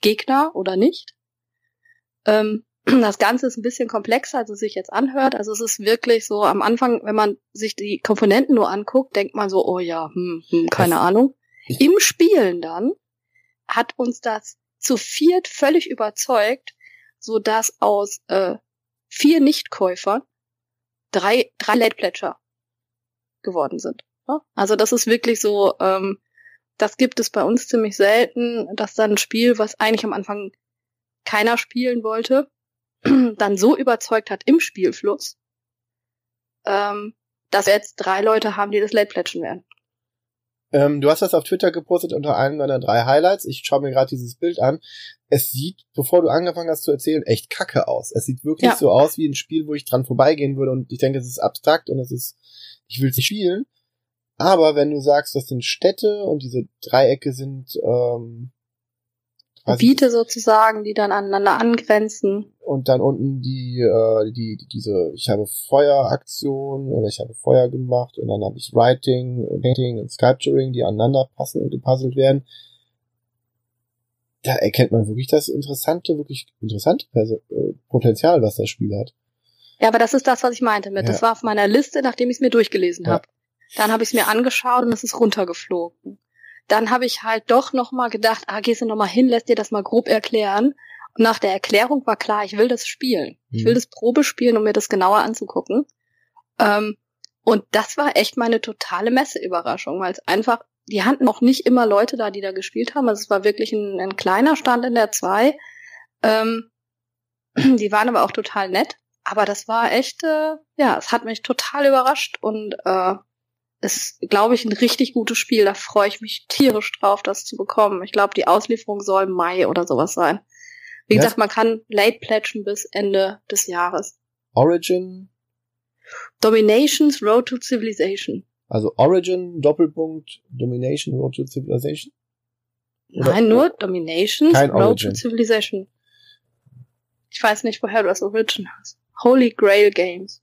Gegner oder nicht. Das Ganze ist ein bisschen komplexer, als es sich jetzt anhört. Also es ist wirklich so, am Anfang, wenn man sich die Komponenten nur anguckt, denkt man so, oh ja, keine Ahnung. Im Spielen dann hat uns das zu viert völlig überzeugt, so dass aus 4 Nichtkäufern 3 Late Pledger geworden sind. Ja? Also das ist wirklich so, das gibt es bei uns ziemlich selten, dass dann ein Spiel, was eigentlich am Anfang keiner spielen wollte, dann so überzeugt hat im Spielfluss, dass wir jetzt 3 Leute haben, die das Late pledgen werden. Du hast das auf Twitter gepostet unter einem deiner 3 Highlights. Ich schaue mir gerade dieses Bild an. Es sieht, bevor du angefangen hast zu erzählen, echt kacke aus. Es sieht wirklich so aus wie ein Spiel, wo ich dran vorbeigehen würde und ich denke, es ist abstrakt und ich will es nicht spielen. Aber wenn du sagst, das sind Städte und diese Dreiecke sind Gebiete sozusagen, die dann aneinander angrenzen. Und dann unten diese, ich habe Feueraktion oder ich habe Feuer gemacht und dann habe ich Writing, Painting und Sculpturing, die aneinander passen und gepuzzelt werden. Da erkennt man wirklich das interessante Potenzial, was das Spiel hat. Ja, aber das ist das, was ich meinte mit. Ja. Das war auf meiner Liste, nachdem ich es mir durchgelesen habe. Dann habe ich es mir angeschaut und es ist runtergeflogen. Dann habe ich halt doch nochmal gedacht, gehst du nochmal hin, lässt dir das mal grob erklären. Und nach der Erklärung war klar, ich will das spielen. Ich will das Probe spielen, um mir das genauer anzugucken. Und das war echt meine totale Messeüberraschung, weil es einfach, die hatten auch nicht immer Leute da, die da gespielt haben. Also es war wirklich ein kleiner Stand in der 2. Die waren aber auch total nett. Aber das war echt, es hat mich total überrascht und ist, glaube ich, ein richtig gutes Spiel. Da freue ich mich tierisch drauf, das zu bekommen. Ich glaube, die Auslieferung soll Mai oder sowas sein. Wie gesagt, man kann late pledgen bis Ende des Jahres. Origin? Dominations Road to Civilization. Also Origin, Doppelpunkt, Domination, Road to Civilization? Oder? Nein, nur Dominations, Kein Road Origin. to Civilization. Ich weiß nicht, woher du das Origin hast. Holy Grail Games.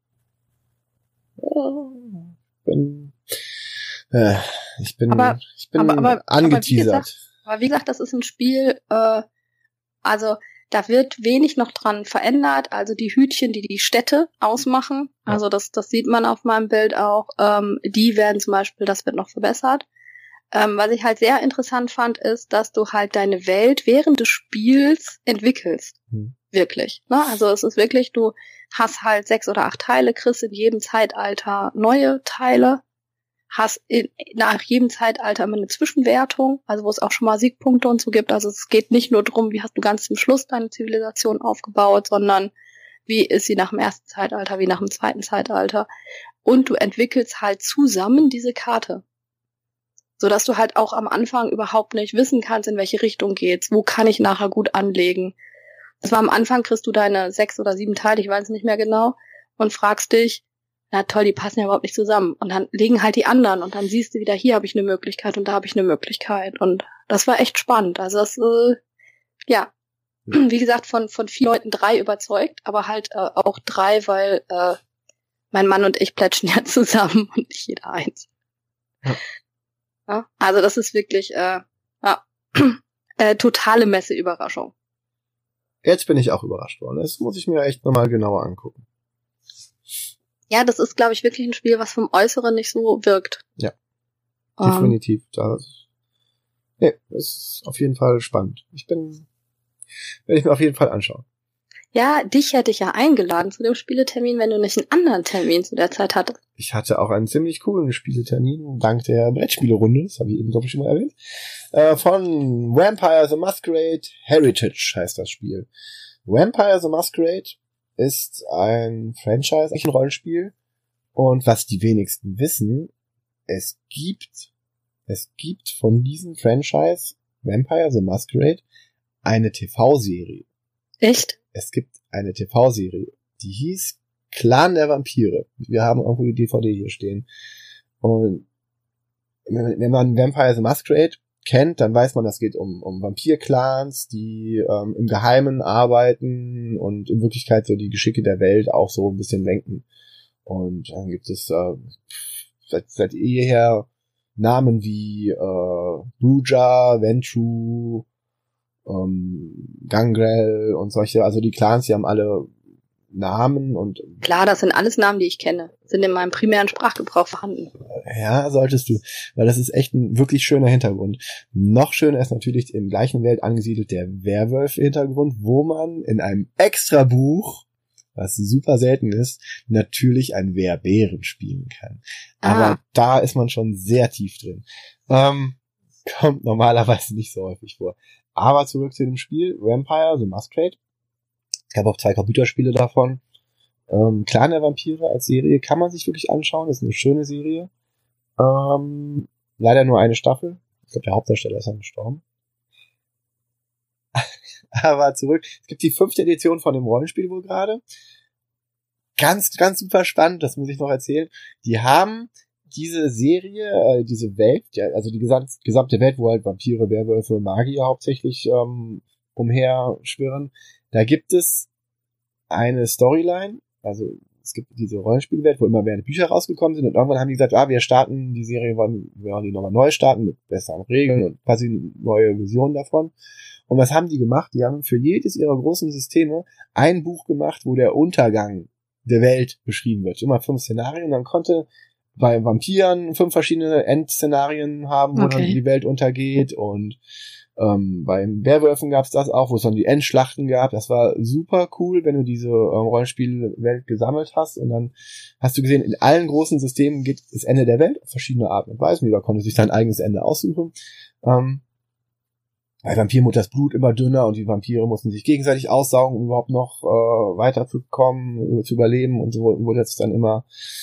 Ich bin angeteasert. Aber wie gesagt, das ist ein Spiel, also da wird wenig noch dran verändert. Also die Hütchen, die Städte ausmachen, also das sieht man auf meinem Bild auch, die werden zum Beispiel, das wird noch verbessert. Was ich halt sehr interessant fand, ist, dass du halt deine Welt während des Spiels entwickelst. Wirklich. Ne? Also es ist wirklich, du hast halt 6 oder 8 Teile, kriegst in jedem Zeitalter neue Teile, hast nach jedem Zeitalter immer eine Zwischenwertung, also wo es auch schon mal Siegpunkte und so gibt. Also es geht nicht nur darum, wie hast du ganz zum Schluss deine Zivilisation aufgebaut, sondern wie ist sie nach dem ersten Zeitalter, wie nach dem zweiten Zeitalter. Und du entwickelst halt zusammen diese Karte. Sodass du halt auch am Anfang überhaupt nicht wissen kannst, in welche Richtung geht's, wo kann ich nachher gut anlegen. Das war am Anfang, kriegst du deine 6 oder 7 Teile, ich weiß nicht mehr genau, und fragst dich, na toll, die passen ja überhaupt nicht zusammen. Und dann legen halt die anderen und dann siehst du wieder, hier habe ich eine Möglichkeit und da habe ich eine Möglichkeit. Und das war echt spannend. Also das, wie gesagt, von 4 Leuten 3 überzeugt, aber halt auch 3, weil mein Mann und ich plätschen ja zusammen und nicht jeder eins. Ja, also das ist wirklich totale Messeüberraschung. Jetzt bin ich auch überrascht worden. Das muss ich mir echt nochmal genauer angucken. Ja, das ist, glaube ich, wirklich ein Spiel, was vom Äußeren nicht so wirkt. Ja, definitiv. Das ist auf jeden Fall spannend. Werde ich mir auf jeden Fall anschauen. Ja, dich hätte ich ja eingeladen zu dem Spieletermin, wenn du nicht einen anderen Termin zu der Zeit hattest. Ich hatte auch einen ziemlich coolen Spieletermin, dank der Brettspielerunde, das habe ich eben, glaube ich, schon mal erwähnt, von Vampire the Masquerade Heritage heißt das Spiel. Vampire the Masquerade ist ein Franchise, ein Rollenspiel, und was die wenigsten wissen, es gibt von diesem Franchise Vampire the Masquerade eine TV-Serie. Echt? Es gibt eine TV-Serie, die hieß Clan der Vampire. Wir haben irgendwo die DVD hier stehen. Und wenn man Vampire the Masquerade kennt, dann weiß man, das geht um Vampir-Clans, die im Geheimen arbeiten und in Wirklichkeit so die Geschicke der Welt auch so ein bisschen lenken. Und dann gibt es seit jeher Namen wie Bruja, Ventrue, Gangrel und solche, also die Clans, die haben alle Namen und... Klar, das sind alles Namen, die ich kenne. Sind in meinem primären Sprachgebrauch vorhanden. Ja, solltest du, weil das ist echt ein wirklich schöner Hintergrund. Noch schöner ist natürlich im gleichen Welt angesiedelt der Werwolf-Hintergrund, wo man in einem Extrabuch, was super selten ist, natürlich einen Werbären spielen kann. Aber da ist man schon sehr tief drin. Kommt normalerweise nicht so häufig vor. Aber zurück zu dem Spiel, Vampire, The Masquerade. Ich habe auch 2 Computerspiele davon. Clan der Vampire als Serie kann man sich wirklich anschauen. Das ist eine schöne Serie. Leider nur eine Staffel. Ich glaube, der Hauptdarsteller ist dann gestorben. Aber zurück. Es gibt die 5. Edition von dem Rollenspiel wohl gerade. Ganz, ganz super spannend. Das muss ich noch erzählen. Die haben diese Serie, diese Welt, also die gesamte Welt, wo halt Vampire, Werwölfe, Magier hauptsächlich umherschwirren. Da gibt es eine Storyline, also es gibt diese Rollenspielwelt, wo immer mehr Bücher rausgekommen sind und irgendwann haben die gesagt, wir starten die Serie, wir wollen die nochmal neu starten mit besseren Regeln und quasi neue Visionen davon. Und was haben die gemacht? Die haben für jedes ihrer großen Systeme ein Buch gemacht, wo der Untergang der Welt beschrieben wird. Immer 5 Szenarien. Dann konnte bei Vampiren 5 verschiedene Endszenarien haben, wo dann die Welt untergeht und beim Werwölfen gab's das auch, wo es dann die Endschlachten gab. Das war super cool, wenn du diese Rollenspielwelt gesammelt hast und dann hast du gesehen, in allen großen Systemen geht das Ende der Welt auf verschiedene Arten und Weisen. Jeder konnte sich sein eigenes Ende aussuchen. Bei Vampiren wurde das Blut immer dünner und die Vampire mussten sich gegenseitig aussaugen, um überhaupt noch weiterzukommen, zu überleben und so wurde das dann immer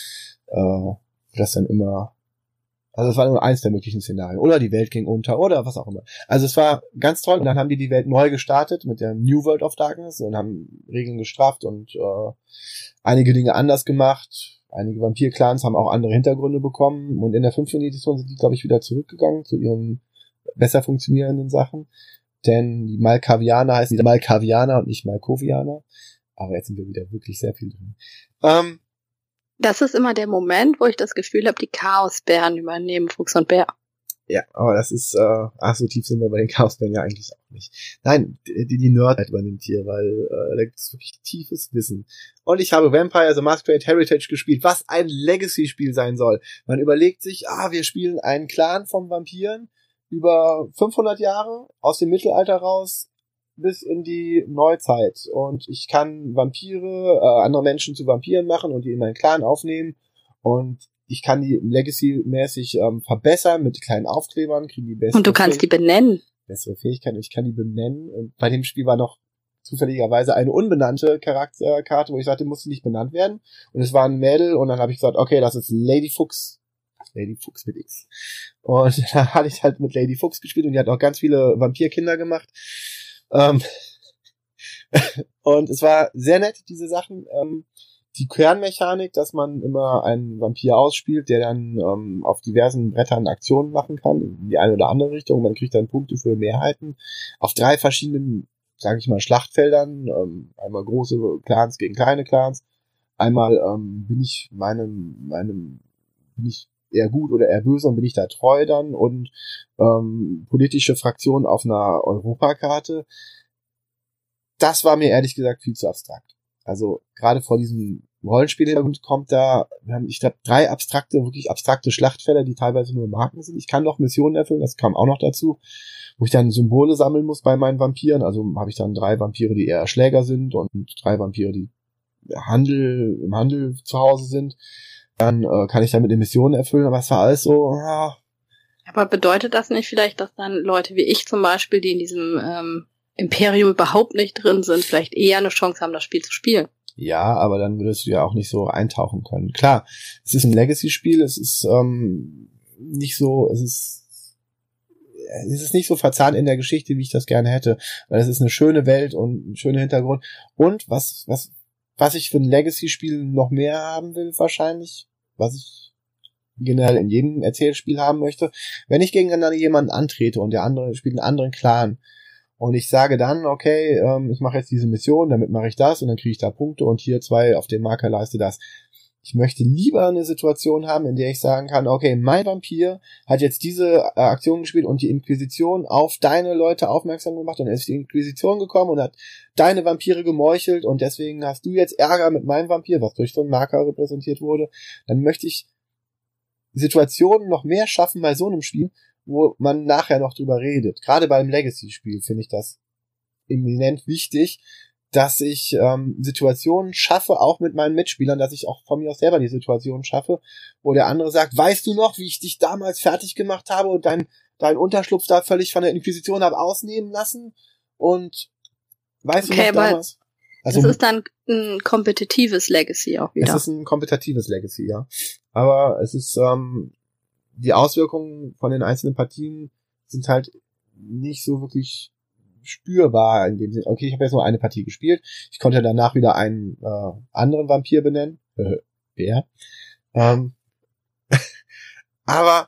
also es war nur eins der möglichen Szenarien. Oder die Welt ging unter oder was auch immer. Also es war ganz toll. Und dann haben die Welt neu gestartet mit der New World of Darkness und haben Regeln gestrafft und einige Dinge anders gemacht. Einige Vampir-Clans haben auch andere Hintergründe bekommen. Und in der 5. Edition sind die, glaube ich, wieder zurückgegangen zu ihren besser funktionierenden Sachen. Denn die Malkavianer heißen wieder Malkavianer und nicht Malkovianer. Aber jetzt sind wir wieder wirklich sehr viel drin. Das ist immer der Moment, wo ich das Gefühl habe, die Chaosbären übernehmen Fuchs und Bär. Ja, aber das ist, so tief sind wir bei den Chaosbären ja eigentlich auch nicht. Nein, die Nerdheit übernimmt hier, weil da gibt es wirklich tiefes Wissen. Und ich habe Vampire the Masquerade Heritage gespielt, was ein Legacy-Spiel sein soll. Man überlegt sich, wir spielen einen Clan von Vampiren über 500 Jahre aus dem Mittelalter raus bis in die Neuzeit. Und ich kann Vampire, andere Menschen zu Vampiren machen und die in meinen Clan aufnehmen. Und ich kann die Legacy-mäßig verbessern mit kleinen Aufklebern, kriegen die bessere Und du kannst die benennen. Bessere Fähigkeiten. Ich kann die benennen. Und bei dem Spiel war noch zufälligerweise eine unbenannte Charakterkarte, wo ich sagte, die musste nicht benannt werden. Und es war ein Mädel und dann habe ich gesagt, okay, das ist Lady Fuchs. Lady Fuchs mit X. Und da hatte ich halt mit Lady Fuchs gespielt und die hat auch ganz viele Vampirkinder gemacht. Und es war sehr nett, diese Sachen. Die Kernmechanik, dass man immer einen Vampir ausspielt, der dann auf diversen Brettern Aktionen machen kann, in die eine oder andere Richtung. Man kriegt dann Punkte für Mehrheiten auf 3 verschiedenen, sage ich mal, Schlachtfeldern. Einmal große Clans gegen kleine Clans. Einmal bin ich bin ich eher gut oder eher böse und bin ich da treu dann und politische Fraktionen auf einer Europakarte. Das war mir ehrlich gesagt viel zu abstrakt. Also gerade vor diesem Rollenspiel kommt da, wir haben, ich glaube, 3 wirklich abstrakte Schlachtfelder, die teilweise nur Marken sind. Ich kann noch Missionen erfüllen, das kam auch noch dazu, wo ich dann Symbole sammeln muss bei meinen Vampiren. Also habe ich dann 3 Vampire, die eher Schläger sind und 3 Vampire, die im Handel zu Hause sind. Dann kann ich damit Missionen erfüllen, aber es war alles so. Aber bedeutet das nicht vielleicht, dass dann Leute wie ich zum Beispiel, die in diesem Imperium überhaupt nicht drin sind, vielleicht eher eine Chance haben, das Spiel zu spielen? Ja, aber dann würdest du ja auch nicht so eintauchen können. Klar, es ist ein Legacy-Spiel, es ist nicht so, es ist nicht so verzahnt in der Geschichte, wie ich das gerne hätte, weil es ist eine schöne Welt und ein schöner Hintergrund. Und was ich für ein Legacy-Spiel noch mehr haben will, wahrscheinlich, was ich generell in jedem Erzählspiel haben möchte, wenn ich gegeneinander jemanden antrete und der andere spielt einen anderen Clan und ich sage dann, okay, ich mache jetzt diese Mission, damit mache ich das und dann kriege ich da Punkte und hier 2 auf der Markerleiste das. Ich möchte lieber eine Situation haben, in der ich sagen kann, okay, mein Vampir hat jetzt diese Aktion gespielt und die Inquisition auf deine Leute aufmerksam gemacht und dann ist die Inquisition gekommen und hat deine Vampire gemeuchelt und deswegen hast du jetzt Ärger mit meinem Vampir, was durch so einen Marker repräsentiert wurde. Dann möchte ich Situationen noch mehr schaffen bei so einem Spiel, wo man nachher noch drüber redet. Gerade beim Legacy-Spiel finde ich das eminent wichtig, dass ich Situationen schaffe, auch mit meinen Mitspielern, dass ich auch von mir aus selber die Situation schaffe, wo der andere sagt, weißt du noch, wie ich dich damals fertig gemacht habe und deinen Unterschlupf da völlig von der Inquisition habe ausnehmen lassen? Und weißt du noch damals? Also, das ist dann ein kompetitives Legacy auch wieder. Es ist ein kompetitives Legacy, ja. Aber es ist, die Auswirkungen von den einzelnen Partien sind halt nicht so wirklich spürbar in dem Sinne. Okay, ich habe jetzt nur eine Partie gespielt. Ich konnte danach wieder einen anderen Vampir benennen. Wer? Aber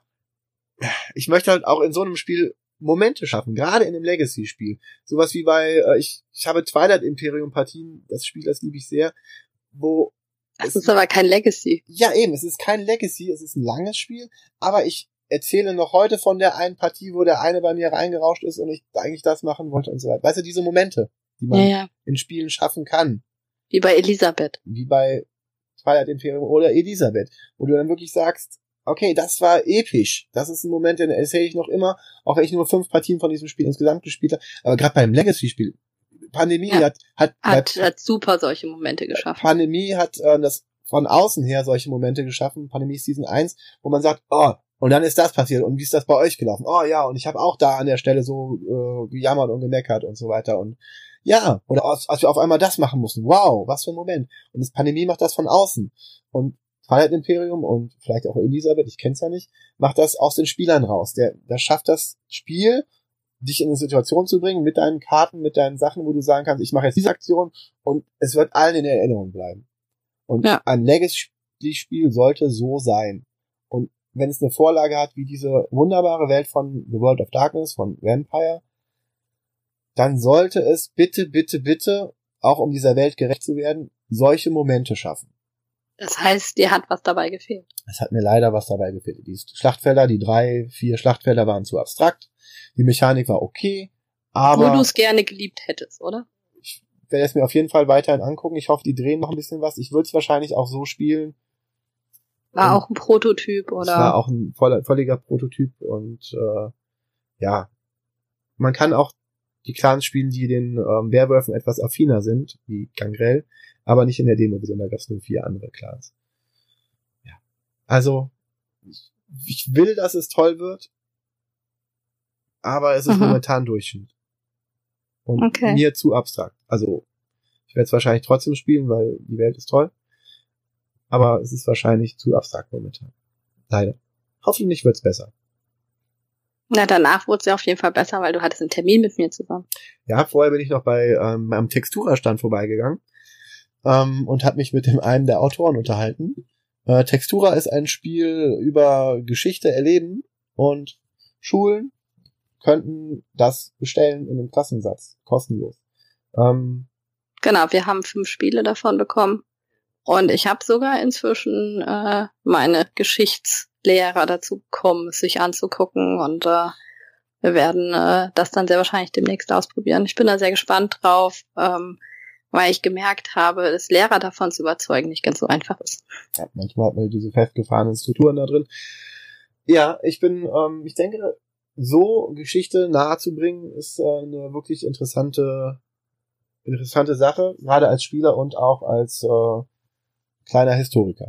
ich möchte halt auch in so einem Spiel Momente schaffen, gerade in einem Legacy-Spiel. Sowas wie bei, ich habe Twilight Imperium Partien, das Spiel, das liebe ich sehr, wo... Das ist aber kein Legacy. Ja, eben, es ist kein Legacy, es ist ein langes Spiel, aber ich erzähle noch heute von der einen Partie, wo der eine bei mir reingerauscht ist und ich eigentlich das machen wollte und so weiter. Weißt du, diese Momente, die man in Spielen schaffen kann. Wie bei Elisabeth. Wie bei Twilight Imperium oder Elisabeth, wo du dann wirklich sagst, okay, das war episch. Das ist ein Moment, den erzähle ich noch immer, auch wenn ich nur 5 Partien von diesem Spiel insgesamt gespielt habe. Aber gerade beim Legacy-Spiel, Pandemie hat super solche Momente geschaffen. Pandemie hat das von außen her solche Momente geschaffen. Pandemie Season 1, wo man sagt, oh, und dann ist das passiert. Und wie ist das bei euch gelaufen? Oh ja, und ich habe auch da an der Stelle so gejammert und gemeckert und so weiter. Und ja, oder als wir auf einmal das machen mussten. Wow, was für ein Moment. Und das Pandemie macht das von außen. Und Twilight Imperium und vielleicht auch Elisabeth, ich kenn's ja nicht, macht das aus den Spielern raus. Der schafft das Spiel, dich in eine Situation zu bringen mit deinen Karten, mit deinen Sachen, wo du sagen kannst, ich mache jetzt diese Aktion und es wird allen in Erinnerung bleiben. Und ein Legacy-Spiel sollte so sein. Und wenn es eine Vorlage hat, wie diese wunderbare Welt von The World of Darkness, von Vampire, dann sollte es bitte, bitte, bitte, auch um dieser Welt gerecht zu werden, solche Momente schaffen. Das heißt, dir hat was dabei gefehlt. Es hat mir leider was dabei gefehlt. Die Schlachtfelder, die 3, 4 Schlachtfelder waren zu abstrakt. Die Mechanik war okay, aber... Wo du es gerne geliebt hättest, oder? Ich werde es mir auf jeden Fall weiterhin angucken. Ich hoffe, die drehen noch ein bisschen was. Ich würde es wahrscheinlich auch so spielen. War auch ein Prototyp, oder? Es war auch ein völliger Prototyp und ja, man kann auch die Clans spielen, die den Werwölfen etwas affiner sind, wie Gangrel, aber nicht in der Demo-Version, da gab es nur 4 andere Clans. Ja. Also, ich will, dass es toll wird, aber es ist momentan Durchschnitt. Und mir zu abstrakt. Also, ich werde es wahrscheinlich trotzdem spielen, weil die Welt ist toll, aber es ist wahrscheinlich zu abstrakt momentan. Leider. Hoffentlich wird's besser. Na, danach wurde es ja auf jeden Fall besser, weil du hattest einen Termin mit mir zusammen. Ja, vorher bin ich noch bei meinem Textura-Stand vorbeigegangen und habe mich mit einem der Autoren unterhalten. Textura ist ein Spiel über Geschichte erleben und Schulen könnten das bestellen in einem Klassensatz, kostenlos. Genau, wir haben 5 Spiele davon bekommen und ich habe sogar inzwischen meine Geschichtslehrer dazu bekommen, es sich anzugucken und wir werden das dann sehr wahrscheinlich demnächst ausprobieren. Ich bin da sehr gespannt drauf, weil ich gemerkt habe, dass Lehrer davon zu überzeugen nicht ganz so einfach ist. Ja, manchmal hat man diese festgefahrenen Strukturen da drin. Ja, ich denke, so Geschichte nahezubringen ist eine wirklich interessante Sache, gerade als Spieler und auch als kleiner Historiker.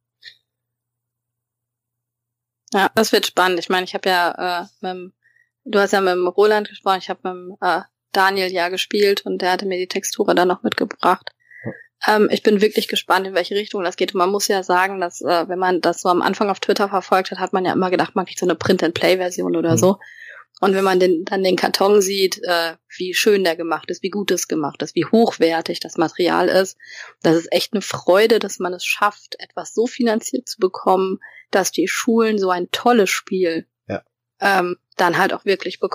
Ja, das wird spannend. Ich meine, ich habe ja du hast ja mit dem Roland gesprochen, ich habe mit dem Daniel ja gespielt und der hatte mir die Textur dann noch mitgebracht. Ich bin wirklich gespannt, in welche Richtung das geht. Und man muss ja sagen, dass wenn man das so am Anfang auf Twitter verfolgt hat, hat man ja immer gedacht, man kriegt so eine Print-and-Play-Version oder so. Und wenn man dann den Karton sieht, wie schön der gemacht ist, wie gut es gemacht ist, wie hochwertig das Material ist, das ist echt eine Freude, dass man es schafft, etwas so finanziert zu bekommen, dass die Schulen so ein tolles Spiel dann halt auch wirklich bekommen.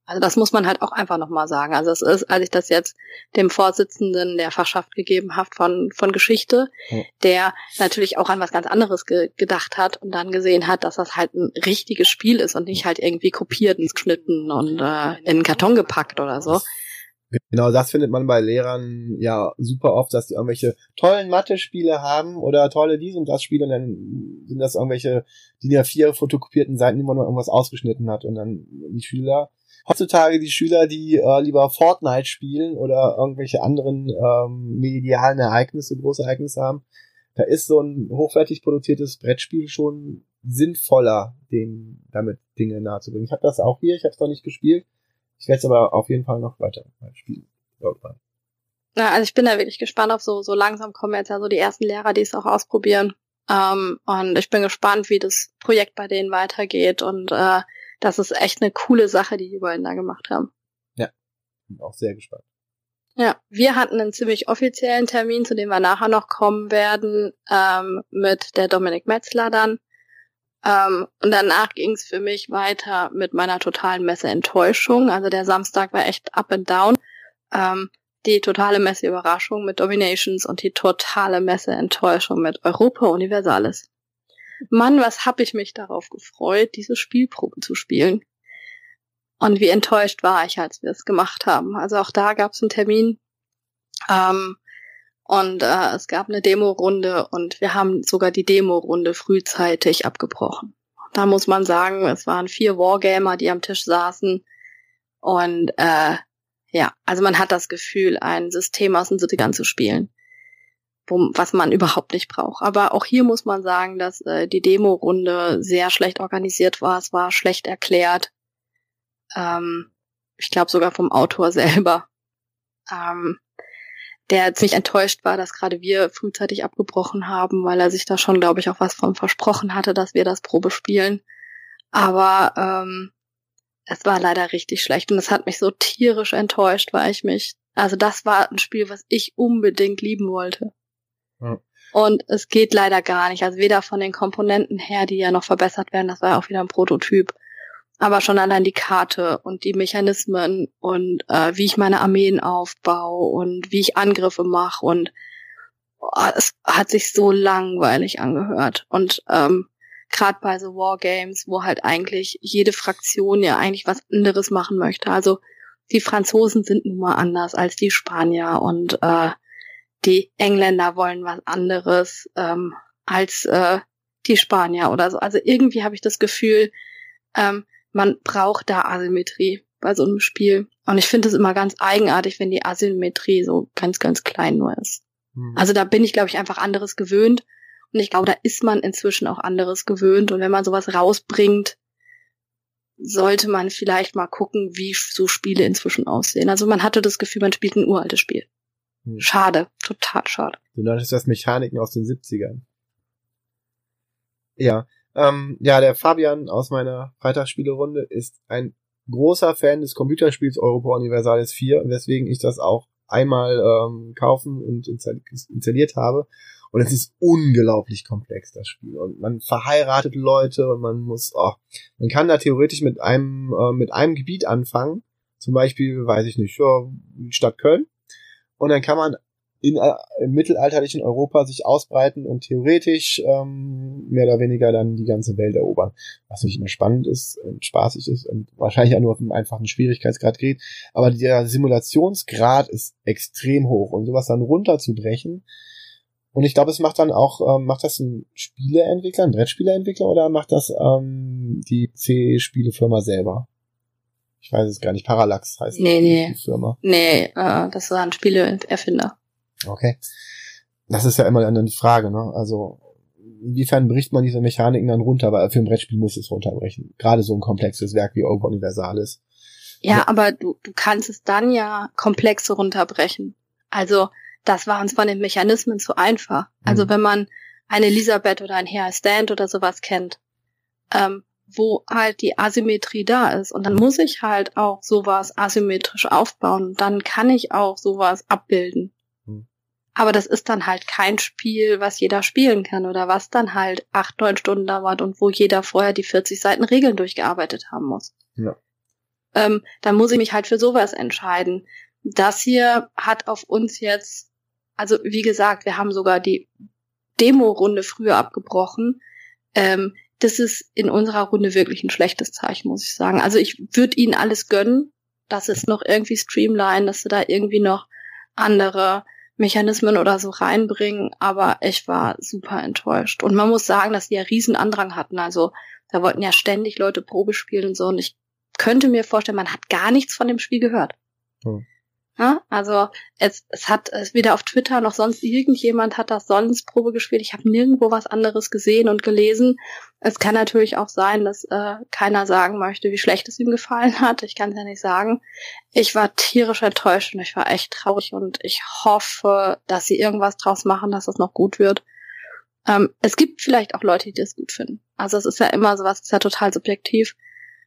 Also das muss man halt auch einfach nochmal sagen. Also es ist, als ich das jetzt dem Vorsitzenden der Fachschaft gegeben habe von Geschichte, der natürlich auch an was ganz anderes gedacht hat und dann gesehen hat, dass das halt ein richtiges Spiel ist und nicht halt irgendwie kopiert und geschnitten und in einen Karton gepackt oder so. Genau, das findet man bei Lehrern ja super oft, dass die irgendwelche tollen Mathe-Spiele haben oder tolle dies und das Spiele und dann sind das irgendwelche DIN A4 fotokopierten Seiten, die man noch irgendwas ausgeschnitten hat und dann die Schüler, heutzutage die Schüler, die lieber Fortnite spielen oder irgendwelche anderen medialen Ereignisse, große Ereignisse haben, da ist so ein hochwertig produziertes Brettspiel schon sinnvoller, denen damit Dinge nahezubringen. Ich habe das auch hier, ich habe es noch nicht gespielt. Ich werde es aber auf jeden Fall noch weiter spielen. Irgendwann. Ja, also ich bin da wirklich gespannt auf so langsam kommen jetzt ja so die ersten Lehrer, die es auch ausprobieren. Und ich bin gespannt, wie das Projekt bei denen weitergeht. Und das ist echt eine coole Sache, die beiden da gemacht haben. Ja, bin auch sehr gespannt. Ja, wir hatten einen ziemlich offiziellen Termin, zu dem wir nachher noch kommen werden, mit der Dominik Metzler dann. Und danach ging es für mich weiter mit meiner totalen Messe-Enttäuschung. Also der Samstag war echt up and down. Die totale Messe-Überraschung mit Dominations und die totale Messe-Enttäuschung mit Europa Universalis. Mann, was hab ich mich darauf gefreut, diese Spielprobe zu spielen. Und wie enttäuscht war ich, als wir es gemacht haben. Also auch da gab es einen Termin. Und es gab eine Demo-Runde und wir haben sogar die Demo-Runde frühzeitig abgebrochen. Da muss man sagen, es waren 4 Wargamer, die am Tisch saßen. Und ja, also man hat das Gefühl, ein System aus dem Sitzgang zu spielen, was man überhaupt nicht braucht. Aber auch hier muss man sagen, dass die Demo-Runde sehr schlecht organisiert war. Es war schlecht erklärt. Ich glaube sogar vom Autor selber. Der ziemlich enttäuscht war, dass gerade wir frühzeitig abgebrochen haben, weil er sich da schon, glaube ich, auch was von versprochen hatte, dass wir das Probe spielen. Aber es war leider richtig schlecht und es hat mich so tierisch enttäuscht, also das war ein Spiel, was ich unbedingt lieben wollte. Ja. Und es geht leider gar nicht, also weder von den Komponenten her, die ja noch verbessert werden, das war ja auch wieder ein Prototyp, aber schon allein die Karte und die Mechanismen und wie ich meine Armeen aufbaue und wie ich Angriffe mache und es hat sich so langweilig angehört. Und gerade bei so Wargames, wo halt eigentlich jede Fraktion ja eigentlich was anderes machen möchte. Also die Franzosen sind nun mal anders als die Spanier und die Engländer wollen was anderes als die Spanier oder so. Also irgendwie habe ich das Gefühl, man braucht da Asymmetrie bei so einem Spiel. Und ich finde es immer ganz eigenartig, wenn die Asymmetrie so ganz, ganz klein nur ist. Also da bin ich, glaube ich, einfach anderes gewöhnt. Und ich glaube, da ist man inzwischen auch anderes gewöhnt. Und wenn man sowas rausbringt, sollte man vielleicht mal gucken, wie so Spiele inzwischen aussehen. Also man hatte das Gefühl, man spielt ein uraltes Spiel. Schade, total schade. Du nanntest das Mechaniken aus den 70ern. Ja. Ja, der Fabian aus meiner Freitagsspielerunde ist ein großer Fan des Computerspiels Europa Universalis 4, weswegen ich das auch einmal kaufen und installiert habe. Und es ist unglaublich komplex, das Spiel. Und man verheiratet Leute und man kann da theoretisch mit einem Gebiet anfangen. Zum Beispiel, weiß ich nicht, Stadt Köln. Und dann kann man im mittelalterlichen Europa sich ausbreiten und theoretisch mehr oder weniger dann die ganze Welt erobern. Was nicht immer spannend ist und spaßig ist und wahrscheinlich auch nur auf einem einfachen Schwierigkeitsgrad geht. Aber der Simulationsgrad ist extrem hoch und sowas dann runterzubrechen. Und ich glaube, es macht dann auch, macht das ein Spieleentwickler, ein Brettspieleentwickler oder macht das die C-Spielefirma selber? Ich weiß es gar nicht. Parallax heißt die Firma. Nee, das war ein Spieleerfinder. Okay. Das ist ja immer dann die Frage, ne? Also, inwiefern bricht man diese Mechaniken dann runter? Weil für ein Brettspiel muss es runterbrechen. Gerade so ein komplexes Werk wie Europa Universalis. Ja, aber du kannst es dann ja komplex runterbrechen. Also, das war uns von den Mechanismen zu einfach. Also, wenn man eine Elisabeth oder ein Herr Stand oder sowas kennt, wo halt die Asymmetrie da ist. Und dann muss ich halt auch sowas asymmetrisch aufbauen. Dann kann ich auch sowas abbilden. Aber das ist dann halt kein Spiel, was jeder spielen kann oder was dann halt 8-9 Stunden dauert und wo jeder vorher die 40 Seiten Regeln durchgearbeitet haben muss. Ja. dann muss ich mich halt für sowas entscheiden. Das hier hat auf uns jetzt, also wie gesagt, wir haben sogar die Demo-Runde früher abgebrochen. Das ist in unserer Runde wirklich ein schlechtes Zeichen, muss ich sagen. Also ich würde ihnen alles gönnen, dass es noch irgendwie streamline, dass sie da irgendwie noch andere Mechanismen oder so reinbringen, aber ich war super enttäuscht. Und man muss sagen, dass die ja riesen Andrang hatten. Also da wollten ja ständig Leute Probe spielen und so. Und ich könnte mir vorstellen, man hat gar nichts von dem Spiel gehört. Hm. Ja, also es weder auf Twitter noch sonst irgendjemand hat das sonst Probe gespielt. Ich habe nirgendwo was anderes gesehen und gelesen. Es kann natürlich auch sein, dass keiner sagen möchte, wie schlecht es ihm gefallen hat. Ich kann es ja nicht sagen. Ich war tierisch enttäuscht und ich war echt traurig und ich hoffe, dass sie irgendwas draus machen, dass es noch gut wird. Es gibt vielleicht auch Leute, die das gut finden. Also es ist ja immer sowas, es ist ja total subjektiv.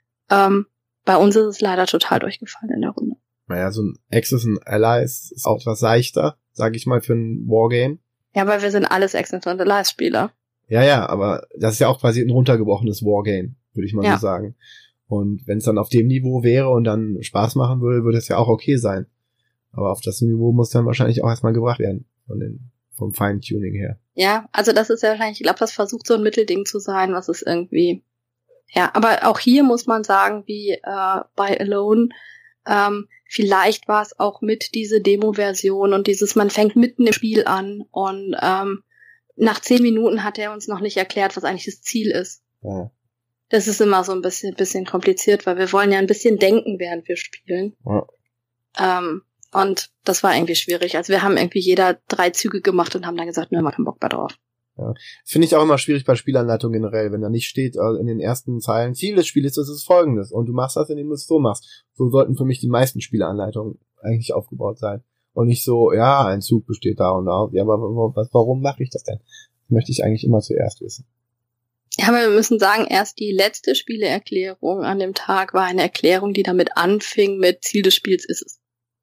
Bei uns ist es leider total durchgefallen in der Runde. Naja, so ein Axis and Allies ist auch etwas seichter, sage ich mal, für ein Wargame. Ja, weil wir sind alles Axis and Allies Spieler. Ja, aber das ist ja auch quasi ein runtergebrochenes Wargame, würde ich mal so sagen. Und wenn es dann auf dem Niveau wäre und dann Spaß machen würde, würde es ja auch okay sein. Aber auf das Niveau muss dann wahrscheinlich auch erstmal gebracht werden, vom Feintuning her. Ja, also das ist ja wahrscheinlich, ich glaube, das versucht so ein Mittelding zu sein, was es irgendwie, ja, aber auch hier muss man sagen, wie bei Alone, vielleicht war es auch mit diese Demo-Version und dieses, man fängt mitten im Spiel an und nach 10 Minuten hat er uns noch nicht erklärt, was eigentlich das Ziel ist. Ja. Das ist immer so ein bisschen kompliziert, weil wir wollen ja ein bisschen denken, während wir spielen. Ja. Und das war irgendwie schwierig. Also wir haben irgendwie jeder 3 Züge gemacht und haben dann gesagt, nö, mal keinen Bock mehr drauf. Ja. Finde ich auch immer schwierig bei Spielanleitungen generell, wenn da nicht steht in den ersten Zeilen, Ziel des Spiels ist es folgendes und du machst das, indem du es so machst. So sollten für mich die meisten Spielanleitungen eigentlich aufgebaut sein. Und nicht so, ja, ein Zug besteht da und da. Ja, aber warum mache ich das denn? Das möchte ich eigentlich immer zuerst wissen. Ja, aber wir müssen sagen, erst die letzte Spieleerklärung an dem Tag war eine Erklärung, die damit anfing mit Ziel des Spiels ist es.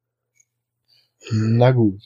Na gut.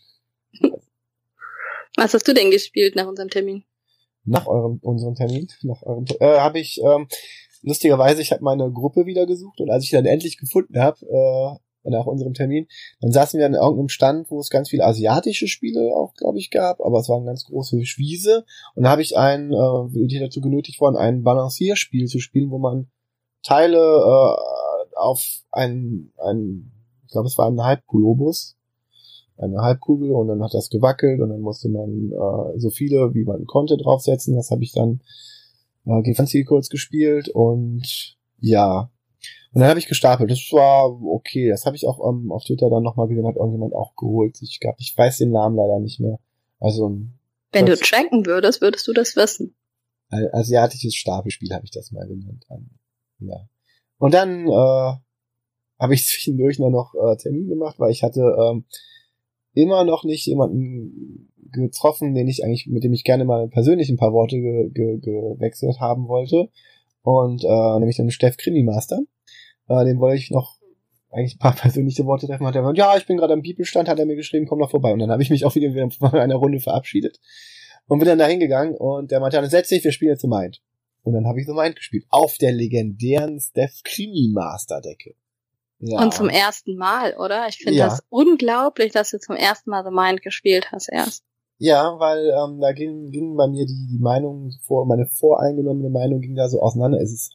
Was hast du denn gespielt nach unserem Termin? Nach unserem Termin? Habe ich, lustigerweise, ich habe meine Gruppe wieder gesucht und als ich dann endlich gefunden habe, nach unserem Termin, dann saßen wir an irgendeinem Stand, wo es ganz viele asiatische Spiele auch, glaube ich, gab, aber es war eine ganz große Wiese und da habe ich bin dazu genötigt worden, ein Balancierspiel zu spielen, wo man Teile auf ich glaube, es war ein Halbglobus, eine Halbkugel und dann hat das gewackelt und dann musste man so viele, wie man konnte, draufsetzen. Das habe ich dann ganz kurz gespielt und ja. Und dann habe ich gestapelt. Das war okay. Das habe ich auch auf Twitter dann nochmal gesehen, hat irgendjemand auch geholt. Ich weiß den Namen leider nicht mehr. Also wenn du tracken würdest du das wissen. Ein asiatisches Stapelspiel habe ich das mal genannt. Ja. Und dann habe ich zwischendurch noch Termin gemacht, weil ich hatte immer noch nicht jemanden getroffen, mit dem ich gerne mal persönlich ein paar Worte gewechselt haben wollte. Und nämlich den Steff Krimi-Master. Den wollte ich noch eigentlich ein paar persönliche Worte treffen. Hat er gesagt, ja, ich bin gerade am Bibelstand, hat er mir geschrieben, komm noch vorbei. Und dann habe ich mich auch wieder von einer Runde verabschiedet und bin dann da hingegangen und der meinte, setz dich, wir spielen jetzt The Mind. Und dann habe ich The Mind gespielt. Auf der legendären Steff Krimi-Master-Decke. Ja. Und zum ersten Mal, oder? Ich finde das unglaublich, dass du zum ersten Mal The Mind gespielt hast erst. Ja, weil da ging bei mir die Meinung meine voreingenommene Meinung ging da so auseinander. Ist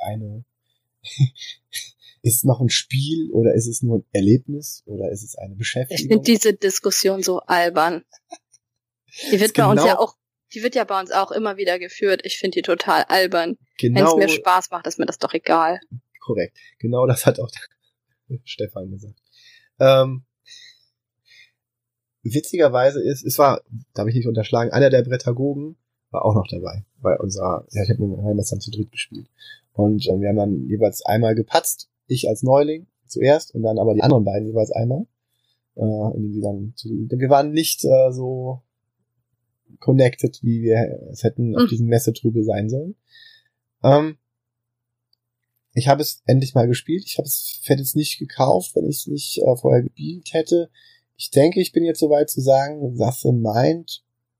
es noch ein Spiel oder ist es nur ein Erlebnis oder ist es eine Beschäftigung? Ich finde diese Diskussion so albern. Die wird bei uns auch immer wieder geführt. Ich finde die total albern. Wenn es mir Spaß macht, ist mir das doch egal. Korrekt. Genau das hat auch Stefan gesagt. Witzigerweise es war, darf ich nicht unterschlagen, einer der Prädagogen war auch noch dabei bei unserer, ich habe mit Heimat dann zu dritt gespielt. Und wir haben dann jeweils einmal gepatzt, ich als Neuling zuerst und dann aber die anderen beiden jeweils einmal. Wir waren nicht so connected, wie wir es hätten auf diesem Messetrubel sein sollen. Ich habe es endlich mal gespielt. Ich hätte es nicht gekauft, wenn ich es nicht vorher gespielt hätte. Ich denke, ich bin jetzt soweit zu sagen, dass The Mind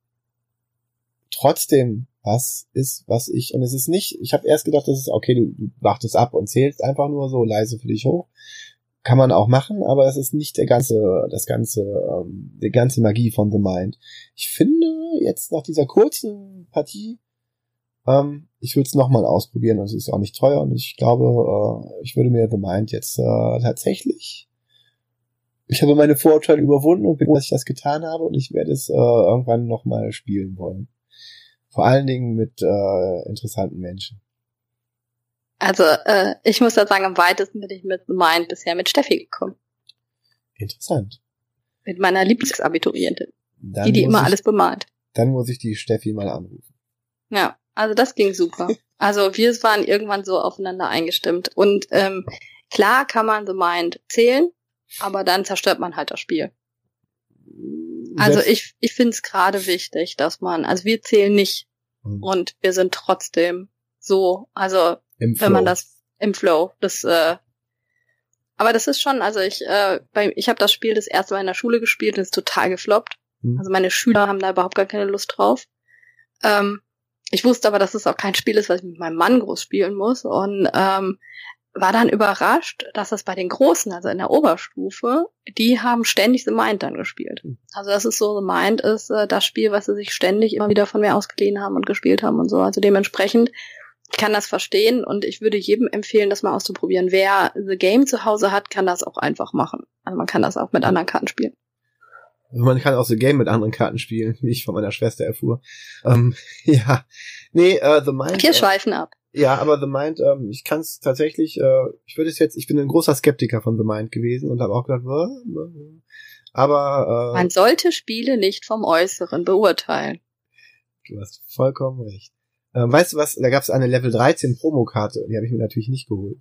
trotzdem was ist, und es ist nicht, ich habe erst gedacht, das ist okay, du wartest ab und zählst einfach nur so leise für dich hoch. kann man auch machen, aber es ist nicht die ganze Magie von The Mind. Ich finde, jetzt nach dieser kurzen Partie, ich will es nochmal ausprobieren und es ist auch nicht teuer und ich glaube, ich würde mir The Mind jetzt tatsächlich, ich habe meine Vorurteile überwunden und bin froh, dass ich das getan habe und ich werde es irgendwann nochmal spielen wollen. Vor allen Dingen mit interessanten Menschen. Also, ich muss da sagen, am weitesten bin ich mit The Mind bisher mit Steffi gekommen. Interessant. Mit meiner Lieblingsabiturientin, die immer alles bemalt. Dann muss ich die Steffi mal anrufen. Ja, also das ging super. Also wir waren irgendwann so aufeinander eingestimmt. Und klar kann man The Mind zählen, aber dann zerstört man halt das Spiel. Also ich finde es gerade wichtig, dass also wir zählen nicht und wir sind trotzdem so, also wenn man das im Flow, aber das ist schon, also ich habe das Spiel das erste Mal in der Schule gespielt und es ist total gefloppt. Also meine Schüler haben da überhaupt gar keine Lust drauf. Ich wusste aber, dass es auch kein Spiel ist, was ich mit meinem Mann groß spielen muss und war dann überrascht, dass das bei den Großen, also in der Oberstufe, die haben ständig The Mind dann gespielt. Also das ist so, The Mind ist das Spiel, was sie sich ständig immer wieder von mir ausgeliehen haben und gespielt haben und so. Also dementsprechend, ich kann das verstehen und ich würde jedem empfehlen, das mal auszuprobieren. Wer The Game zu Hause hat, kann das auch einfach machen. Also man kann das auch mit anderen Karten spielen. Man kann auch The Game mit anderen Karten spielen, wie ich von meiner Schwester erfuhr. Ja, nee, The Mind. Wir schweifen ab. Ja, aber The Mind, ich kann es tatsächlich, ich bin ein großer Skeptiker von The Mind gewesen und habe auch gedacht, aber man sollte Spiele nicht vom Äußeren beurteilen. Du hast vollkommen recht. Weißt du was, da gab es eine Level 13 Promokarte, die habe ich mir natürlich nicht geholt.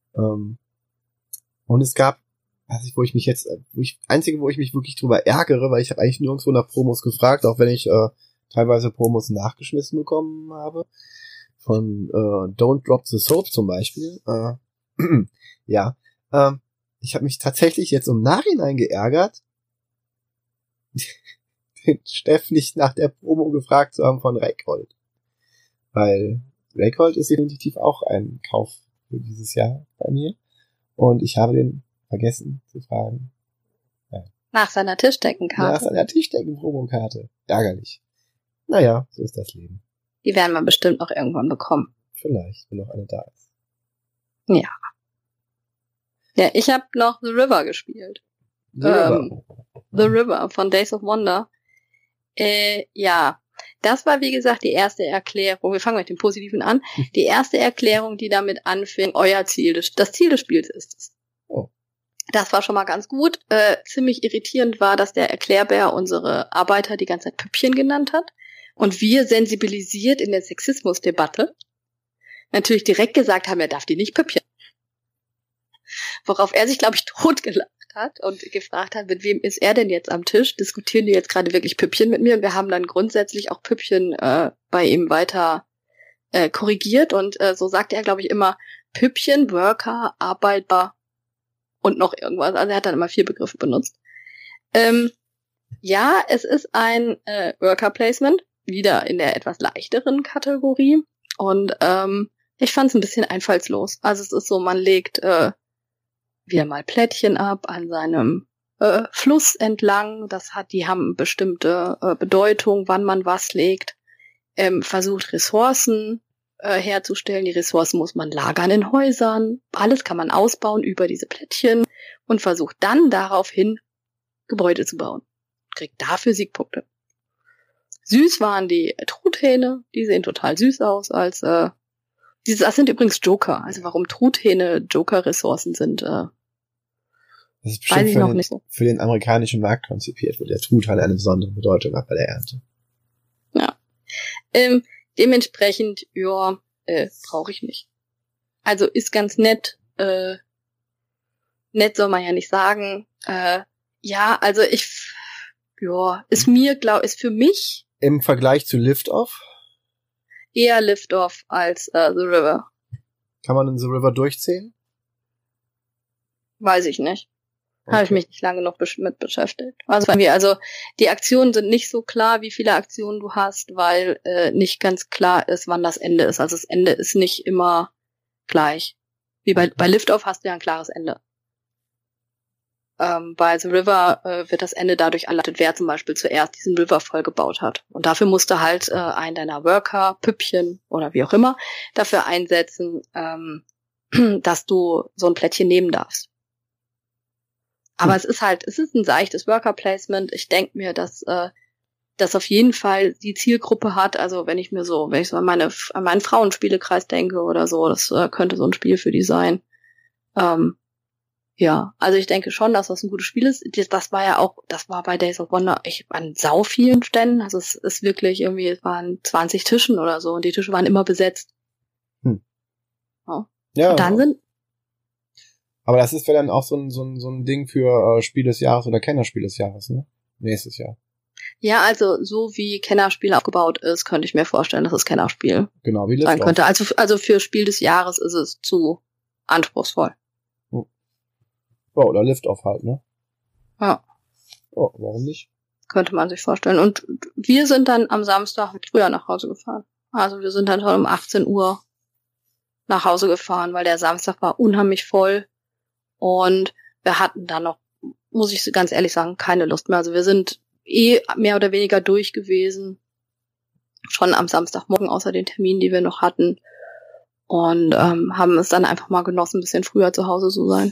Und es gab, wo ich mich wirklich drüber ärgere, weil ich habe eigentlich nirgendwo nach Promos gefragt, auch wenn ich teilweise Promos nachgeschmissen bekommen habe. Von Don't Drop the Soap zum Beispiel. Ja. Ich habe mich tatsächlich jetzt im Nachhinein geärgert, den Steff nicht nach der Promo gefragt zu haben von Reykholt. Weil Reykholt ist definitiv auch ein Kauf für dieses Jahr bei mir. Und ich habe den vergessen zu fragen. Ja. Nach seiner Tischdeckenkarte. Nach seiner Tischdecken-Promokarte. Ärgerlich. Naja, so ist das Leben. Die werden wir bestimmt auch irgendwann bekommen. Vielleicht, wenn noch eine da ist. Ja. Ja, ich habe noch The River gespielt. The River von Days of Wonder. Ja, das war wie gesagt die erste Erklärung. Wir fangen mit dem Positiven an. Die erste Erklärung, die damit anfing, euer Ziel, das Ziel des Spiels ist es. Oh. Das war schon mal ganz gut. Ziemlich irritierend war, dass der Erklärbär unsere Arbeiter die ganze Zeit Püppchen genannt hat. Und wir sensibilisiert in der Sexismusdebatte natürlich direkt gesagt haben, er darf die nicht Püppchen. Worauf er sich, glaube ich, totgelacht hat und gefragt hat, mit wem ist er denn jetzt am Tisch? Diskutieren die jetzt gerade wirklich Püppchen mit mir? Und wir haben dann grundsätzlich auch Püppchen bei ihm weiter korrigiert. Und so sagte er, glaube ich, immer Püppchen, Worker, Arbeiter und noch irgendwas. Also er hat dann immer 4 Begriffe benutzt. Ja, es ist ein Worker Placement. Wieder in der etwas leichteren Kategorie. Und ich fand es ein bisschen einfallslos. Also es ist so, man legt wieder mal Plättchen ab an seinem Fluss entlang. Die haben bestimmte Bedeutung, wann man was legt. Versucht Ressourcen herzustellen. Die Ressourcen muss man lagern in Häusern. Alles kann man ausbauen über diese Plättchen und versucht dann daraufhin Gebäude zu bauen. Kriegt dafür Siegpunkte. Süß waren die Truthähne, die sehen total süß aus, das sind übrigens Joker, also warum Truthähne Joker-Ressourcen sind, das ist bestimmt weiß ich noch nicht so. Für den amerikanischen Markt konzipiert, wo der Truthahn eine besondere Bedeutung hat bei der Ernte. Ja. Dementsprechend, ja, brauche ich nicht. Also ist ganz nett, nett soll man ja nicht sagen, ja, also ist für mich im Vergleich zu Lift-Off? Eher Lift-Off als The River. Kann man in The River durchzählen? Weiß ich nicht. Okay. Habe ich mich nicht lange noch mit beschäftigt. Also die Aktionen sind nicht so klar, wie viele Aktionen du hast, weil nicht ganz klar ist, wann das Ende ist. Also das Ende ist nicht immer gleich. Wie bei Lift-Off hast du ja ein klares Ende. bei The River wird das Ende dadurch erleichtert, wer zum Beispiel zuerst diesen River vollgebaut hat. Und dafür musst du halt einen deiner Worker, Püppchen oder wie auch immer, dafür einsetzen, dass du so ein Plättchen nehmen darfst. Aber es ist ein seichtes Worker-Placement. Ich denke mir, dass das auf jeden Fall die Zielgruppe hat. Also wenn ich so an meinen Frauenspielekreis denke oder so, das könnte so ein Spiel für die sein. Ja, also ich denke schon, dass das ein gutes Spiel ist. Das war bei Days of Wonder an sau vielen Ständen. Also es ist wirklich irgendwie, es waren 20 Tischen oder so und die Tische waren immer besetzt. Ja. Und dann aber das wäre dann auch so ein Ding für Spiel des Jahres oder Kennerspiel des Jahres, ne? Nächstes Jahr. Ja, also so wie Kennerspiel aufgebaut ist, könnte ich mir vorstellen, dass es Kennerspiel genau, wie sein könnte. Also für Spiel des Jahres ist es zu anspruchsfroll. Ja, oder Lift-Off halt, ne? Ja. Oh, warum nicht? Könnte man sich vorstellen. Und wir sind dann am Samstag früher nach Hause gefahren. Also wir sind dann schon um 18 Uhr nach Hause gefahren, weil der Samstag war unheimlich voll. Und wir hatten dann noch, muss ich ganz ehrlich sagen, keine Lust mehr. Also wir sind mehr oder weniger durch gewesen. Schon am Samstagmorgen, außer den Terminen, die wir noch hatten. Und haben es dann einfach mal genossen, ein bisschen früher zu Hause zu sein.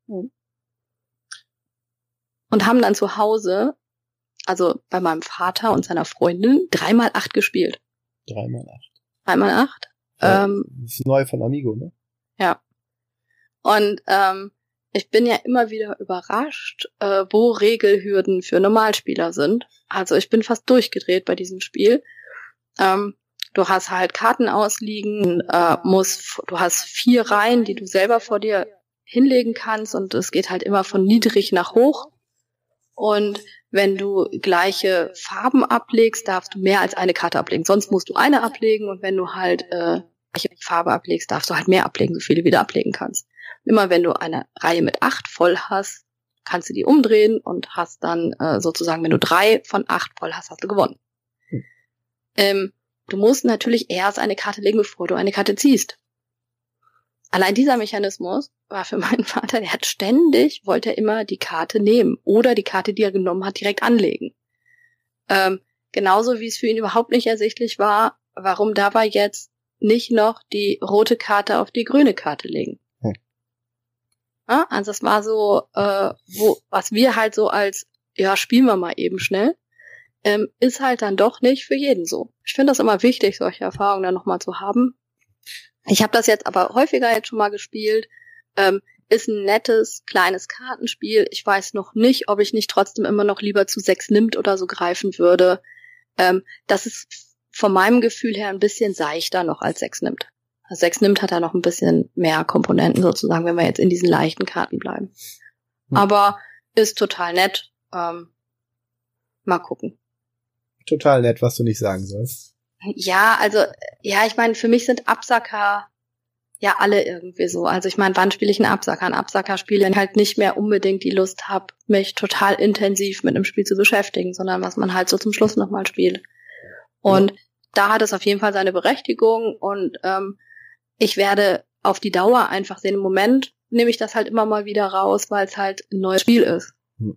Und haben dann zu Hause, also bei meinem Vater und seiner Freundin, 3x8 gespielt. 3x8. 3x8. Ja, das ist neu von Amigo, ne? Ja. Und ich bin ja immer wieder überrascht, wo Regelhürden für Normalspieler sind. Also ich bin fast durchgedreht bei diesem Spiel. Du hast halt Karten ausliegen, du hast 4 Reihen, die du selber vor dir hinlegen kannst und es geht halt immer von niedrig nach hoch. Und wenn du gleiche Farben ablegst, darfst du mehr als eine Karte ablegen. Sonst musst du eine ablegen und wenn du halt gleiche Farbe ablegst, darfst du halt mehr ablegen, so viele wie du ablegen kannst. Und immer wenn du eine Reihe mit 8 voll hast, kannst du die umdrehen und hast dann sozusagen, wenn du 3 von 8 voll hast, hast du gewonnen. Du musst natürlich erst eine Karte legen, bevor du eine Karte ziehst. Allein dieser Mechanismus war für meinen Vater, wollte er immer die Karte nehmen oder die Karte, die er genommen hat, direkt anlegen. Genauso wie es für ihn überhaupt nicht ersichtlich war, warum dabei jetzt nicht noch die rote Karte auf die grüne Karte legen. Ja, also es war so, was wir halt so als, ja, spielen wir mal eben schnell, ist halt dann doch nicht für jeden so. Ich finde das immer wichtig, solche Erfahrungen dann nochmal zu haben. Ich habe das jetzt aber häufiger jetzt schon mal gespielt. Ist ein nettes, kleines Kartenspiel. Ich weiß noch nicht, ob ich nicht trotzdem immer noch lieber zu 6 nimmt oder so greifen würde. Das ist von meinem Gefühl her ein bisschen seichter noch als 6 nimmt. Also 6 nimmt hat er noch ein bisschen mehr Komponenten sozusagen, wenn wir jetzt in diesen leichten Karten bleiben. Aber ist total nett. Mal gucken. Total nett, was du nicht sagen sollst. Ja, also, ja, ich meine, für mich sind Absacker ja alle irgendwie so. Also ich meine, wann spiele ich einen Absacker? Ein Absacker spiele, wenn ich halt nicht mehr unbedingt die Lust habe, mich total intensiv mit einem Spiel zu beschäftigen, sondern was man halt so zum Schluss nochmal spielt. Und da hat es auf jeden Fall seine Berechtigung und ich werde auf die Dauer einfach sehen. Im Moment nehme ich das halt immer mal wieder raus, weil es halt ein neues Spiel ist.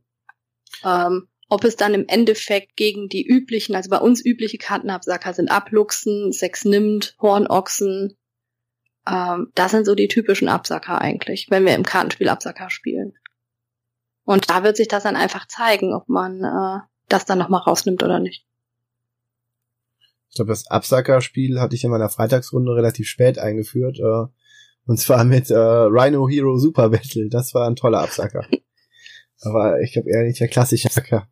Ob es dann im Endeffekt gegen die üblichen, also bei uns übliche Kartenabsacker sind Abluchsen, 6 nimmt, Hornochsen. Das sind so die typischen Absacker eigentlich, wenn wir im Kartenspiel Absacker spielen. Und da wird sich das dann einfach zeigen, ob man das dann nochmal rausnimmt oder nicht. Ich glaube, das Absacker-Spiel hatte ich in meiner Freitagsrunde relativ spät eingeführt. Und zwar mit Rhino Hero Super Battle. Das war ein toller Absacker. Aber ich glaube eher nicht der klassische Absacker.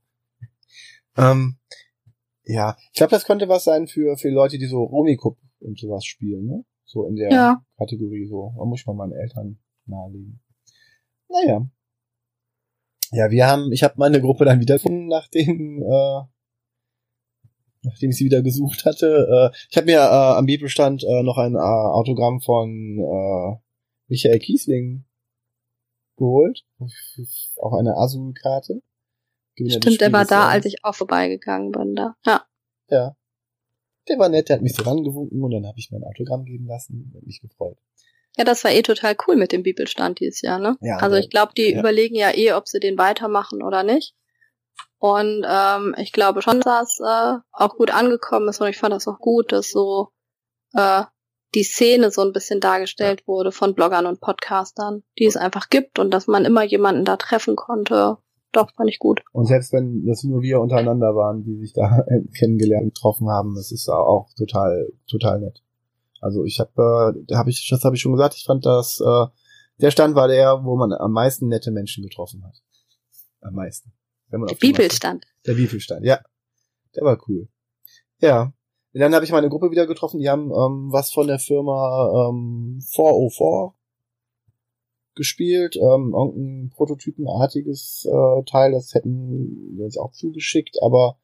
Ja, ich glaube, das könnte was sein für Leute, die so Rummikub und sowas spielen, ne? So in der Kategorie so. Da muss ich mal meinen Eltern nahelegen. Naja. Ja, ich habe meine Gruppe dann wiedergefunden, nachdem ich sie wieder gesucht hatte. Ich habe mir am Bibelstand noch ein Autogramm von Michael Kiesling geholt. Auch eine Azul-Karte. Stimmt, der war da, als ich auch vorbeigegangen bin da. Ja. Ja. Der war nett, der hat mich so rangewunken und dann habe ich mir ein Autogramm geben lassen und mich gefreut. Ja, das war total cool mit dem Bibelstand dieses Jahr, ne? Ja, also ich glaube, die überlegen ja ob sie den weitermachen oder nicht. Und ich glaube schon, dass das auch gut angekommen ist und ich fand das auch gut, dass so die Szene so ein bisschen dargestellt wurde von Bloggern und Podcastern, die es einfach gibt und dass man immer jemanden da treffen konnte. Doch, fand ich gut. Und selbst wenn das nur wir untereinander waren, die sich da kennengelernt, getroffen haben, das ist auch total nett. Also das habe ich schon gesagt, ich fand das, der Stand war der, wo man am meisten nette Menschen getroffen hat. Am meisten. Wenn man Der Bibelstand. Der Bibelstand, ja. Der war cool. Ja. Und dann habe ich meine Gruppe wieder getroffen, die haben was von der Firma 404 gespielt, irgendein prototypenartiges Teil, das hätten wir uns auch zugeschickt, aber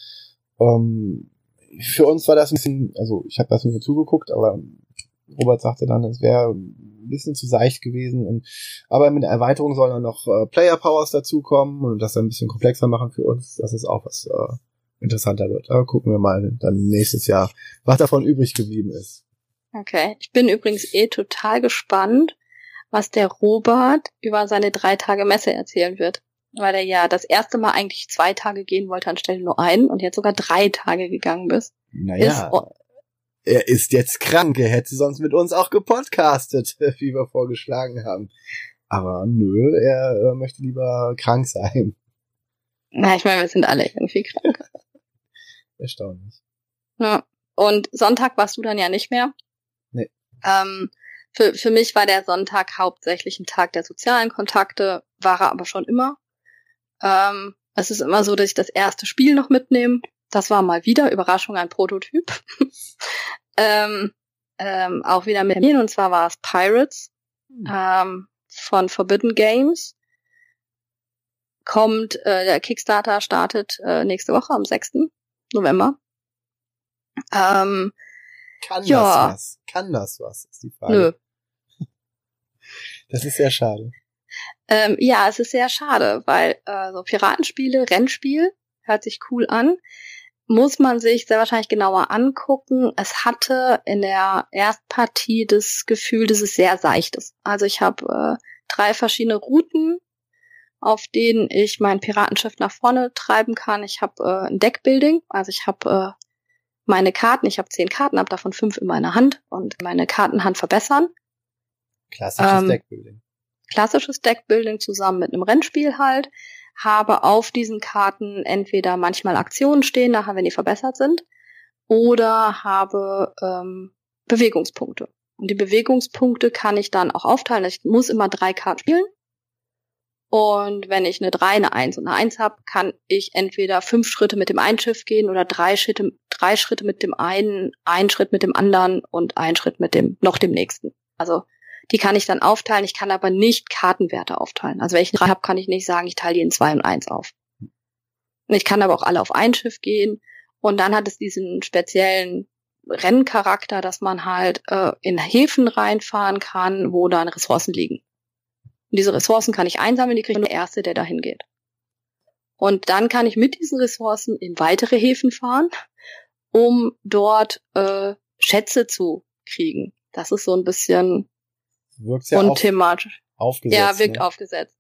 für uns war das ein bisschen, also ich habe das nur zugeguckt, aber Robert sagte dann, es wäre ein bisschen zu seicht gewesen, aber mit der Erweiterung sollen dann noch Player Powers dazukommen und das ein bisschen komplexer machen für uns, dass es auch was interessanter wird. Aber gucken wir mal dann nächstes Jahr, was davon übrig geblieben ist. Okay, ich bin übrigens total gespannt, was der Robert über seine 3 Tage Messe erzählen wird. Weil er ja das erste Mal eigentlich 2 Tage gehen wollte, anstelle nur einen und jetzt sogar 3 Tage gegangen bist. Naja, er ist jetzt krank, er hätte sonst mit uns auch gepodcastet, wie wir vorgeschlagen haben. Aber nö, er möchte lieber krank sein. Na, ich meine, wir sind alle irgendwie krank. Erstaunlich. Ja. Und Sonntag warst du dann ja nicht mehr. Nee. Für mich war der Sonntag hauptsächlich ein Tag der sozialen Kontakte, war er aber schon immer. Es ist immer so, dass ich das erste Spiel noch mitnehme. Das war mal wieder, Überraschung, ein Prototyp. Auch wieder mit mir, und zwar war es Pirates von Forbidden Games. Der Kickstarter startet nächste Woche am 6. November. Kann das was, ist die Frage. Nö. Das ist sehr schade. Ja, es ist sehr schade, weil so Piratenspiele, Rennspiel, hört sich cool an, muss man sich sehr wahrscheinlich genauer angucken. Es hatte in der Erstpartie das Gefühl, dass es sehr seicht ist. Also ich habe 3 verschiedene Routen, auf denen ich mein Piratenschiff nach vorne treiben kann. Ich habe ein Deckbuilding, also ich habe meine Karten, ich habe 10 Karten, habe davon 5 in meiner Hand und meine Kartenhand verbessern. Klassisches Deckbuilding. Klassisches Deckbuilding zusammen mit einem Rennspiel halt. Habe auf diesen Karten entweder manchmal Aktionen stehen, nachher wenn die verbessert sind, oder habe Bewegungspunkte. Und die Bewegungspunkte kann ich dann auch aufteilen. Ich muss immer 3 Karten spielen. Und wenn ich eine 3, eine 1 und eine 1 habe, kann ich entweder 5 Schritte mit dem einen Schiff gehen oder 3 Schritte mit dem einen Schritt mit dem anderen und 1 Schritt mit dem nächsten. Also die kann ich dann aufteilen. Ich kann aber nicht Kartenwerte aufteilen. Also wenn ich 3 habe, kann ich nicht sagen, ich teile die in 2 und 1 auf. Und ich kann aber auch alle auf ein Schiff gehen. Und dann hat es diesen speziellen Renncharakter, dass man halt in Häfen reinfahren kann, wo dann Ressourcen liegen. Und diese Ressourcen kann ich einsammeln, die kriegt nur der Erste, der dahin geht. Und dann kann ich mit diesen Ressourcen in weitere Häfen fahren, um dort Schätze zu kriegen. Das ist so ein bisschen wirkt ja unthematisch. Aufgesetzt. Ja, wirkt aufgesetzt.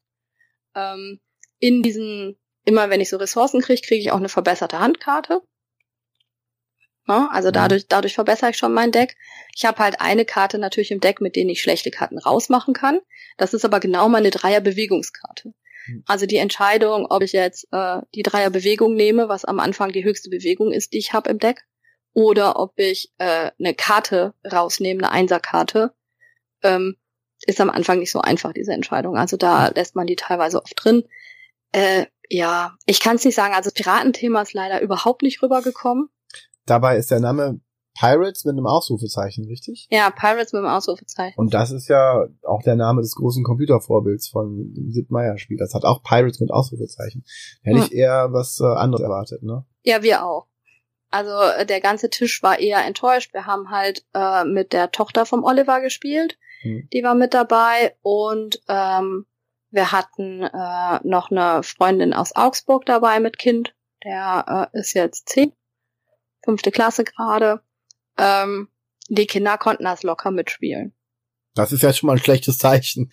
Immer wenn ich so Ressourcen kriege ich auch eine verbesserte Handkarte. Ja, also dadurch verbessere ich schon mein Deck. Ich habe halt eine Karte natürlich im Deck, mit denen ich schlechte Karten rausmachen kann. Das ist aber genau meine Dreier-Bewegungskarte. Also die Entscheidung, ob ich jetzt die Dreier-Bewegung nehme, was am Anfang die höchste Bewegung ist, die ich habe im Deck, oder ob ich eine Karte rausnehme, eine Einser-Karte, ist am Anfang nicht so einfach, diese Entscheidung. Also da lässt man die teilweise oft drin. Ja, ich kann es nicht sagen. Also das Piratenthema ist leider überhaupt nicht rübergekommen. Dabei ist der Name Pirates mit einem Ausrufezeichen, richtig? Ja, Pirates mit einem Ausrufezeichen. Und das ist ja auch der Name des großen Computervorbilds von dem Sid Meier-Spiel. Das hat auch Pirates mit Ausrufezeichen. Hätte ich eher was anderes erwartet, ne? Ja, wir auch. Also der ganze Tisch war eher enttäuscht. Wir haben halt mit der Tochter vom Oliver gespielt. Die war mit dabei. Und wir hatten noch eine Freundin aus Augsburg dabei mit Kind. Der ist jetzt 10. 5. Klasse gerade. Die Kinder konnten das locker mitspielen. Das ist ja schon mal ein schlechtes Zeichen.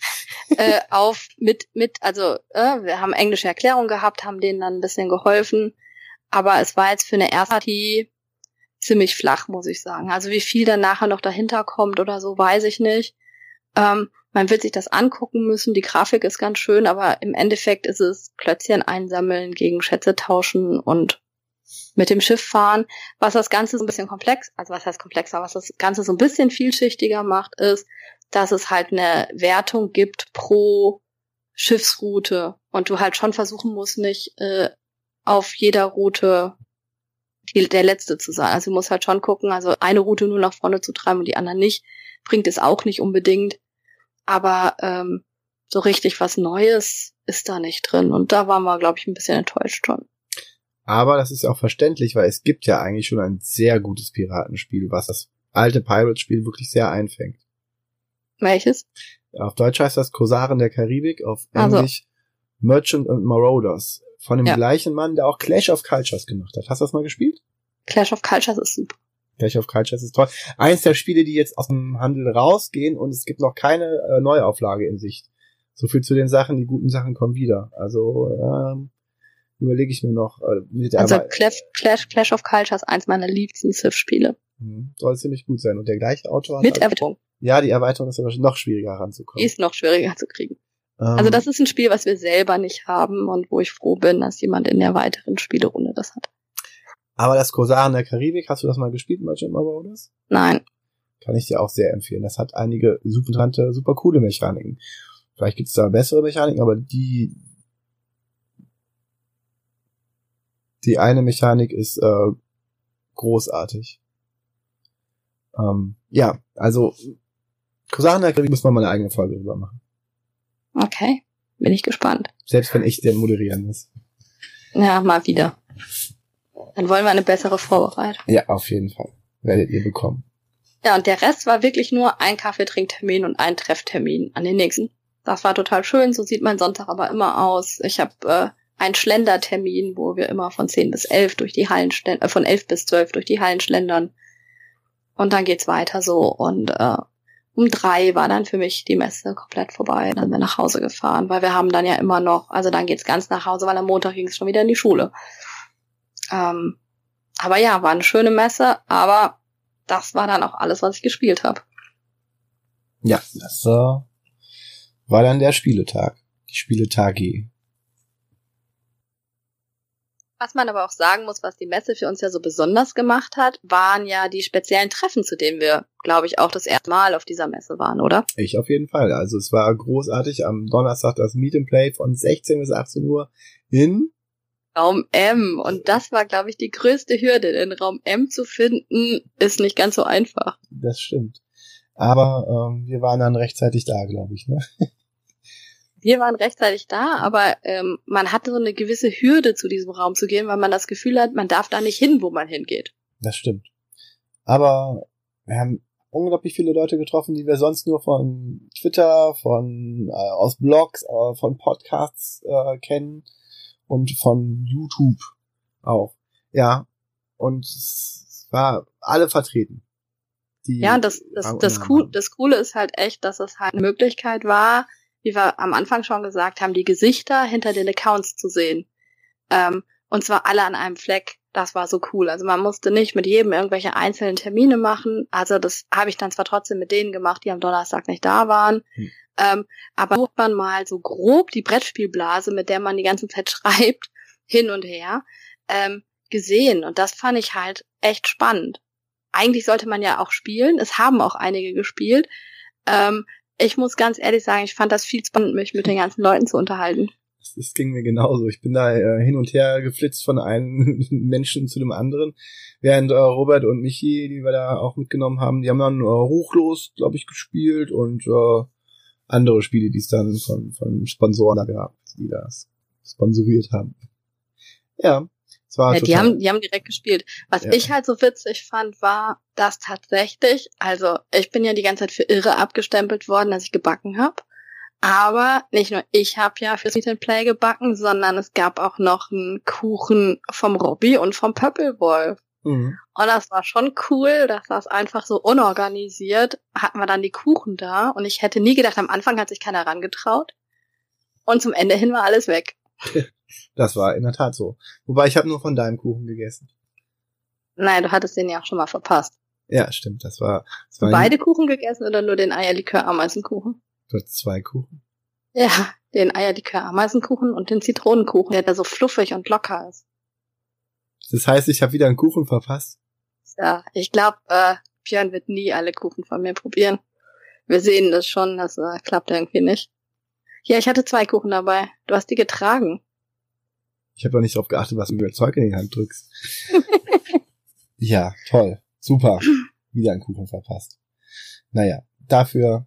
Wir haben englische Erklärung gehabt, haben denen dann ein bisschen geholfen. Aber es war jetzt für eine erste Partie ziemlich flach, muss ich sagen. Also wie viel dann nachher noch dahinter kommt oder so, weiß ich nicht. Man wird sich das angucken müssen. Die Grafik ist ganz schön, aber im Endeffekt ist es Klötzchen einsammeln, gegen Schätze tauschen und mit dem Schiff fahren. Was das Ganze so ein bisschen was das Ganze so ein bisschen vielschichtiger macht, ist, dass es halt eine Wertung gibt pro Schiffsroute und du halt schon versuchen musst, nicht auf jeder Route der Letzte zu sein. Also du musst halt schon gucken, also eine Route nur nach vorne zu treiben und die anderen nicht, bringt es auch nicht unbedingt. Aber so richtig was Neues ist da nicht drin. Und da waren wir, glaube ich, ein bisschen enttäuscht schon. Aber das ist ja auch verständlich, weil es gibt ja eigentlich schon ein sehr gutes Piratenspiel, was das alte Pirate-Spiel wirklich sehr einfängt. Welches? Auf Deutsch heißt das Korsaren der Karibik, auf Englisch Merchant and Marauders. Von dem gleichen Mann, der auch Clash of Cultures gemacht hat. Hast du das mal gespielt? Clash of Cultures ist super. Clash of Cultures ist toll. Eins der Spiele, die jetzt aus dem Handel rausgehen und es gibt noch keine Neuauflage in Sicht. So viel zu den Sachen, die guten Sachen kommen wieder. Also überlege ich mir noch. Clash of Cultures, eins meiner liebsten Civ-Spiele. Soll ziemlich gut sein. Und der gleiche Autor hat mit Erweiterung. Ja, die Erweiterung ist aber noch schwieriger heranzukommen. Die ist noch schwieriger zu kriegen. Also das ist ein Spiel, was wir selber nicht haben und wo ich froh bin, dass jemand in der weiteren Spielerunde das hat. Aber das Korsaren der Karibik, hast du das mal gespielt, Merchant Marauders? Nein. Kann ich dir auch sehr empfehlen. Das hat einige super interessante, super coole Mechaniken. Vielleicht gibt es da bessere Mechaniken, aber die eine Mechanik ist großartig. Ja, also Korsaren der Karibik muss man mal eine eigene Folge drüber machen. Okay, bin ich gespannt. Selbst wenn ich den moderieren muss. Ja, mal wieder. Dann wollen wir eine bessere Vorbereitung. Ja, auf jeden Fall. Werdet ihr bekommen. Ja, und der Rest war wirklich nur ein Kaffeetrinktermin und ein Trefftermin an den nächsten. Das war total schön, so sieht mein Sonntag aber immer aus. Ich habe einen Schlendertermin, wo wir immer von 10 bis 11 durch die Hallen von 11 bis 12 durch die Hallen schlendern. Und dann geht's weiter so. Und um 3 war dann für mich die Messe komplett vorbei. Dann sind wir nach Hause gefahren, weil wir haben dann ja immer noch, also dann geht's ganz nach Hause, weil am Montag ging es schon wieder in die Schule. Aber ja, war eine schöne Messe, aber das war dann auch alles, was ich gespielt habe. Ja, das war dann der Spieletag. Die Spieletage. Was man aber auch sagen muss, was die Messe für uns ja so besonders gemacht hat, waren ja die speziellen Treffen, zu denen wir, glaube ich, auch das erste Mal auf dieser Messe waren, oder? Ich auf jeden Fall. Also es war großartig. Am Donnerstag das Meet and Play von 16 bis 18 Uhr in Raum M. Und das war, glaube ich, die größte Hürde. Den Raum M zu finden, ist nicht ganz so einfach. Das stimmt. Aber wir waren dann rechtzeitig da, glaube ich, ne? Wir waren rechtzeitig da, aber man hatte so eine gewisse Hürde, zu diesem Raum zu gehen, weil man das Gefühl hat, man darf da nicht hin, wo man hingeht. Das stimmt. Aber wir haben unglaublich viele Leute getroffen, die wir sonst nur von Twitter, aus Blogs, von Podcasts kennen und von YouTube auch. Ja, und es war alle vertreten. Ja, das Coole ist halt echt, dass es halt eine Möglichkeit war, wie wir am Anfang schon gesagt haben, die Gesichter hinter den Accounts zu sehen. Und zwar alle an einem Fleck. Das war so cool. Also man musste nicht mit jedem irgendwelche einzelnen Termine machen. Also das habe ich dann zwar trotzdem mit denen gemacht, die am Donnerstag nicht da waren. Aber sucht man mal so grob die Brettspielblase, mit der man die ganze Zeit schreibt, hin und her, gesehen. Und das fand ich halt echt spannend. Eigentlich sollte man ja auch spielen. Es haben auch einige gespielt. Ich muss ganz ehrlich sagen, ich fand das viel spannend, mich mit den ganzen Leuten zu unterhalten. Das ging mir genauso. Ich bin da hin und her geflitzt von einem Menschen zu dem anderen, während Robert und Michi, die wir da auch mitgenommen haben, die haben dann Ruchlos, glaube ich, gespielt und andere Spiele, die es dann von Sponsoren da gab, die das sponsoriert haben. Ja, es war total. Die haben direkt gespielt. Was ich halt so witzig fand, war, dass tatsächlich, also ich bin ja die ganze Zeit für irre abgestempelt worden, dass ich gebacken habe. Aber nicht nur ich habe ja fürs Meet and Play gebacken, sondern es gab auch noch einen Kuchen vom Robby und vom Pöppelwolf. Mhm. Und das war schon cool, dass das einfach so unorganisiert, hatten wir dann die Kuchen da und ich hätte nie gedacht, am Anfang hat sich keiner herangetraut und zum Ende hin war alles weg. Das war in der Tat so. Wobei ich habe nur von deinem Kuchen gegessen. Nein, du hattest den ja auch schon mal verpasst. Ja, stimmt. Das war Beide Kuchen gegessen oder nur den Eierlikör-Ameisenkuchen? Du hast 2 Kuchen. Ja, den Eierlikör-Ameisenkuchen und den Zitronenkuchen, der so fluffig und locker ist. Das heißt, ich habe wieder einen Kuchen verpasst. Ja, ich glaube, Björn wird nie alle Kuchen von mir probieren. Wir sehen das schon, das klappt irgendwie nicht. Ja, ich hatte 2 Kuchen dabei. Du hast die getragen. Ich habe doch nicht darauf geachtet, was du mir Zeug in die Hand drückst. Ja, toll. Super. Wieder einen Kuchen verpasst. Naja, dafür...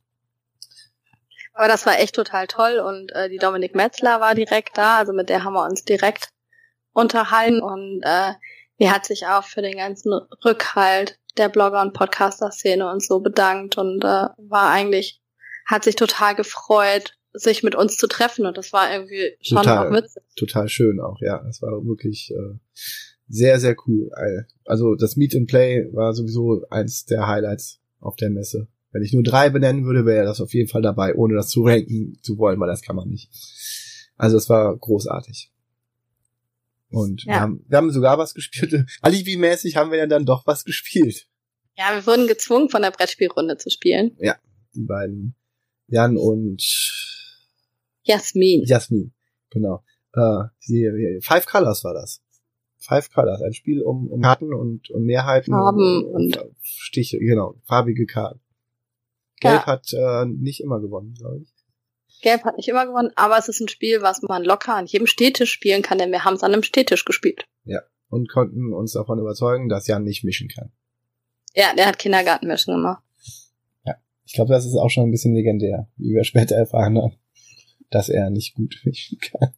Aber das war echt total toll und die Dominik Metzler war direkt da, also mit der haben wir uns direkt unterhalten und die hat sich auch für den ganzen Rückhalt der Blogger- und Podcaster-Szene und so bedankt und hat sich total gefreut, sich mit uns zu treffen und das war irgendwie schon auch witzig. Total schön auch, ja. Das war wirklich sehr, sehr cool. Also das Meet and Play war sowieso eins der Highlights auf der Messe. Wenn ich nur 3 benennen würde, wäre das auf jeden Fall dabei, ohne das zu ranken zu wollen, weil das kann man nicht. Also es war großartig. Und ja. wir haben sogar was gespielt. Alibi-mäßig haben wir dann doch was gespielt. Ja, wir wurden gezwungen, von der Brettspielrunde zu spielen. Ja, die beiden Jan und Jasmin, genau. Die Five Colors war das. Five Colors, ein Spiel um Karten und Mehrheiten. Farben und Stiche, genau, farbige Karten. Gelb hat nicht immer gewonnen, glaube ich. Gelb hat nicht immer gewonnen, aber es ist ein Spiel, was man locker an jedem Stehtisch spielen kann, denn wir haben es an einem Stehtisch gespielt. Ja, und konnten uns davon überzeugen, dass Jan nicht mischen kann. Ja, der hat Kindergartenmischen gemacht. Ja, ich glaube, das ist auch schon ein bisschen legendär, wie wir später erfahren haben, dass er nicht gut mischen kann.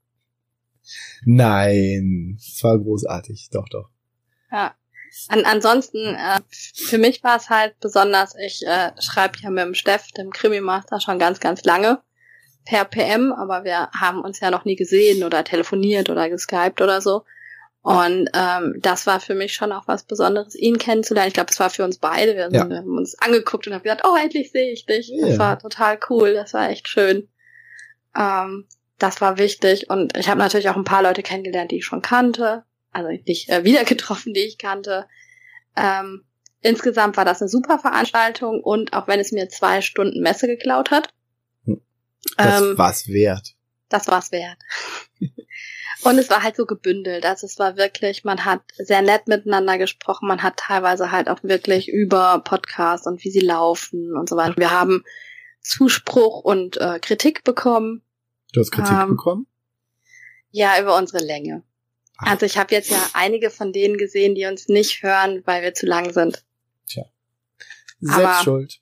Nein, es war großartig, doch. Ja. Ansonsten, für mich war es halt besonders, ich schreibe ja mit dem Steff, dem Krimi-Master, schon ganz, ganz lange per PM, aber wir haben uns ja noch nie gesehen oder telefoniert oder geskypt oder so. Und das war für mich schon auch was Besonderes, ihn kennenzulernen. Ich glaube, es war für uns beide. Wir haben uns angeguckt und haben gesagt, oh, endlich sehe ich dich. Yeah. Das war total cool, das war echt schön. Das war wichtig. Und ich habe natürlich auch ein paar Leute kennengelernt, die ich schon kannte. Also nicht wieder getroffen, die ich kannte. Insgesamt war das eine super Veranstaltung und auch wenn es mir 2 Stunden Messe geklaut hat. Das war's wert. Das war's wert. Und es war halt so gebündelt. Also es war wirklich, man hat sehr nett miteinander gesprochen. Man hat teilweise halt auch wirklich über Podcasts und wie sie laufen und so weiter. Wir haben Zuspruch und Kritik bekommen. Du hast Kritik bekommen? Ja, über unsere Länge. Also ich habe jetzt ja einige von denen gesehen, die uns nicht hören, weil wir zu lang sind. Tja. Selbst schuld.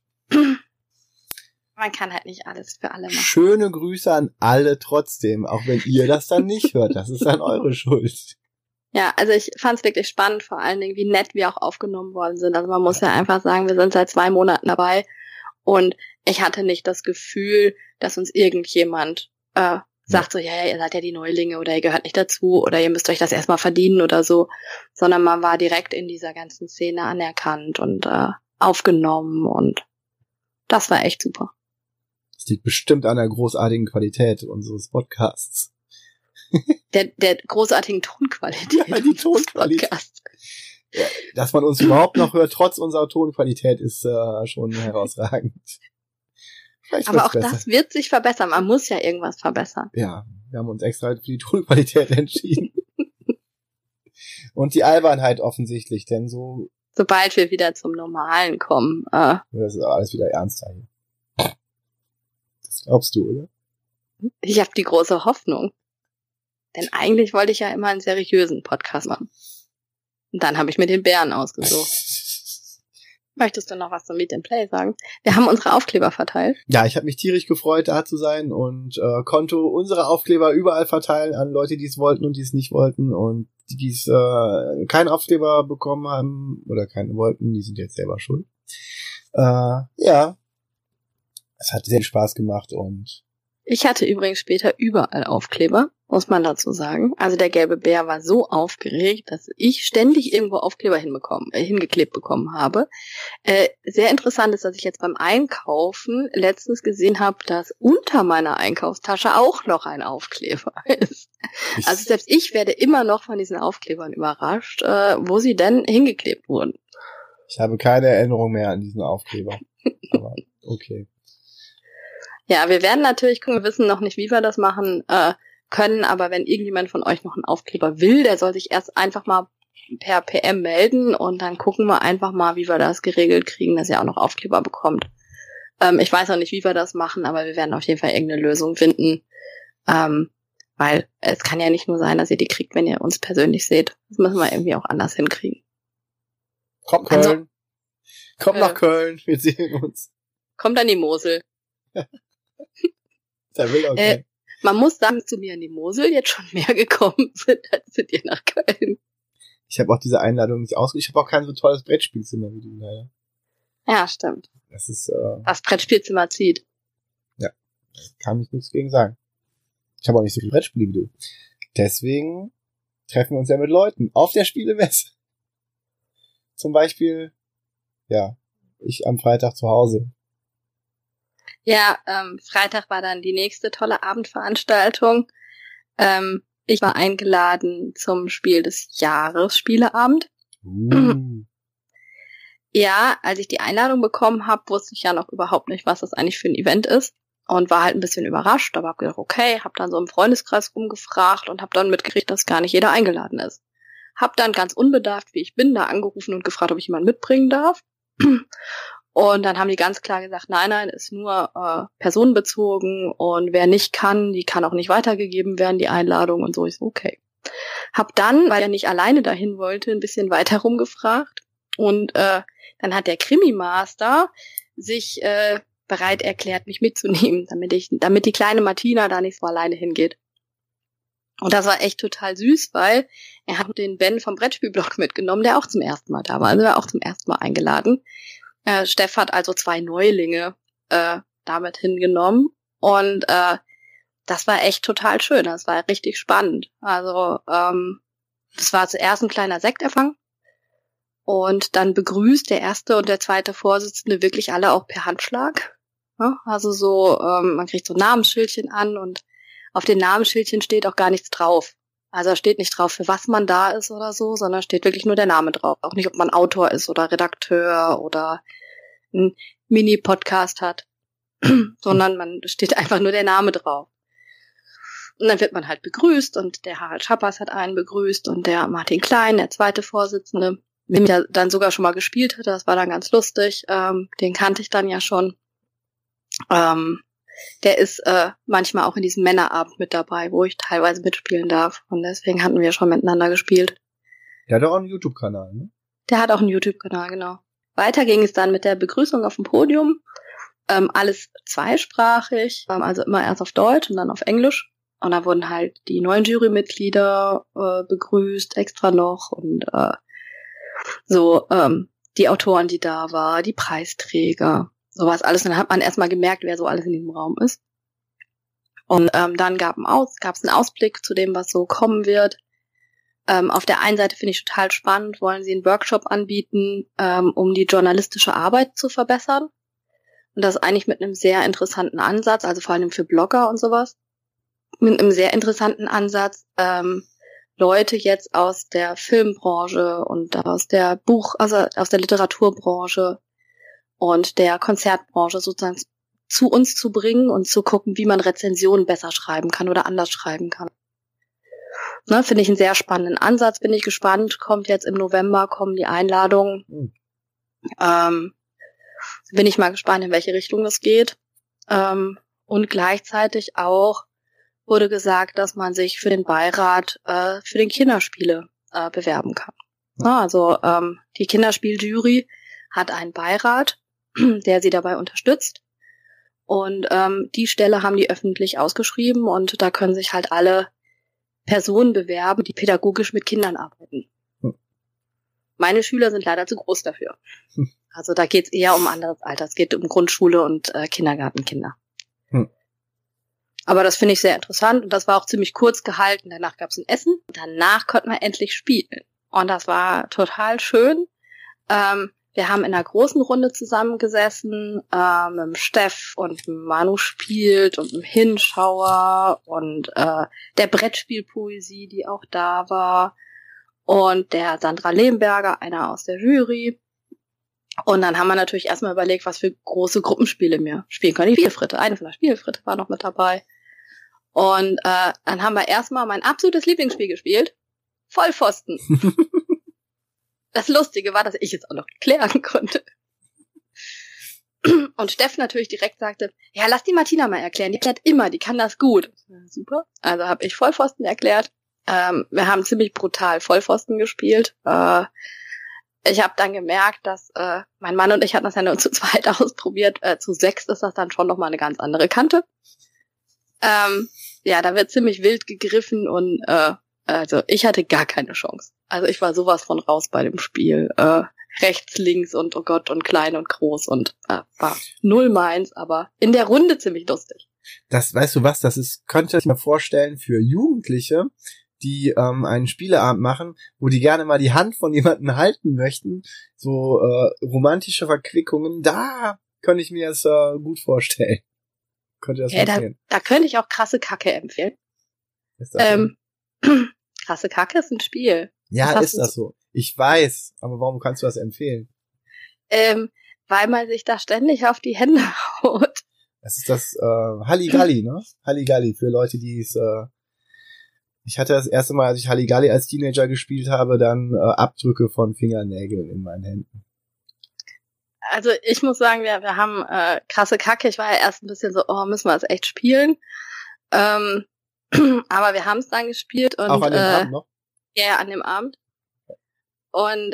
Man kann halt nicht alles für alle machen. Schöne Grüße an alle trotzdem, auch wenn ihr das dann nicht hört. Das ist dann eure Schuld. Ja, also ich fand es wirklich spannend, vor allen Dingen, wie nett wir auch aufgenommen worden sind. Also man muss ja einfach sagen, wir sind seit 2 Monaten dabei und ich hatte nicht das Gefühl, dass uns irgendjemand sagt so, ja, ihr seid ja die Neulinge oder ihr gehört nicht dazu oder ihr müsst euch das erstmal verdienen oder so, sondern man war direkt in dieser ganzen Szene anerkannt und aufgenommen und das war echt super. Das liegt bestimmt an der großartigen Qualität unseres Podcasts. Der großartigen Tonqualität. Ja, die Tonqualität. Ja, dass man uns überhaupt noch hört, trotz unserer Tonqualität, ist schon herausragend. Aber auch besser. Das wird sich verbessern. Man muss ja irgendwas verbessern. Ja, wir haben uns extra für die Tonqualität entschieden. Und die Albernheit offensichtlich, denn so... Sobald wir wieder zum Normalen kommen. Das ist alles wieder ernster hier. Das glaubst du, oder? Ich habe die große Hoffnung. Denn eigentlich wollte ich ja immer einen seriösen Podcast machen. Und dann habe ich mir den Bären ausgesucht. Möchtest du noch was zum Meet and Play sagen? Wir haben unsere Aufkleber verteilt. Ja, ich habe mich tierisch gefreut, da zu sein und konnte unsere Aufkleber überall verteilen an Leute, die es wollten und die es nicht wollten und die es keinen Aufkleber bekommen haben oder keinen wollten, die sind jetzt selber schuld. Ja, es hat sehr viel Spaß gemacht und ich hatte übrigens später überall Aufkleber muss man dazu sagen. Also der gelbe Bär war so aufgeregt, dass ich ständig irgendwo Aufkleber hingeklebt bekommen habe. Sehr interessant ist, dass ich jetzt beim Einkaufen letztens gesehen habe, dass unter meiner Einkaufstasche auch noch ein Aufkleber ist. Also selbst ich werde immer noch von diesen Aufklebern überrascht, wo sie denn hingeklebt wurden. Ich habe keine Erinnerung mehr an diesen Aufkleber. Aber okay. Ja, wir werden natürlich gucken, wir wissen noch nicht, wie wir das machen können, aber wenn irgendjemand von euch noch einen Aufkleber will, der soll sich erst einfach mal per PM melden und dann gucken wir einfach mal, wie wir das geregelt kriegen, dass ihr auch noch Aufkleber bekommt. Ich weiß noch nicht, wie wir das machen, aber wir werden auf jeden Fall irgendeine Lösung finden, weil es kann ja nicht nur sein, dass ihr die kriegt, wenn ihr uns persönlich seht. Das müssen wir irgendwie auch anders hinkriegen. Kommt Köln. Kommt nach Köln, wir sehen uns. Kommt an die Mosel. Der will okay. Man muss sagen, zu mir an die Mosel jetzt schon mehr gekommen sind, als zu dir nach Köln. Ich habe auch diese Einladung nicht ausgesucht. Ich habe auch kein so tolles Brettspielzimmer wie du, leider. Ja, stimmt. Das ist, das Brettspielzimmer zieht. Ja, kann ich nichts gegen sagen. Ich habe auch nicht so viele Brettspiele wie du. Deswegen treffen wir uns ja mit Leuten auf der Spielemesse. Zum Beispiel, ja, ich am Freitag zu Hause. Ja, Freitag war dann die nächste tolle Abendveranstaltung. Ich war eingeladen zum Spiel des Jahres Spieleabend. Ja, als ich die Einladung bekommen habe, wusste ich ja noch überhaupt nicht, was das eigentlich für ein Event ist. Und war halt ein bisschen überrascht, aber habe gedacht, okay, habe dann so im Freundeskreis rumgefragt und habe dann mitgekriegt, dass gar nicht jeder eingeladen ist. Hab dann ganz unbedarft, wie ich bin, da angerufen und gefragt, ob ich jemanden mitbringen darf. Und dann haben die ganz klar gesagt, nein, ist nur personenbezogen und wer nicht kann, die kann auch nicht weitergegeben werden, die Einladung und so. Ich so, okay. Hab dann, weil er nicht alleine dahin wollte, ein bisschen weiter rumgefragt und dann hat der Krimi-Master sich bereit erklärt, mich mitzunehmen, damit die kleine Martina da nicht so alleine hingeht. Und das war echt total süß, weil er hat den Ben vom Brettspielblog mitgenommen, der auch zum ersten Mal da war. Also er war auch zum ersten Mal eingeladen. Steff hat also 2 Neulinge damit hingenommen und das war echt total schön. Das war richtig spannend. Also das war zuerst ein kleiner Sektempfang und dann begrüßt der erste und der zweite Vorsitzende wirklich alle auch per Handschlag. Ja, also so, man kriegt so Namensschildchen an und auf den Namensschildchen steht auch gar nichts drauf. Also da steht nicht drauf, für was man da ist oder so, sondern steht wirklich nur der Name drauf. Auch nicht, ob man Autor ist oder Redakteur oder einen Mini-Podcast hat, sondern man steht einfach nur der Name drauf. Und dann wird man halt begrüßt und der Harald Schappers hat einen begrüßt und der Martin Klein, der zweite Vorsitzende, mit dem ich ja dann sogar schon mal gespielt hatte, das war dann ganz lustig, den kannte ich dann ja schon. Der ist manchmal auch in diesem Männerabend mit dabei, wo ich teilweise mitspielen darf. Und deswegen hatten wir schon miteinander gespielt. Der hat auch einen YouTube-Kanal, ne? Der hat auch einen YouTube-Kanal, genau. Weiter ging es dann mit der Begrüßung auf dem Podium. Alles zweisprachig, also immer erst auf Deutsch und dann auf Englisch. Und da wurden halt die neuen Jurymitglieder begrüßt, extra noch. Und die Autoren, die da waren, die Preisträger. Sowas alles. Und dann hat man erstmal gemerkt, wer so alles in diesem Raum ist. Und dann gab es einen Ausblick zu dem, was so kommen wird. Auf der einen Seite finde ich total spannend, wollen sie einen Workshop anbieten, um die journalistische Arbeit zu verbessern. Und das eigentlich mit einem sehr interessanten Ansatz, also vor allem für Blogger und sowas. Mit einem sehr interessanten Ansatz, Leute jetzt aus der Filmbranche und aus der aus der Literaturbranche und der Konzertbranche sozusagen zu uns zu bringen und zu gucken, wie man Rezensionen besser schreiben kann oder anders schreiben kann. Ne, finde ich einen sehr spannenden Ansatz, bin ich gespannt. Kommt jetzt im November, kommen die Einladungen. Bin ich mal gespannt, in welche Richtung das geht. Und gleichzeitig auch wurde gesagt, dass man sich für den Beirat für den Kinderspiele bewerben kann. Also die Kinderspieljury hat einen Beirat, der sie dabei unterstützt. Und die Stelle haben die öffentlich ausgeschrieben und da können sich halt alle Personen bewerben, die pädagogisch mit Kindern arbeiten. Meine Schüler sind leider zu groß dafür. Also da geht's eher um anderes Alter. Es geht um Grundschule und Kindergartenkinder. Aber das finde ich sehr interessant und das war auch ziemlich kurz gehalten. Danach gab es ein Essen. Danach konnten wir endlich spielen. Und das war total schön. Wir haben in einer großen Runde zusammengesessen, mit dem Steff und dem Manu spielt und dem Hinschauer und der Brettspielpoesie, die auch da war, und der Sandra Lehmberger, einer aus der Jury. Und dann haben wir natürlich erstmal überlegt, was für große Gruppenspiele wir spielen können. Die Spielfritte, eine von der Spielfritte war noch mit dabei. Und dann haben wir erstmal mein absolutes Lieblingsspiel gespielt, Vollpfosten. Das Lustige war, dass ich es auch noch klären konnte. Und Steff natürlich direkt sagte, ja, lass die Martina mal erklären, die erklärt immer, die kann das gut. Super, also habe ich Vollpfosten erklärt. Wir haben ziemlich brutal Vollpfosten gespielt. Ich habe dann gemerkt, dass mein Mann und ich hatten das ja nur zu zweit ausprobiert. Zu 6 ist das dann schon nochmal eine ganz andere Kante. Ja, da wird ziemlich wild gegriffen und also ich hatte gar keine Chance. Also ich war sowas von raus bei dem Spiel. Rechts, links und oh Gott und klein und groß und war null meins, aber in der Runde ziemlich lustig. Das, weißt du was, das ist, könnte ich mir vorstellen für Jugendliche, die einen Spieleabend machen, wo die gerne mal die Hand von jemandem halten möchten, so romantische Verquickungen, da könnte ich mir das gut vorstellen. Könnte das empfehlen. Da könnte ich auch krasse Kacke empfehlen. Ist das Krasse Kacke ist ein Spiel. Ja, ist das so. Ich weiß, aber warum kannst du das empfehlen? Weil man sich da ständig auf die Hände haut. Das ist das Halligalli, ne? Halligalli für Leute, die es ich hatte das erste Mal, als ich Halligalli als Teenager gespielt habe, dann Abdrücke von Fingernägeln in meinen Händen. Also ich muss sagen, wir haben krasse Kacke. Ich war ja erst ein bisschen so, oh, müssen wir das echt spielen? Aber wir haben es dann gespielt und auch an dem Abend noch? Ja, an dem Abend. Und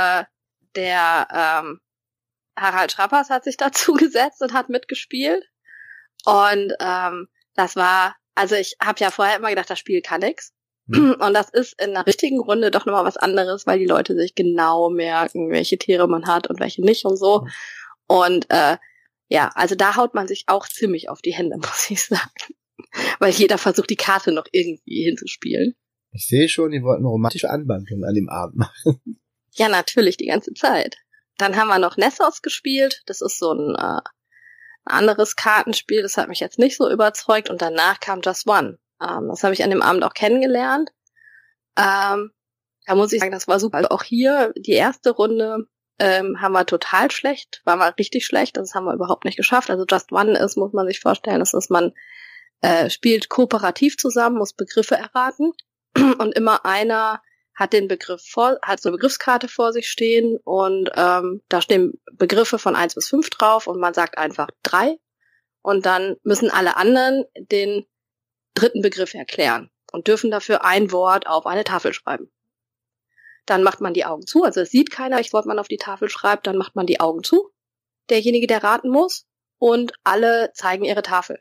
der Harald Schrappers hat sich dazu gesetzt und hat mitgespielt. Und das war, also ich habe ja vorher immer gedacht, das Spiel kann nix. Und das ist in einer richtigen Runde doch nochmal was anderes, weil die Leute sich genau merken, welche Tiere man hat und welche nicht und so. Und ja, also da haut man sich auch ziemlich auf die Hände, muss ich sagen. Weil jeder versucht, die Karte noch irgendwie hinzuspielen. Ich sehe schon, die wollten eine romantische Anwandlung an dem Abend machen. Ja, natürlich, die ganze Zeit. Dann haben wir noch Nessos gespielt. Das ist so ein anderes Kartenspiel. Das hat mich jetzt nicht so überzeugt. Und danach kam Just One. Das habe ich an dem Abend auch kennengelernt. Da muss ich sagen, das war super. Also auch hier, die erste Runde haben wir total schlecht. Waren wir richtig schlecht. Das haben wir überhaupt nicht geschafft. Also Just One ist, muss man sich vorstellen, das ist, man spielt kooperativ zusammen, muss Begriffe erraten. Und immer einer hat den Begriff hat so eine Begriffskarte vor sich stehen und da stehen Begriffe von 1 bis 5 drauf und man sagt einfach 3 und dann müssen alle anderen den dritten Begriff erklären und dürfen dafür ein Wort auf eine Tafel schreiben. Dann macht man die Augen zu, also es sieht keiner, welches Wort man auf die Tafel schreibt, dann macht man die Augen zu, derjenige, der raten muss, und alle zeigen ihre Tafel.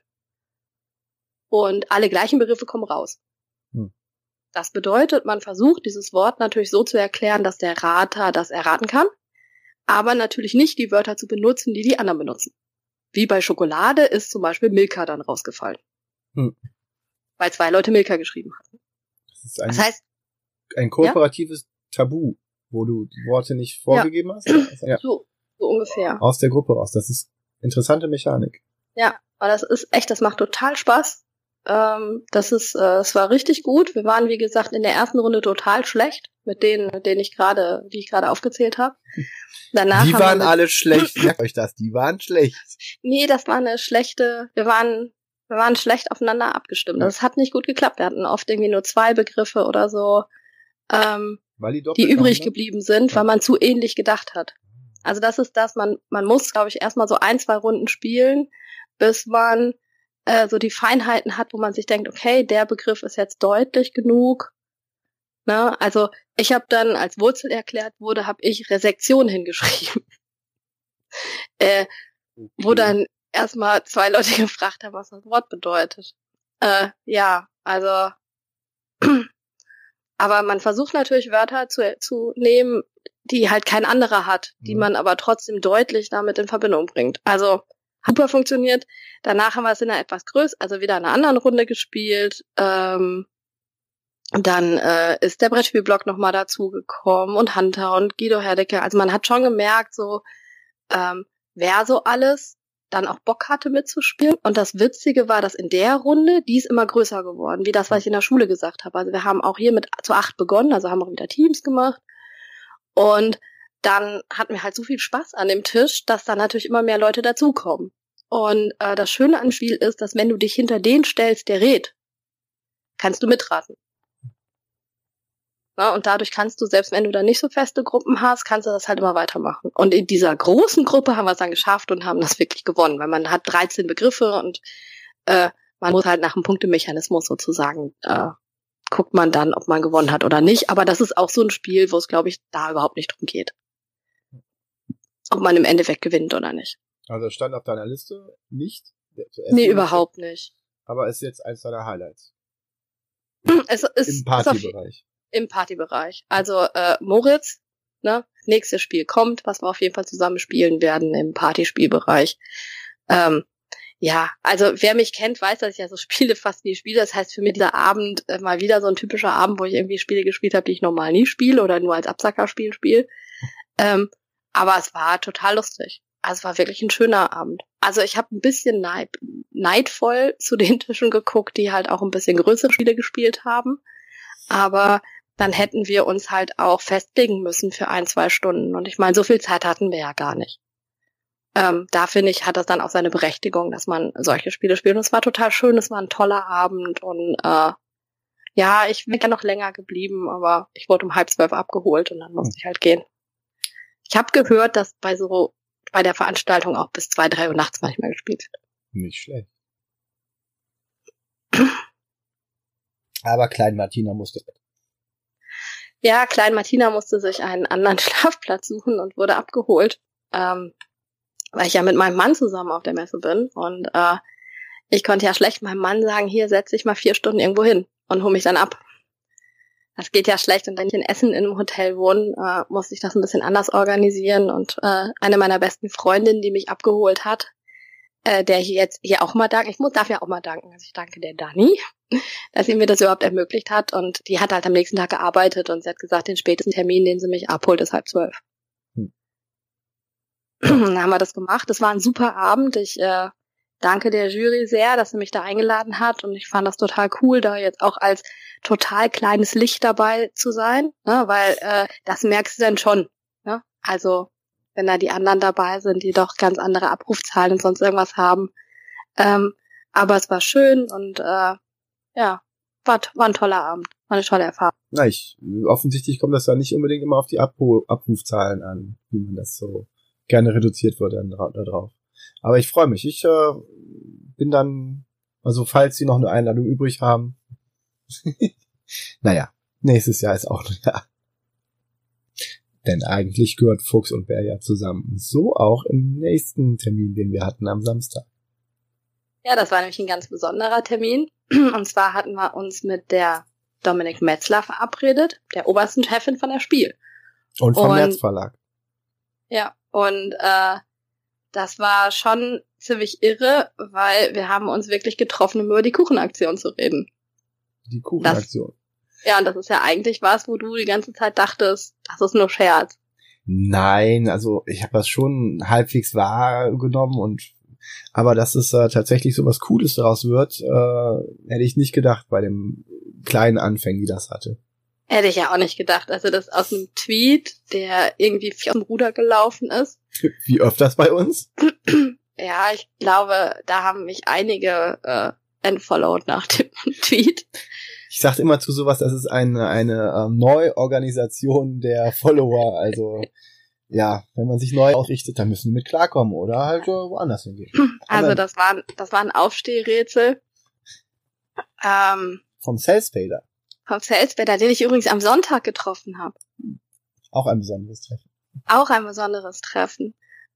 Und alle gleichen Begriffe kommen raus. Das bedeutet, man versucht, dieses Wort natürlich so zu erklären, dass der Rater das erraten kann, aber natürlich nicht die Wörter zu benutzen, die die anderen benutzen. Wie bei Schokolade ist zum Beispiel Milka dann rausgefallen. Weil 2 Leute Milka geschrieben hatten. Das heißt, ein kooperatives Tabu, wo du die Worte nicht vorgegeben hast? Ja. So ungefähr. Aus der Gruppe raus. Das ist interessante Mechanik. Ja, aber das ist echt, das macht total Spaß. Es war richtig gut. Wir waren, wie gesagt, in der ersten Runde total schlecht mit denen, die ich gerade aufgezählt habe. Danach die waren alle schlecht. Merkt euch das, die waren schlecht. Nee, das war eine schlechte, wir waren schlecht aufeinander abgestimmt. Das hat nicht gut geklappt. Wir hatten oft irgendwie nur 2 Begriffe oder so, die übrig geblieben sind, weil man zu ähnlich gedacht hat. Also das ist das, man muss, glaube ich, erstmal so 1, 2 Runden spielen, bis man so die Feinheiten hat, wo man sich denkt, okay, der Begriff ist jetzt deutlich genug. Ne? Also ich habe dann, als Wurzel erklärt wurde, habe ich Resektion hingeschrieben. Wo dann erstmal 2 Leute gefragt haben, was das Wort bedeutet. Ja, also aber man versucht natürlich Wörter zu nehmen, die halt kein anderer hat, die man aber trotzdem deutlich damit in Verbindung bringt. Also super funktioniert. Danach haben wir es in einer etwas größeren, also wieder in einer anderen Runde gespielt. Und dann ist der Brettspielblock nochmal dazugekommen und Hunter und Guido Herdecke. Also man hat schon gemerkt, so wer so alles dann auch Bock hatte mitzuspielen. Und das Witzige war, dass in der Runde, die ist immer größer geworden, wie das, was ich in der Schule gesagt habe. Also wir haben auch hier mit zu 8 begonnen, also haben auch wieder Teams gemacht. Und dann hatten wir halt so viel Spaß an dem Tisch, dass dann natürlich immer mehr Leute dazukommen. Und das Schöne an dem Spiel ist, dass wenn du dich hinter den stellst, der rät, kannst du mitraten. Ja, und dadurch kannst du, selbst wenn du da nicht so feste Gruppen hast, kannst du das halt immer weitermachen. Und in dieser großen Gruppe haben wir es dann geschafft und haben das wirklich gewonnen, weil man hat 13 Begriffe und man muss halt nach dem Punktemechanismus sozusagen, guckt man dann, ob man gewonnen hat oder nicht. Aber das ist auch so ein Spiel, wo es, glaube ich, da überhaupt nicht drum geht. Ob man im Endeffekt gewinnt oder nicht. Also stand auf deiner Liste nicht? Nee, überhaupt nicht. Aber ist jetzt eins deiner Highlights. Es ist im Partybereich. Im Partybereich. Also Moritz, ne, nächstes Spiel kommt, was wir auf jeden Fall zusammen spielen werden im Partyspielbereich. Ja, also wer mich kennt, weiß, dass ich ja so Spiele fast nie spiele. Das heißt für mich dieser Abend mal wieder so ein typischer Abend, wo ich irgendwie Spiele gespielt habe, die ich normal nie spiele oder nur als Absackerspiel spiele. Aber es war total lustig. Also es war wirklich ein schöner Abend. Also ich habe ein bisschen neidvoll zu den Tischen geguckt, die halt auch ein bisschen größere Spiele gespielt haben. Aber dann hätten wir uns halt auch festlegen müssen für 1-2 Stunden. Und ich meine, so viel Zeit hatten wir ja gar nicht. Da finde ich, hat das dann auch seine Berechtigung, dass man solche Spiele spielt. Und es war total schön, es war ein toller Abend. Und ja, ich wäre ja noch länger geblieben, aber ich wurde um 11:30 abgeholt und dann musste ich halt gehen. Ich habe gehört, dass bei der Veranstaltung auch bis 2-3 Uhr nachts manchmal gespielt wird. Nicht schlecht. Aber Klein Martina musste. Ja, Klein Martina musste sich einen anderen Schlafplatz suchen und wurde abgeholt, weil ich ja mit meinem Mann zusammen auf der Messe bin. Und ich konnte ja schlecht meinem Mann sagen, hier setz dich mal 4 Stunden irgendwo hin und hol mich dann ab. Das geht ja schlecht. Und wenn ich in Essen in einem Hotel wohne, musste ich das ein bisschen anders organisieren. Und eine meiner besten Freundinnen, die mich abgeholt hat, der hier auch mal danken. Darf ja auch mal danken. Also ich danke der Dani, dass sie mir das überhaupt ermöglicht hat. Und die hat halt am nächsten Tag gearbeitet und sie hat gesagt, den spätesten Termin, den sie mich abholt, ist 11:30. Dann haben wir das gemacht. Das war ein super Abend. Ich danke der Jury sehr, dass sie mich da eingeladen hat. Und ich fand das total cool, da jetzt auch als total kleines Licht dabei zu sein. Ne? Weil das merkst du dann schon. Ne? Also wenn da die anderen dabei sind, die doch ganz andere Abrufzahlen und sonst irgendwas haben. Aber es war schön und ja, war ein toller Abend. War eine tolle Erfahrung. Na, offensichtlich kommt das ja nicht unbedingt immer auf die Abrufzahlen an, wie man das so gerne reduziert wird da drauf. Aber ich freue mich. Ich bin dann, also falls Sie noch eine Einladung übrig haben, naja, nächstes Jahr ist auch ein Jahr. Denn eigentlich gehört Fuchs und Bär ja zusammen. So auch im nächsten Termin, den wir hatten am Samstag. Ja, das war nämlich ein ganz besonderer Termin. Und zwar hatten wir uns mit der Dominik Metzler verabredet, der obersten Chefin von der Spiel. Und vom März Verlag. Ja, und das war schon ziemlich irre, weil wir haben uns wirklich getroffen, um über die Kuchenaktion zu reden. Die Kuchenaktion. Ja, und das ist ja eigentlich was, wo du die ganze Zeit dachtest, das ist nur Scherz. Nein, also ich habe das schon halbwegs wahrgenommen aber dass es tatsächlich so was Cooles daraus wird, hätte ich nicht gedacht bei dem kleinen Anfängen, die das hatte. Hätte ich ja auch nicht gedacht. Also das aus einem Tweet, der irgendwie aus dem Ruder gelaufen ist. Wie öfters bei uns? Ja, ich glaube, da haben mich einige entfollowed nach dem Tweet. Ich sage immer zu sowas, das ist eine Neuorganisation der Follower. Also ja, wenn man sich neu ausrichtet, dann müssen wir mit klarkommen oder halt woanders hingehen. Also das war ein Aufstehrätsel. Vom Salesfader. Vom Salesfader, den ich übrigens am Sonntag getroffen habe. Auch ein besonderes Treffen. Auch ein besonderes Treffen.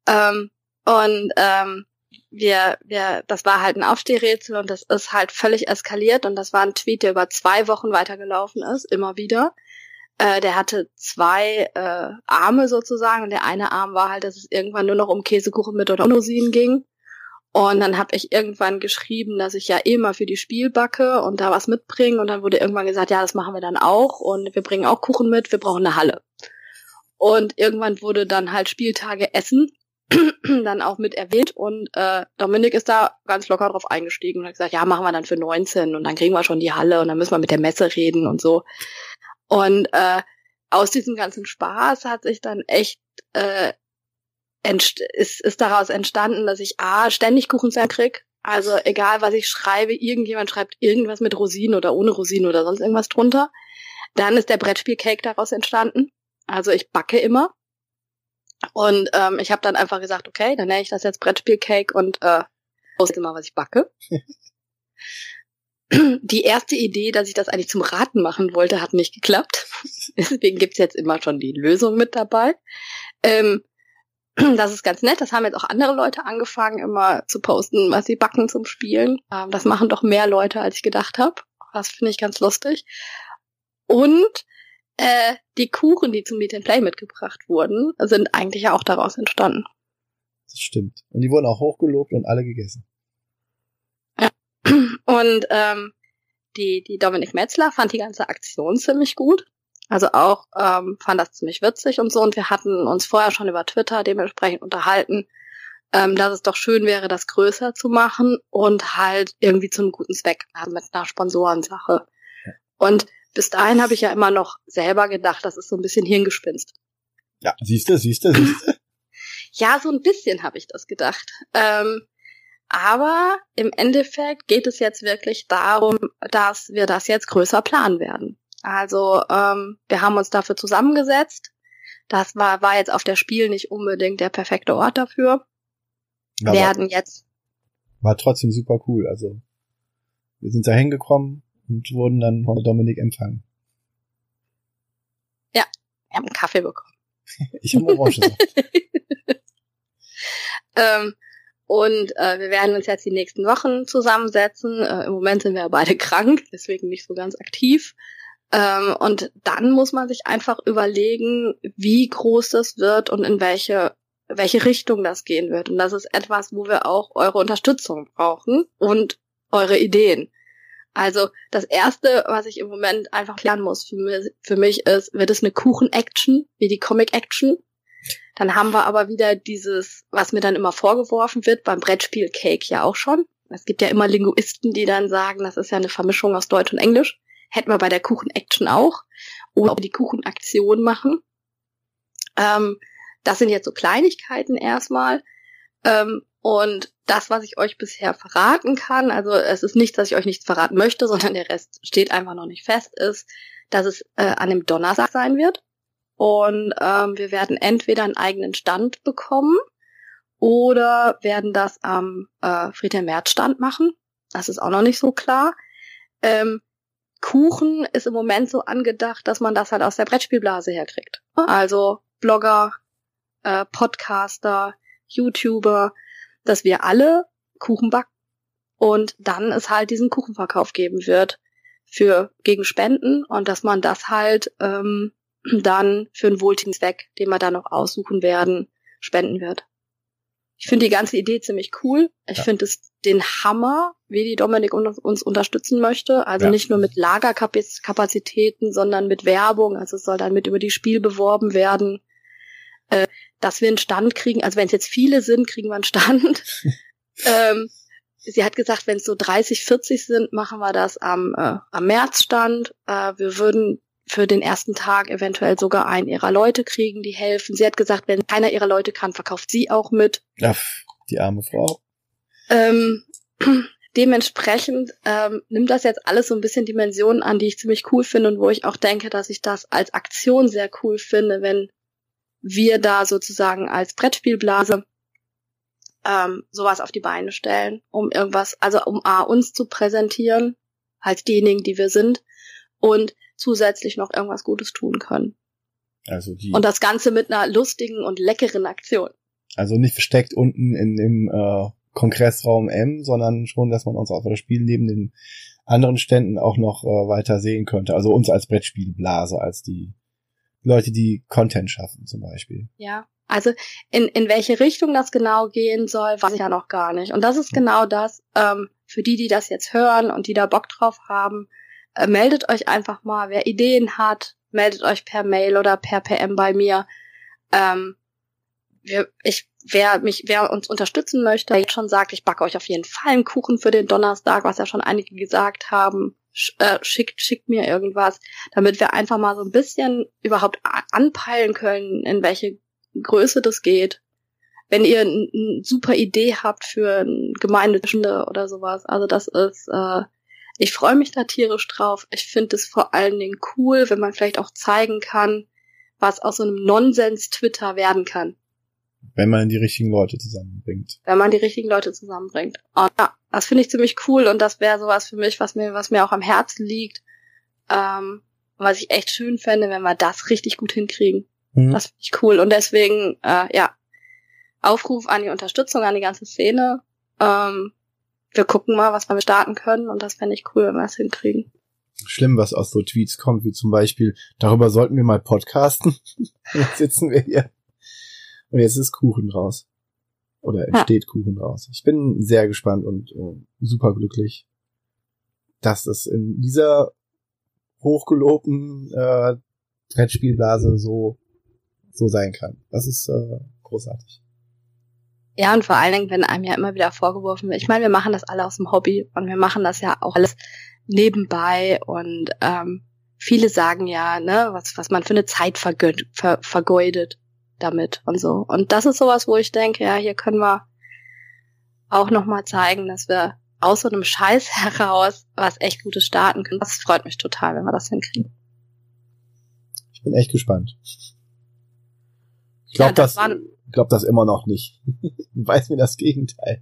Das war halt ein Aufstehrätsel und das ist halt völlig eskaliert und das war ein Tweet, der über 2 Wochen weitergelaufen ist, immer wieder. Der hatte 2 Arme sozusagen und der eine Arm war halt, dass es irgendwann nur noch um Käsekuchen mit oder ohne Rosinen ging. Und dann habe ich irgendwann geschrieben, dass ich ja eh mal für die Spiel backe und da was mitbringe. Und dann wurde irgendwann gesagt, ja, das machen wir dann auch. Und wir bringen auch Kuchen mit, wir brauchen eine Halle. Und irgendwann wurde dann halt Spieltage Essen dann auch mit erwähnt. Und Dominik ist da ganz locker drauf eingestiegen und hat gesagt, ja, machen wir dann für 19 und dann kriegen wir schon die Halle und dann müssen wir mit der Messe reden und so. Und aus diesem ganzen Spaß hat sich dann echt ist daraus entstanden, dass ich ständig Kuchenzeug krieg. Also egal, was ich schreibe, irgendjemand schreibt irgendwas mit Rosinen oder ohne Rosinen oder sonst irgendwas drunter. Dann ist der Brettspiel-Cake daraus entstanden. Also ich backe immer. Und ich habe dann einfach gesagt, okay, dann nenne ich das jetzt Brettspiel-Cake und poste mal, was ich backe. Die erste Idee, dass ich das eigentlich zum Raten machen wollte, hat nicht geklappt. Deswegen gibt's jetzt immer schon die Lösung mit dabei. Das ist ganz nett. Das haben jetzt auch andere Leute angefangen, immer zu posten, was sie backen zum Spielen. Das machen doch mehr Leute, als ich gedacht habe. Das finde ich ganz lustig. Und die Kuchen, die zum Meet and Play mitgebracht wurden, sind eigentlich ja auch daraus entstanden. Das stimmt. Und die wurden auch hochgelobt und alle gegessen. Ja. Und die Dominik Metzler fand die ganze Aktion ziemlich gut. Also auch fand das ziemlich witzig und so. Und wir hatten uns vorher schon über Twitter dementsprechend unterhalten, dass es doch schön wäre, das größer zu machen und halt irgendwie zu einem guten Zweck, also mit einer Sponsorensache. Ja. Und bis dahin habe ich ja immer noch selber gedacht, das ist so ein bisschen Hirngespinst. Ja, siehst du. Ja, so ein bisschen habe ich das gedacht. Aber im Endeffekt geht es jetzt wirklich darum, dass wir das jetzt größer planen werden. Also wir haben uns dafür zusammengesetzt. Das war jetzt auf der Spiel nicht unbedingt der perfekte Ort dafür. War trotzdem super cool. Also wir sind da hingekommen und wurden dann von Dominik empfangen. Ja, wir haben einen Kaffee bekommen. Ich habe Orangensaft. Und wir werden uns jetzt die nächsten Wochen zusammensetzen. Im Moment sind wir beide krank, deswegen nicht so ganz aktiv. Und dann muss man sich einfach überlegen, wie groß das wird und in welche Richtung das gehen wird. Und das ist etwas, wo wir auch eure Unterstützung brauchen und eure Ideen. Also das Erste, was ich im Moment einfach klären muss für mich ist, wird es eine Kuchen-Action, wie die Comic-Action? Dann haben wir aber wieder dieses, was mir dann immer vorgeworfen wird, beim Brettspiel Cake ja auch schon. Es gibt ja immer Linguisten, die dann sagen, das ist ja eine Vermischung aus Deutsch und Englisch. Hätten wir bei der Kuchen-Action auch. Oder ob wir die Kuchen-Aktion machen. Das sind jetzt so Kleinigkeiten erstmal. Und das, was ich euch bisher verraten kann, also es ist nicht, dass ich euch nichts verraten möchte, sondern der Rest steht einfach noch nicht fest, ist, dass es an dem Donnerstag sein wird. Und wir werden entweder einen eigenen Stand bekommen oder werden das am Friedhelm-Merz-Stand machen. Das ist auch noch nicht so klar. Kuchen ist im Moment so angedacht, dass man das halt aus der Brettspielblase herkriegt. Also Blogger, Podcaster, YouTuber, dass wir alle Kuchen backen und dann es halt diesen Kuchenverkauf geben wird gegen Spenden und dass man das halt dann für einen wohltätigen Zweck, den wir dann noch aussuchen werden, spenden wird. Ich finde die ganze Idee ziemlich cool. Ich finde es den Hammer, wie die Dominik uns unterstützen möchte. Also nicht nur mit Lagerkapazitäten, sondern mit Werbung. Also es soll dann mit über die Spiel beworben werden. Dass wir einen Stand kriegen. Also wenn es jetzt viele sind, kriegen wir einen Stand. Sie hat gesagt, wenn es so 30, 40 sind, machen wir das am Märzstand. Wir würden für den ersten Tag eventuell sogar einen ihrer Leute kriegen, die helfen. Sie hat gesagt, wenn keiner ihrer Leute kann, verkauft sie auch mit. Ach, die arme Frau. Dementsprechend nimmt das jetzt alles so ein bisschen Dimensionen an, die ich ziemlich cool finde und wo ich auch denke, dass ich das als Aktion sehr cool finde, wenn wir da sozusagen als Brettspielblase sowas auf die Beine stellen, um irgendwas, also um uns zu präsentieren, als diejenigen, die wir sind, und zusätzlich noch irgendwas Gutes tun können. Und das Ganze mit einer lustigen und leckeren Aktion. Also nicht versteckt unten im Kongressraum M, sondern schon, dass man uns auf das Spiel neben den anderen Ständen auch noch weiter sehen könnte. Also uns als Brettspielblase, als die Leute, die Content schaffen zum Beispiel. Ja, also in welche Richtung das genau gehen soll, weiß ich ja noch gar nicht. Und das ist genau das, für die das jetzt hören und die da Bock drauf haben, meldet euch einfach mal, wer Ideen hat, meldet euch per Mail oder per PM bei mir. Wer uns unterstützen möchte, der jetzt schon sagt, ich backe euch auf jeden Fall einen Kuchen für den Donnerstag, was ja schon einige gesagt haben, schickt mir irgendwas, damit wir einfach mal so ein bisschen überhaupt anpeilen können, in welche Größe das geht. Wenn ihr eine super Idee habt für ein Gemeindestunde oder sowas, also das ist, ich freue mich da tierisch drauf. Ich finde es vor allen Dingen cool, wenn man vielleicht auch zeigen kann, was aus so einem Nonsens-Twitter werden kann. Wenn man die richtigen Leute zusammenbringt. Und ja, das finde ich ziemlich cool und das wäre sowas für mich, was mir auch am Herzen liegt. Was ich echt schön fände, wenn wir das richtig gut hinkriegen. Mhm. Das finde ich cool. Und deswegen, Aufruf an die Unterstützung, an die ganze Szene. Wir gucken mal, was wir starten können und das fände ich cool, wenn wir es hinkriegen. Schlimm, was aus so Tweets kommt, wie zum Beispiel, darüber sollten wir mal podcasten. Jetzt sitzen wir hier. Und jetzt ist Kuchen raus. Oder entsteht Kuchen raus. Ich bin sehr gespannt und super glücklich, dass es in dieser hochgelobten Brettspielblase so sein kann. Das ist großartig. Ja, und vor allen Dingen, wenn einem ja immer wieder vorgeworfen wird, ich meine, wir machen das alle aus dem Hobby und wir machen das ja auch alles nebenbei und viele sagen ja, ne, was man für eine Zeit vergeudet damit und so. Und das ist sowas, wo ich denke, ja, hier können wir auch nochmal zeigen, dass wir aus so einem Scheiß heraus was echt Gutes starten können. Das freut mich total, wenn wir das hinkriegen. Ich bin echt gespannt. Ich glaube das immer noch nicht. Weiß mir das Gegenteil.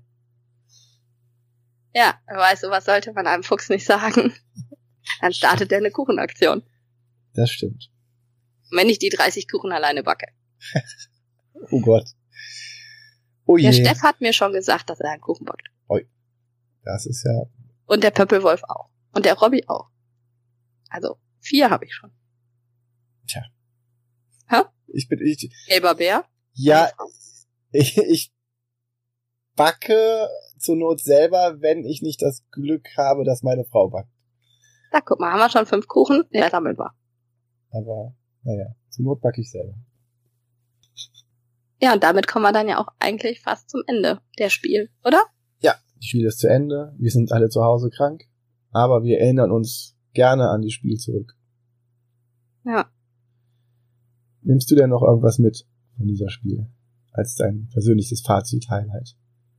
Ja, weißt du, was sollte man einem Fuchs nicht sagen? Dann startet er eine Kuchenaktion. Das stimmt. Und wenn ich die 30 Kuchen alleine backe. Oh Gott. Oh je. Der Steff hat mir schon gesagt, dass er einen Kuchen backt. Oi. Das ist ja... Und der Pöppelwolf auch. Und der Robby auch. Also 4 habe ich schon. Tja. Hä? Gelber Bär? Ja, ich backe zur Not selber, wenn ich nicht das Glück habe, dass meine Frau backt. Da guck mal, haben wir schon 5 Kuchen? Ja, sammeln wir. Aber, naja, zur Not backe ich selber. Ja, und damit kommen wir dann ja auch eigentlich fast zum Ende der Spiel, oder? Ja, das Spiel ist zu Ende. Wir sind alle zu Hause krank. Aber wir erinnern uns gerne an die Spiel zurück. Ja. Nimmst du denn noch irgendwas mit von dieser Spiel? Als dein persönliches Fazit-Highlight?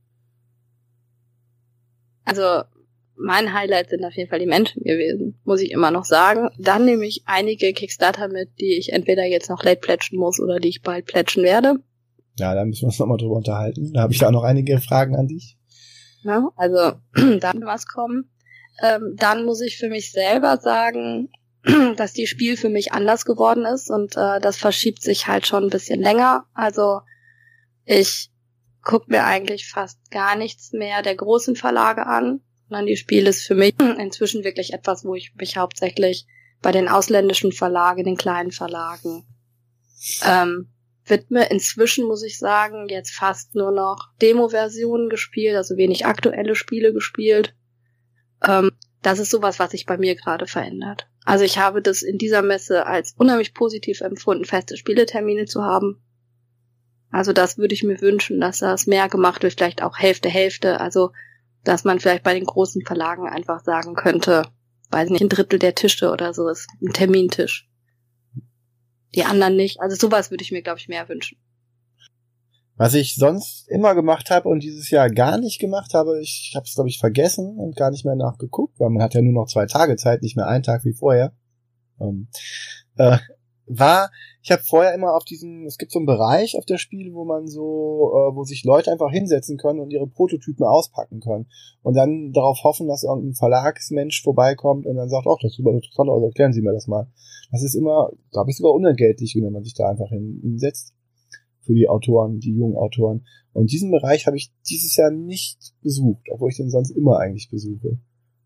Also, mein Highlight sind auf jeden Fall die Menschen gewesen, muss ich immer noch sagen. Dann nehme ich einige Kickstarter mit, die ich entweder jetzt noch late plätschen muss oder die ich bald plätschen werde. Ja, da müssen wir uns nochmal drüber unterhalten. Da habe ich da noch einige Fragen an dich. Ja, also, dann was kommen. Dann muss ich für mich selber sagen, dass die Spiel für mich anders geworden ist und das verschiebt sich halt schon ein bisschen länger. Also, ich gucke mir eigentlich fast gar nichts mehr der großen Verlage an, sondern die Spiel ist für mich inzwischen wirklich etwas, wo ich mich hauptsächlich bei den ausländischen Verlagen, den kleinen Verlagen widme. Inzwischen muss ich sagen, jetzt fast nur noch Demo-Versionen gespielt, also wenig aktuelle Spiele gespielt. Das ist sowas, was sich bei mir gerade verändert. Also ich habe das in dieser Messe als unheimlich positiv empfunden, feste Spieletermine zu haben. Also das würde ich mir wünschen, dass das mehr gemacht wird, vielleicht auch Hälfte. Also dass man vielleicht bei den großen Verlagen einfach sagen könnte, weiß nicht, 1/3 der Tische oder so ist ein Termintisch. Die anderen nicht. Also sowas würde ich mir, glaube ich, mehr wünschen. Was ich sonst immer gemacht habe und dieses Jahr gar nicht gemacht habe, ich habe es, glaube ich, vergessen und gar nicht mehr nachgeguckt, weil man hat ja nur noch 2 Tage Zeit, nicht mehr einen Tag wie vorher. Ich habe vorher immer auf es gibt so einen Bereich auf der Spiel, wo man wo sich Leute einfach hinsetzen können und ihre Prototypen auspacken können und dann darauf hoffen, dass irgendein Verlagsmensch vorbeikommt und dann sagt, ach, das ist super interessant, also erklären Sie mir das mal. Das ist immer, glaube ich, sogar unentgeltlich, wenn man sich da einfach hinsetzt für die Autoren, die jungen Autoren. Und diesen Bereich habe ich dieses Jahr nicht besucht, obwohl ich den sonst immer eigentlich besuche.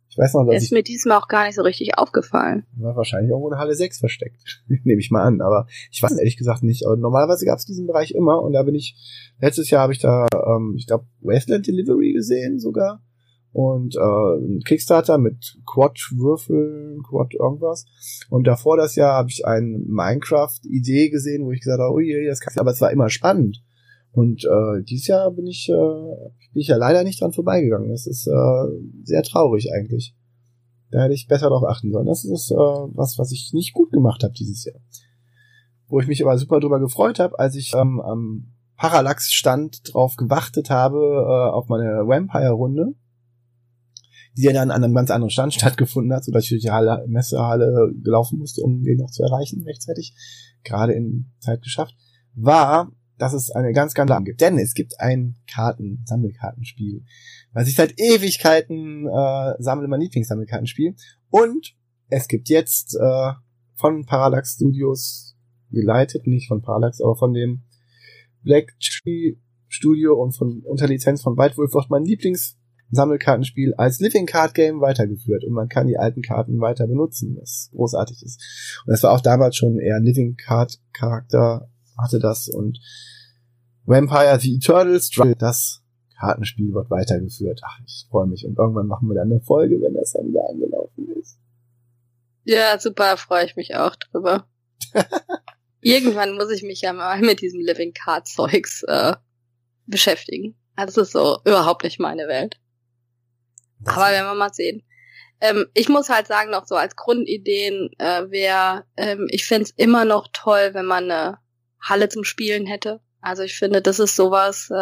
Ich weiß noch, dass ist mir diesmal auch gar nicht so richtig aufgefallen. War wahrscheinlich irgendwo in Halle 6 versteckt. Nehme ich mal an, aber ich weiß ehrlich gesagt nicht. Aber normalerweise gab es diesen Bereich immer und da bin ich, letztes Jahr habe ich da, ich glaube, Wasteland Delivery gesehen sogar und ein Kickstarter mit Quad-Würfeln, Quad irgendwas und davor das Jahr habe ich eine Minecraft-Idee gesehen, wo ich gesagt habe, oh je, das kann, aber es war immer spannend. Und dieses Jahr bin ich ja leider nicht dran vorbeigegangen. Das ist sehr traurig eigentlich. Da hätte ich besser darauf achten sollen. Das ist was ich nicht gut gemacht habe dieses Jahr. Wo ich mich aber super drüber gefreut habe, als ich am Parallax-Stand drauf gewartet habe auf meine Vampire-Runde, die ja dann an einem ganz anderen Stand stattgefunden hat, sodass ich durch die Messehalle gelaufen musste, um den noch zu erreichen rechtzeitig. Gerade in Zeit geschafft. War, dass es eine ganz, ganz lange gibt. Denn es gibt ein Sammelkartenspiel, was ich seit Ewigkeiten sammle, mein Lieblingssammelkartenspiel. Und es gibt jetzt von Parallax Studios geleitet, nicht von Parallax, aber von dem Black Tree Studio und von unter Lizenz von White Wolf wird mein Lieblingssammelkartenspiel als Living Card Game weitergeführt und man kann die alten Karten weiter benutzen, was großartig ist. Und das war auch damals schon eher ein Living Card Charakter, hatte das und Vampire the Eternal Struggle, das Kartenspiel wird weitergeführt. Ach, ich freue mich. Und irgendwann machen wir dann eine Folge, wenn das dann wieder angelaufen ist. Ja, super, freue ich mich auch drüber. Irgendwann muss ich mich ja mal mit diesem Living Card Zeugs beschäftigen. Also das ist so überhaupt nicht meine Welt. Aber werden wir mal sehen. Ich muss halt sagen, noch so als Grundideen ich fände es immer noch toll, wenn man eine Halle zum Spielen hätte. Also ich finde, das ist sowas,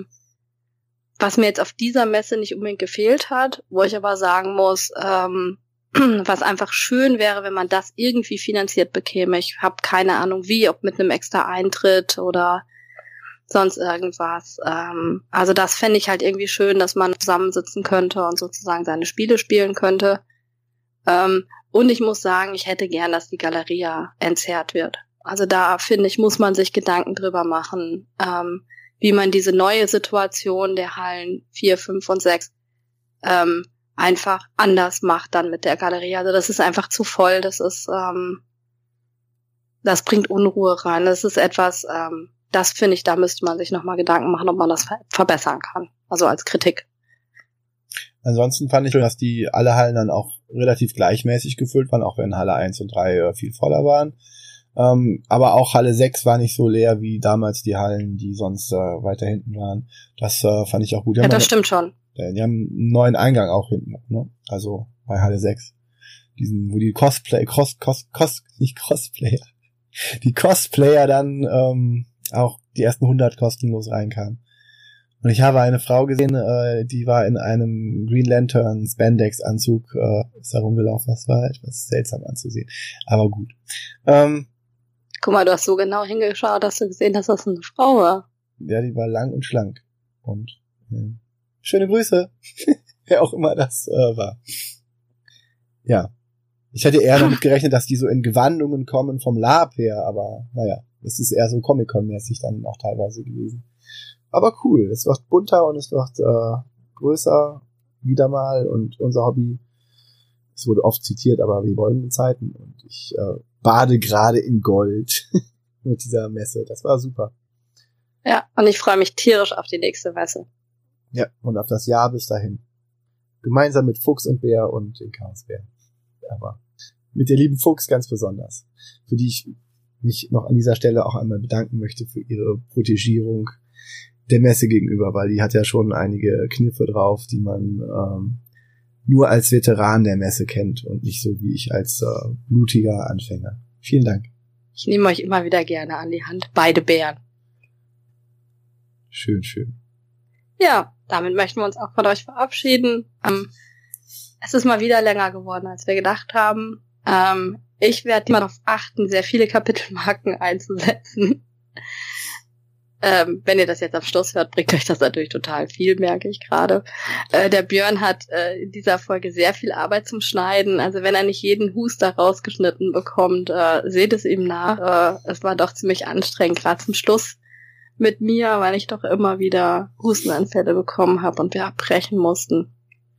was mir jetzt auf dieser Messe nicht unbedingt gefehlt hat, wo ich aber sagen muss, was einfach schön wäre, wenn man das irgendwie finanziert bekäme. Ich habe keine Ahnung wie, ob mit einem extra Eintritt oder sonst irgendwas. Also das fände ich halt irgendwie schön, dass man zusammensitzen könnte und sozusagen seine Spiele spielen könnte. Und ich muss sagen, ich hätte gern, dass die Galeria entzerrt wird. Also da, finde ich, muss man sich Gedanken drüber machen, wie man diese neue Situation der Hallen 4, 5 und 6 einfach anders macht dann mit der Galerie. Also das ist einfach zu voll, das bringt Unruhe rein. Das ist etwas, das finde ich, da müsste man sich nochmal Gedanken machen, ob man das verbessern kann. Also als Kritik. Ansonsten fand ich, dass die alle Hallen dann auch relativ gleichmäßig gefüllt waren, auch wenn Halle 1 und 3 viel voller waren. Aber auch Halle 6 war nicht so leer wie damals die Hallen, die sonst weiter hinten waren. Das fand ich auch gut. Ja, das stimmt schon. Die haben einen neuen Eingang auch hinten, ne? Also bei Halle 6. Wo die die Cosplayer dann auch die ersten 100 kostenlos reinkamen. Und ich habe eine Frau gesehen, die war in einem Green Lantern Spandex Anzug, ist da rumgelaufen. Das war etwas seltsam anzusehen. Aber gut. Guck mal, du hast so genau hingeschaut, dass du gesehen hast, dass das eine Frau war. Ja, die war lang und schlank. Und schöne Grüße. Wer auch immer das war. Ja. Ich hätte eher damit gerechnet, dass die so in Gewandungen kommen vom Lab her, aber naja, es ist eher so Comic-Con-mäßig dann auch teilweise gewesen. Aber cool, es wird bunter und es wird größer wieder mal und unser Hobby, es wurde oft zitiert, aber wie goldene Zeiten und ich bade gerade in Gold mit dieser Messe. Das war super. Ja, und ich freue mich tierisch auf die nächste Messe. Ja, und auf das Jahr bis dahin. Gemeinsam mit Fuchs und Bär und den Chaosbär. Aber mit der lieben Fuchs ganz besonders. Für die ich mich noch an dieser Stelle auch einmal bedanken möchte für ihre Protegierung der Messe gegenüber, weil die hat ja schon einige Kniffe drauf, die man nur als Veteran der Messe kennt und nicht so wie ich als blutiger Anfänger. Vielen Dank. Ich nehme euch immer wieder gerne an die Hand. Beide Bären. Schön, schön. Ja, damit möchten wir uns auch von euch verabschieden. Es ist mal wieder länger geworden, als wir gedacht haben. Ich werde immer darauf achten, sehr viele Kapitelmarken einzusetzen. Wenn ihr das jetzt am Schluss hört, bringt euch das natürlich total viel, merke ich gerade. Der Björn hat in dieser Folge sehr viel Arbeit zum Schneiden. Also wenn er nicht jeden Huster rausgeschnitten bekommt, seht es ihm nach. Es war doch ziemlich anstrengend, gerade zum Schluss mit mir, weil ich doch immer wieder Hustenanfälle bekommen habe und wir abbrechen mussten.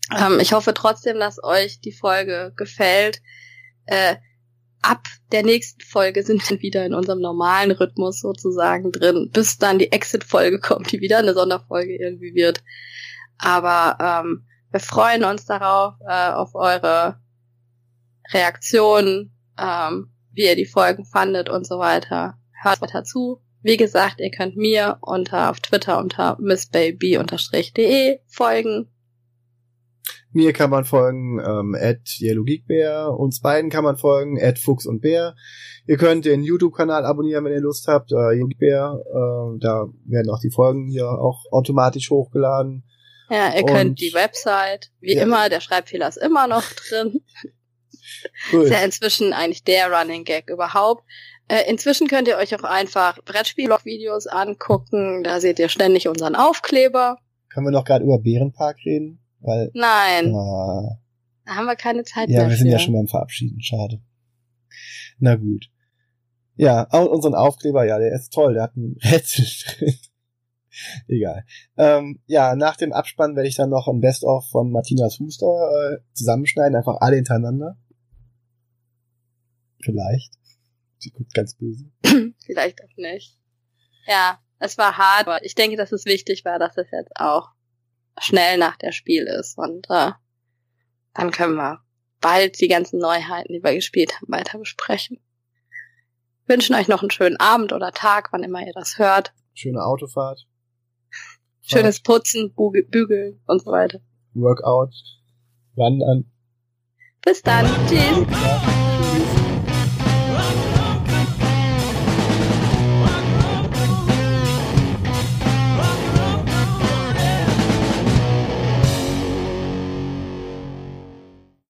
Ich hoffe trotzdem, dass euch die Folge gefällt. Ab der nächsten Folge sind wir wieder in unserem normalen Rhythmus sozusagen drin, bis dann die Exit-Folge kommt, die wieder eine Sonderfolge irgendwie wird. Aber wir freuen uns darauf, auf eure Reaktionen, wie ihr die Folgen fandet und so weiter. Hört weiter zu. Wie gesagt, ihr könnt mir auf Twitter unter missbaby_de folgen. Mir kann man folgen @yellowgeekbear, uns beiden kann man folgen @fuchs und bär. Ihr könnt den YouTube-Kanal abonnieren, wenn ihr Lust habt, yellowgeekbear. Da werden auch die Folgen hier auch automatisch hochgeladen. Ja, ihr könnt die Website, wie immer, der Schreibfehler ist immer noch drin. Ist ja inzwischen eigentlich der Running Gag überhaupt. Inzwischen könnt ihr euch auch einfach Brettspiel-Blog-Videos angucken, da seht ihr ständig unseren Aufkleber. Können wir noch gerade über Bärenpark reden? Weil, Nein. Da haben wir keine Zeit mehr. Ja, wir sind ja schon beim Verabschieden. Schade. Na gut. Ja, auch unseren Aufkleber, ja, der ist toll. Der hat ein Rätsel drin. Egal. Ja, nach dem Abspann werde ich dann noch ein Best-of von Martinas Huster zusammenschneiden. Einfach alle hintereinander. Vielleicht. Sie guckt ganz böse. Vielleicht auch nicht. Ja, es war hart, aber ich denke, dass es wichtig war, dass es jetzt auch schnell nach der Spiel ist und dann können wir bald die ganzen Neuheiten, die wir gespielt haben, weiter besprechen. Wünschen euch noch einen schönen Abend oder Tag, wann immer ihr das hört. Schöne Autofahrt. Schönes Putzen, Bügeln und so weiter. Workout. Wandern. Bis dann. Tschüss.